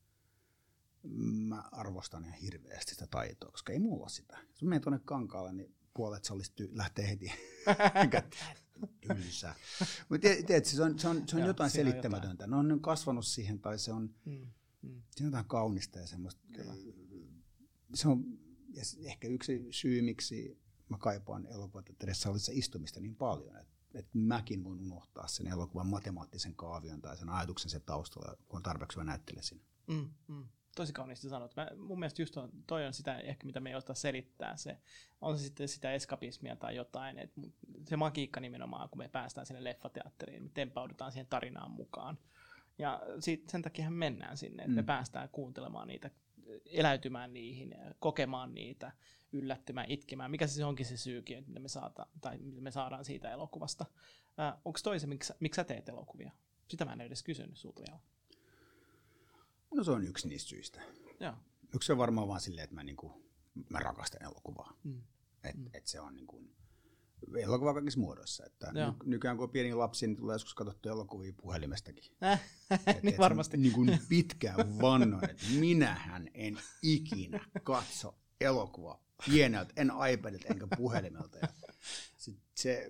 mä arvostan ihan hirveästi sitä taitoa, koska ei mulla ole sitä. Jos mä menen tuonne kankaalle, niin puolet salista lähtee heti. Tylsää. Mutta tiedätkö, se on, se on, se on jotain selittämätöntä. Jotain. Ne on kasvanut siihen, tai se on, mm, mm. se on jotain kaunista ja semmoista. Kyllä. Se on ja ehkä yksi syy, miksi mä kaipaan elokuvateatterissa salissa istumista niin paljon, että et mäkin voin unohtaa sen elokuvan matemaattisen kaavion tai sen ajatuksen sen taustalla, kun on tarpeeksi hyvä näyttelijä siinä. Mm, mm. Tosi kauniisti sanottu. Mä, mun mielestä just on, toi on sitä ehkä, mitä me ei osata selittää. Se, on se sitten sitä eskapismia tai jotain. Et se magiikka nimenomaan, kun me päästään sinne leffateatteriin, me tempaudutaan siihen tarinaan mukaan. Ja siitä, sen takia mennään sinne, että mm. me päästään kuuntelemaan niitä, eläytymään niihin, kokemaan niitä, yllättymään, itkemään. Mikä se onkin se syykin, mitä me, saata, tai mitä me saadaan siitä elokuvasta. Äh, Onko toi se, miksi, miksi sä teet elokuvia? Sitä mä en edes kysynyt sulta vielä. No se on yksi niistä syistä. Joo. Yksi on varmaan vaan silleen, että mä, niinku, mä rakastan elokuvaa. Mm. Että mm. et se on niinku, elokuva kaikissa muodoissa. Että ny, nykyään kun on pieni lapsi, niin tulee joskus katsottua elokuvia puhelimestakin. Äh, et, niin et varmasti. Niin kuin pitkään vannoin, että minähän en ikinä katso elokuvaa pieneltä, en iPadilta enkä puhelimelta. Ja sit se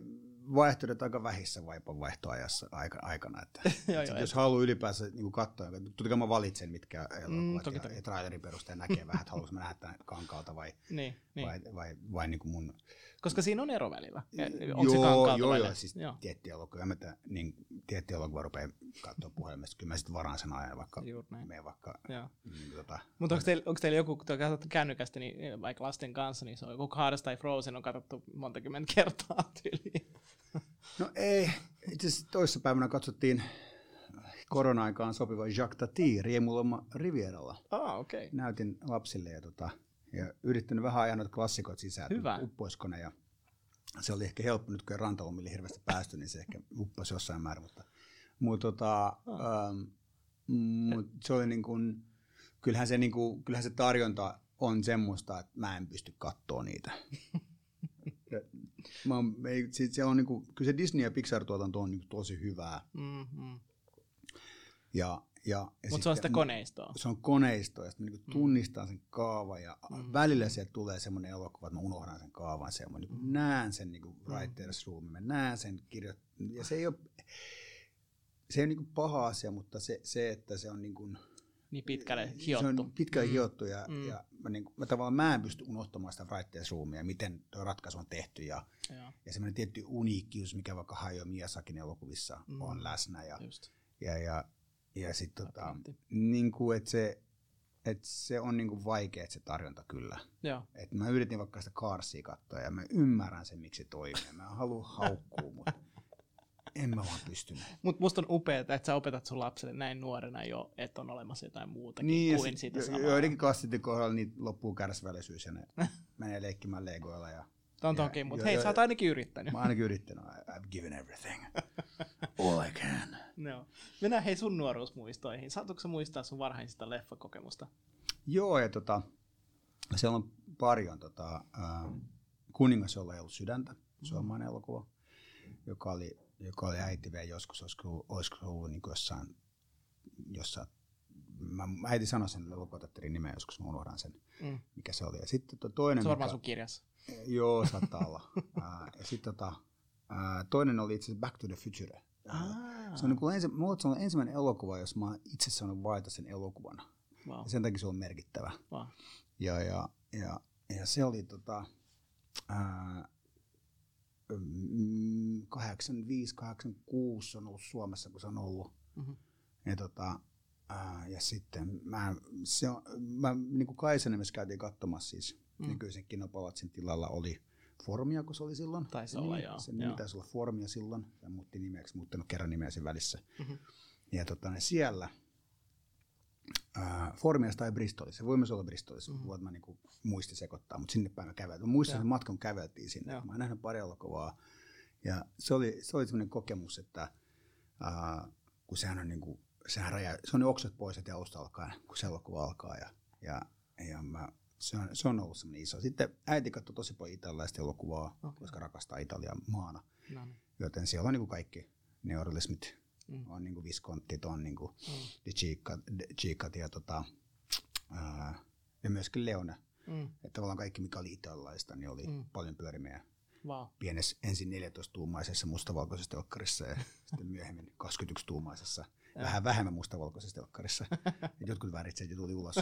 vaihtoehdot aika vähissä vaipanvaihtoajassa aika, aikana. Että, joo, että joo, et... jos haluaa ylipäänsä niin katsoa, totta kai mä valitsen, mitkä elokuvat mm, ja, ja trailerin perusteella näkee vähän, että haluaisin mä nähdä tämän Kankaalta vai, niin, niin. vai, vai, vai niin kuin mun... Koska siinä on ero välillä. Onko joo, se Kankaalta joo, joo, siis tiettyjä elokuvia. Mä tämän, niin tiettyjä elokuvia rupeaa katsoa puhelimesta. Kyllä mä sitten varaan sen ajan, vaikka menen vaikka... Niin, tota, mutta onko teillä, onko teillä joku, kun te katsotte kännykästä, niin vaikka lasten kanssa, niin se on joku Cars tai Frozen on katsottu monta kymmentä kertaa tyyliin? No ei. Itse asiassa toissapäivänä katsottiin korona-aikaan sopiva Jacques Tati Riemuloma Rivieralla. Ah, okei. Okay. Näytin lapsille ja, tota, ja yrittänyt vähän ajaa noita klassikoita sisään. Hyvä. Uppoisko ne ja se oli ehkä helppo nyt, kun ei rantalomille hirveästi päästy, niin se ehkä upposi jossain määrin. Mutta, mutta tota, oh. ähm, mut se oli niin kuin, kyllähän se, niin kuin, kyllähän se tarjonta on semmoista, että mä en pysty katsoa niitä. Mä, ei, sit se on niinku, kyllä se Disney- ja Pixar-tuotanto on niinku tosi hyvää. Mm-hmm. Ja, ja, mutta se on sitä koneistoa. Se on koneistoa, ja sitten mä niinku tunnistan sen kaavan, ja mm-hmm. välillä sieltä tulee semmoinen elokuva, että mä unohdan sen kaavan, se, mä niinku mm-hmm. näen sen niinku writer's room, mä näen sen kirjoit, ja se ei ole, se ei ole niinku paha asia, mutta se, se että se on niinku, niin pitkälle hiottu. Se on pitkälle mm. hiottu, ja, mm. ja mä, niin, mä tavallaan mä en pysty unohtamaan sitä writer's roomia, miten tuo ratkaisu on tehty, ja, ja. ja semmoinen tietty uniikkius, mikä vaikka Hayao Miyazakin elokuvissa mm. on läsnä, ja, ja, ja, ja sitten tota, niin kuin, että se, et se on niin kuin vaikea se tarjonta kyllä. Et mä yritin vaikka sitä Carsia katsoa, ja mä ymmärrän sen, miksi se toimii. Mä haluan haukkua, mutta en mä vaan pystynyt. Mutta musta on upeaa, että sä opetat sun lapselle näin nuorena jo, että on olemassa jotain muutakin niin, kuin sitä jo, samaa. Joidenkin klassisten kohdalla niin loppuu kärsivällisyys ja ne menee leikkimään legoilla. Ja, on toki, mutta hei, jo, sä oot ainakin yrittänyt. Mä oon ainakin yrittänyt. I've given everything. All I can. No. Mennään hei sun nuoruusmuistoihin. Saatuko sä muistaa sun varhaisista leffakokemusta? Joo, ja tota, siellä on paljon tota, äh, Kuningas, jolla ei ollut sydäntä, suomalainen mm. elokuva, joka oli joka oli äiti vielä joskus, olisiko, olisiko ollut niin jossain, jossain, mä, äiti sanoi sen elokuvateatterin nimen joskus, mä unohdan sen, mm. mikä se oli. Ja sitten to, toinen, se on varmaan sun kirjassa. Joo, saattaa olla. uh, ja sitten tota, uh, toinen oli itse asiassa Back to the Future. Uh, se on, niin kuin ensi, se on ensimmäinen elokuva, jos mä itse saanut valita sen elokuvana. Wow. Ja sen takia se on merkittävä. Wow. Ja, ja, ja, ja se oli tota, uh, kahdeksankymmentäviisi kahdeksankymmentäkuusi on ollut Suomessa, kun se on ollut. Mm-hmm. Ja, tota, ää, ja sitten mä, se on, mä niin kuin Kaisaniemessä käytiin katsomassa siis mm. nykyisen Kinopalatsin tilalla oli Formia, kun se oli silloin. Taisi olla, joo. Se nimi taisi olla Formia silloin, ja muutti nimeksi, muuttanut kerran nimeä sen välissä. Mm-hmm. Ja tota, ne siellä Äh, Formiasta tai Bristolissa. Se voi myös olla Bristolissa, mm-hmm. kun mä niinku muisti sekoittaa, mutta sinne päin mä käveltiin. Mä muistan sen matkan, kun käveltiin sinne. Ja. Mä oon nähnyt pari elokuvaa. Ja se oli, se oli sellainen kokemus, että äh, kun sehän on, niinku, sehän räjä, se on ne oksat pois heti alusta alkaen, kun se elokuva alkaa. Ja, ja, ja mä, se, on, se on ollut sellainen iso. Sitten äiti katsoi tosi paljon italialaista elokuvaa, okay. koska rakastaa Italiaa maana. No niin. Joten siellä on niinku kaikki neorealismit. Mm. On niinku Viscontit, on niinku mm. De Chicat ja, tota, ää, ja myöskin Leone. Mm. Että tavallaan kaikki, mikä oli italialaista, niin oli mm. paljon pyörimeä wow. pienessä ensin neljätoista-tuumaisessa mustavalkoisessa telkkarissa ja sitten myöhemmin kaksikymmentäyksi-tuumaisessa, vähän vähemmän mustavalkoisessa telkkarissa. Jotkut värit sieltä tuli ulos.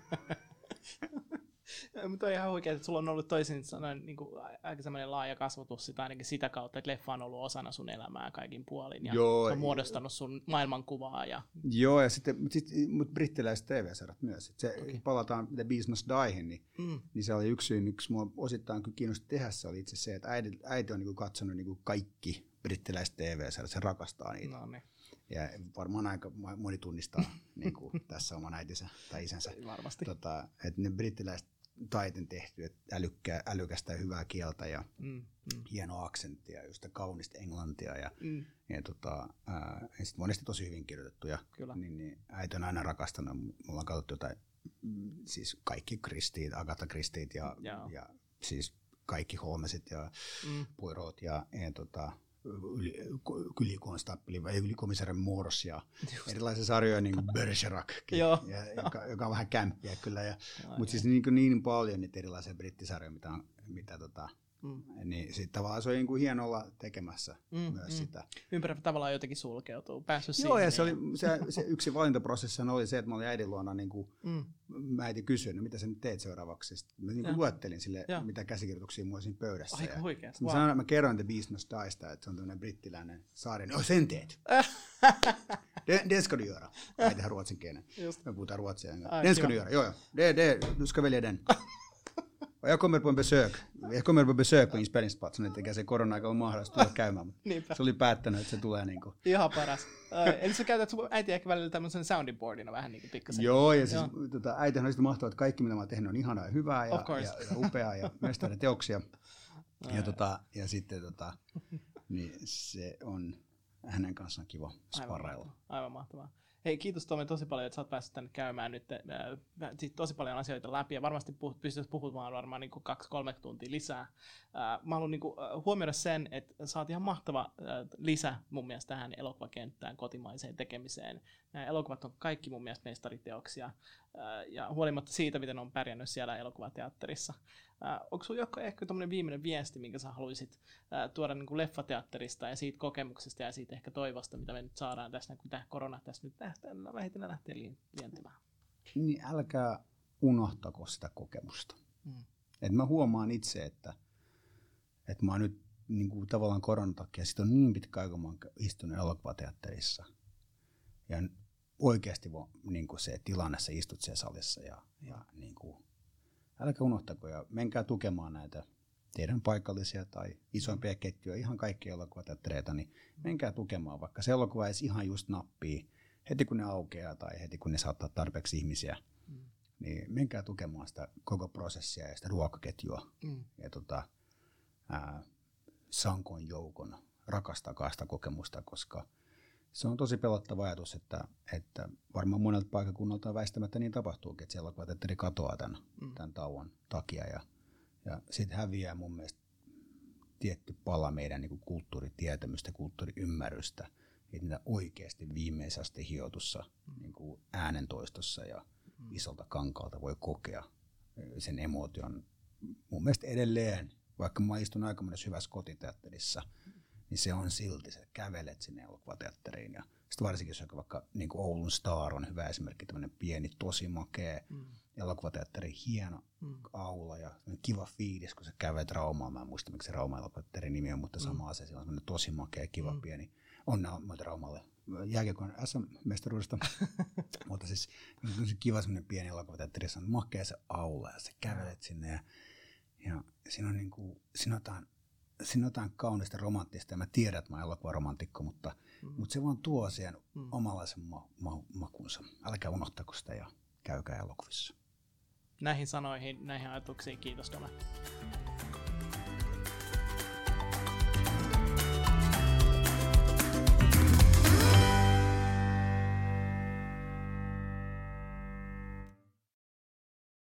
Mutta on ihan oikein, että sulla on ollut toisin sanoen niin kuin aika semmoinen laaja kasvatus sitä, ainakin sitä kautta, että leffa on ollut osana sun elämää kaikin puolin ja joo, se on muodostanut sun maailmankuvaa. Ja... Joo, ja sitten mutta sit, mut brittiläiset T V-sarjat myös. Se, okay. Palataan The Beast Must Diehin, niin, mm. niin se oli yksi syy, miksi mua osittain kiinnosti tehdä, se oli itse se, että äiti, äiti on niin kuin katsonut niin kuin kaikki brittiläiset T V-sarjat, se rakastaa niitä. No niin. Ja varmaan aika moni tunnistaa niin kuin tässä oman äitinsä tai isänsä. Varmasti. Tota, että ne brittiläiset taiten tehty, että älykkää, älykästä ja hyvää kieltä ja mm, mm. hienoa aksenttia ja just kaunista englantia ja, mm. ja, tota, ää, ja sit monesti tosi hyvin kirjoitettuja. Niin, niin äiti on aina rakastanut. Mulla on katsottu jotain, siis kaikki Christiet, Agatha Christiet ja, ja. ja siis kaikki Holmesit ja mm. Poirot ja, ja tota, yli, ylikonstappeli vai ylikomissaari Morse ja just. Erilaisia sarjoja niin kuin Bergerac, joka, joka on vähän kämppiä kyllä. Ja, mutta siis niin, niin paljon niitä erilaisia brittisarjoja, mitä, mitä tota, Mm. Niin sitten tavallaan se oli niin kuin hieno olla tekemässä mm, myös mm. sitä. Ympärä tavallaan jotenkin sulkeutuu, päässyt Joo, siihen. ja se, oli, se, se yksi valintaprosessi oli se, että mä olin äidin luona, niin kuin, mm. mä äiti kysyi, no mitä sä nyt teet seuraavaksi. Sitten mä niin kuin luettelin sille, ja. mitä käsikirjoituksia mulla siinä pöydässä. Aika huikeasti. Wow. Mä, mä kerroin The Beast Must Diesta, että se on tämmöinen brittiläinen saari. No sen teet. Den ska du göra. Äitihän ruotsinkielinen. Me puhutaan ruotsia. Den ska du göra. Joo, joo. Det, det, du ska välja den. Och jag kommer på en besök. Jag kommer på besök på inspelningsplatsen, että eikä se korona-aika ole mahdollista tulla käymään. Se oli päättänyt, että se tulee niin kuin. Ihan paras. Eli sä käytät sun äiti ehkä välillä tämmöisen sounding boardina vähän niin kuin pikkasen. Joo, ja siis tota, äitihän on sitten mahtavaa, että kaikki mitä mä oon tehnyt on ihanaa ja hyvää ja, ja, ja upeaa ja mestaiden teoksia. Ja, tota, ja sitten tota, niin se on hänen kanssaan kiva sparrailla. Aivan, aivan mahtavaa. Hei, kiitos Tomi tosi paljon, että sä oot päässyt tänne käymään nyt äh, siis tosi paljon asioita läpi ja varmasti puhut, pystyisi puhumaan varmaan niin kuin kaksi kolme tuntia lisää. Äh, mä haluan niin kuin, äh, huomioida sen, että sä oot ihan mahtava äh, lisä mun mielestä tähän elokuvakenttään, kotimaiseen tekemiseen. Nämä elokuvat on kaikki mun mielestä mestariteoksia äh, ja huolimatta siitä, miten on pärjännyt siellä elokuvateatterissa. Äh, onko sulla joku ehkä tommoinen viimeinen viesti, minkä sä haluaisit äh, tuoda niin kuin leffateatterista ja siitä kokemuksesta ja siitä ehkä toivosta, mitä me nyt saadaan tässä, kun tämä korona tässä nyt lähtee, vähitellen lähtee lientymään? Niin älkää unohtako sitä kokemusta. Mm. Et mä huomaan itse, että, että mä oon nyt niin kuin tavallaan koronan takia, sit on niin pitkä aika, mä oon istunut elokuvateatterissa. Ja oikeasti niin kuin se tilanne, sä istut siellä salissa ja, ja niin kuin, älkää unohtako ja menkää tukemaan näitä teidän paikallisia tai isompia ketjuja, ihan kaikkia elokuvateattereita, niin menkää tukemaan, vaikka se elokuva edes ihan just nappii heti kun ne aukeaa tai heti kun ne saattaa tarpeeksi ihmisiä, mm. niin menkää tukemaan sitä koko prosessia ja sitä ruokaketjua. Mm. Ja tota, ää, sankoin joukon rakastakaa sitä kokemusta, koska se on tosi pelottava ajatus, että, että varmaan monelta paikakunnalta väistämättä niin tapahtuukin, että se elokuvateatteri katoaa tämän, mm. tämän tauon takia. Ja, ja sitten häviää mun mielestä tietty pala meidän niin kuin kulttuuritietämystä, kulttuuriymmärrystä, että niitä oikeasti viimeisästi hiotussa mm. niin kuin äänentoistossa ja mm. isolta kankaalta voi kokea sen emotion. Mun mielestä edelleen, vaikka mä istun aika monessa hyvässä kotiteatterissa, niin se on silti, sä kävelet sinne elokuvateatteriin. Ja sitten varsinkin, jos vaikka niin kuin Oulun Star on hyvä esimerkki, tämmöinen pieni, tosi makea mm. elokuvateatteri, hieno mm. aula ja kiva fiilis, kun sä kävelet Raumaan. Mä en muista, miksi se Rauma-elokuvateatterin nimi on, mutta mm. sama asia, siellä on semmoinen tosi makea, kiva, mm. pieni. Onnea muilta Raumalle jääkiekon S M-mestaruudesta, mutta siis on se kiva semmoinen pieni elokuvateatteri, se on makea se aula ja sä kävelet sinne ja, ja siinä on niin kuin, siinä otaan Siinä on jotain kaunista romanttista ja mä tiedän, että mä oon elokuvaromantikko, mutta, mm. mutta se vaan tuo siihen mm. omanlaisen ma- ma- makunsa. Älkää unohtako sitä ja käykää elokuvissa. Näihin sanoihin, näihin ajatuksiin kiitos Dome.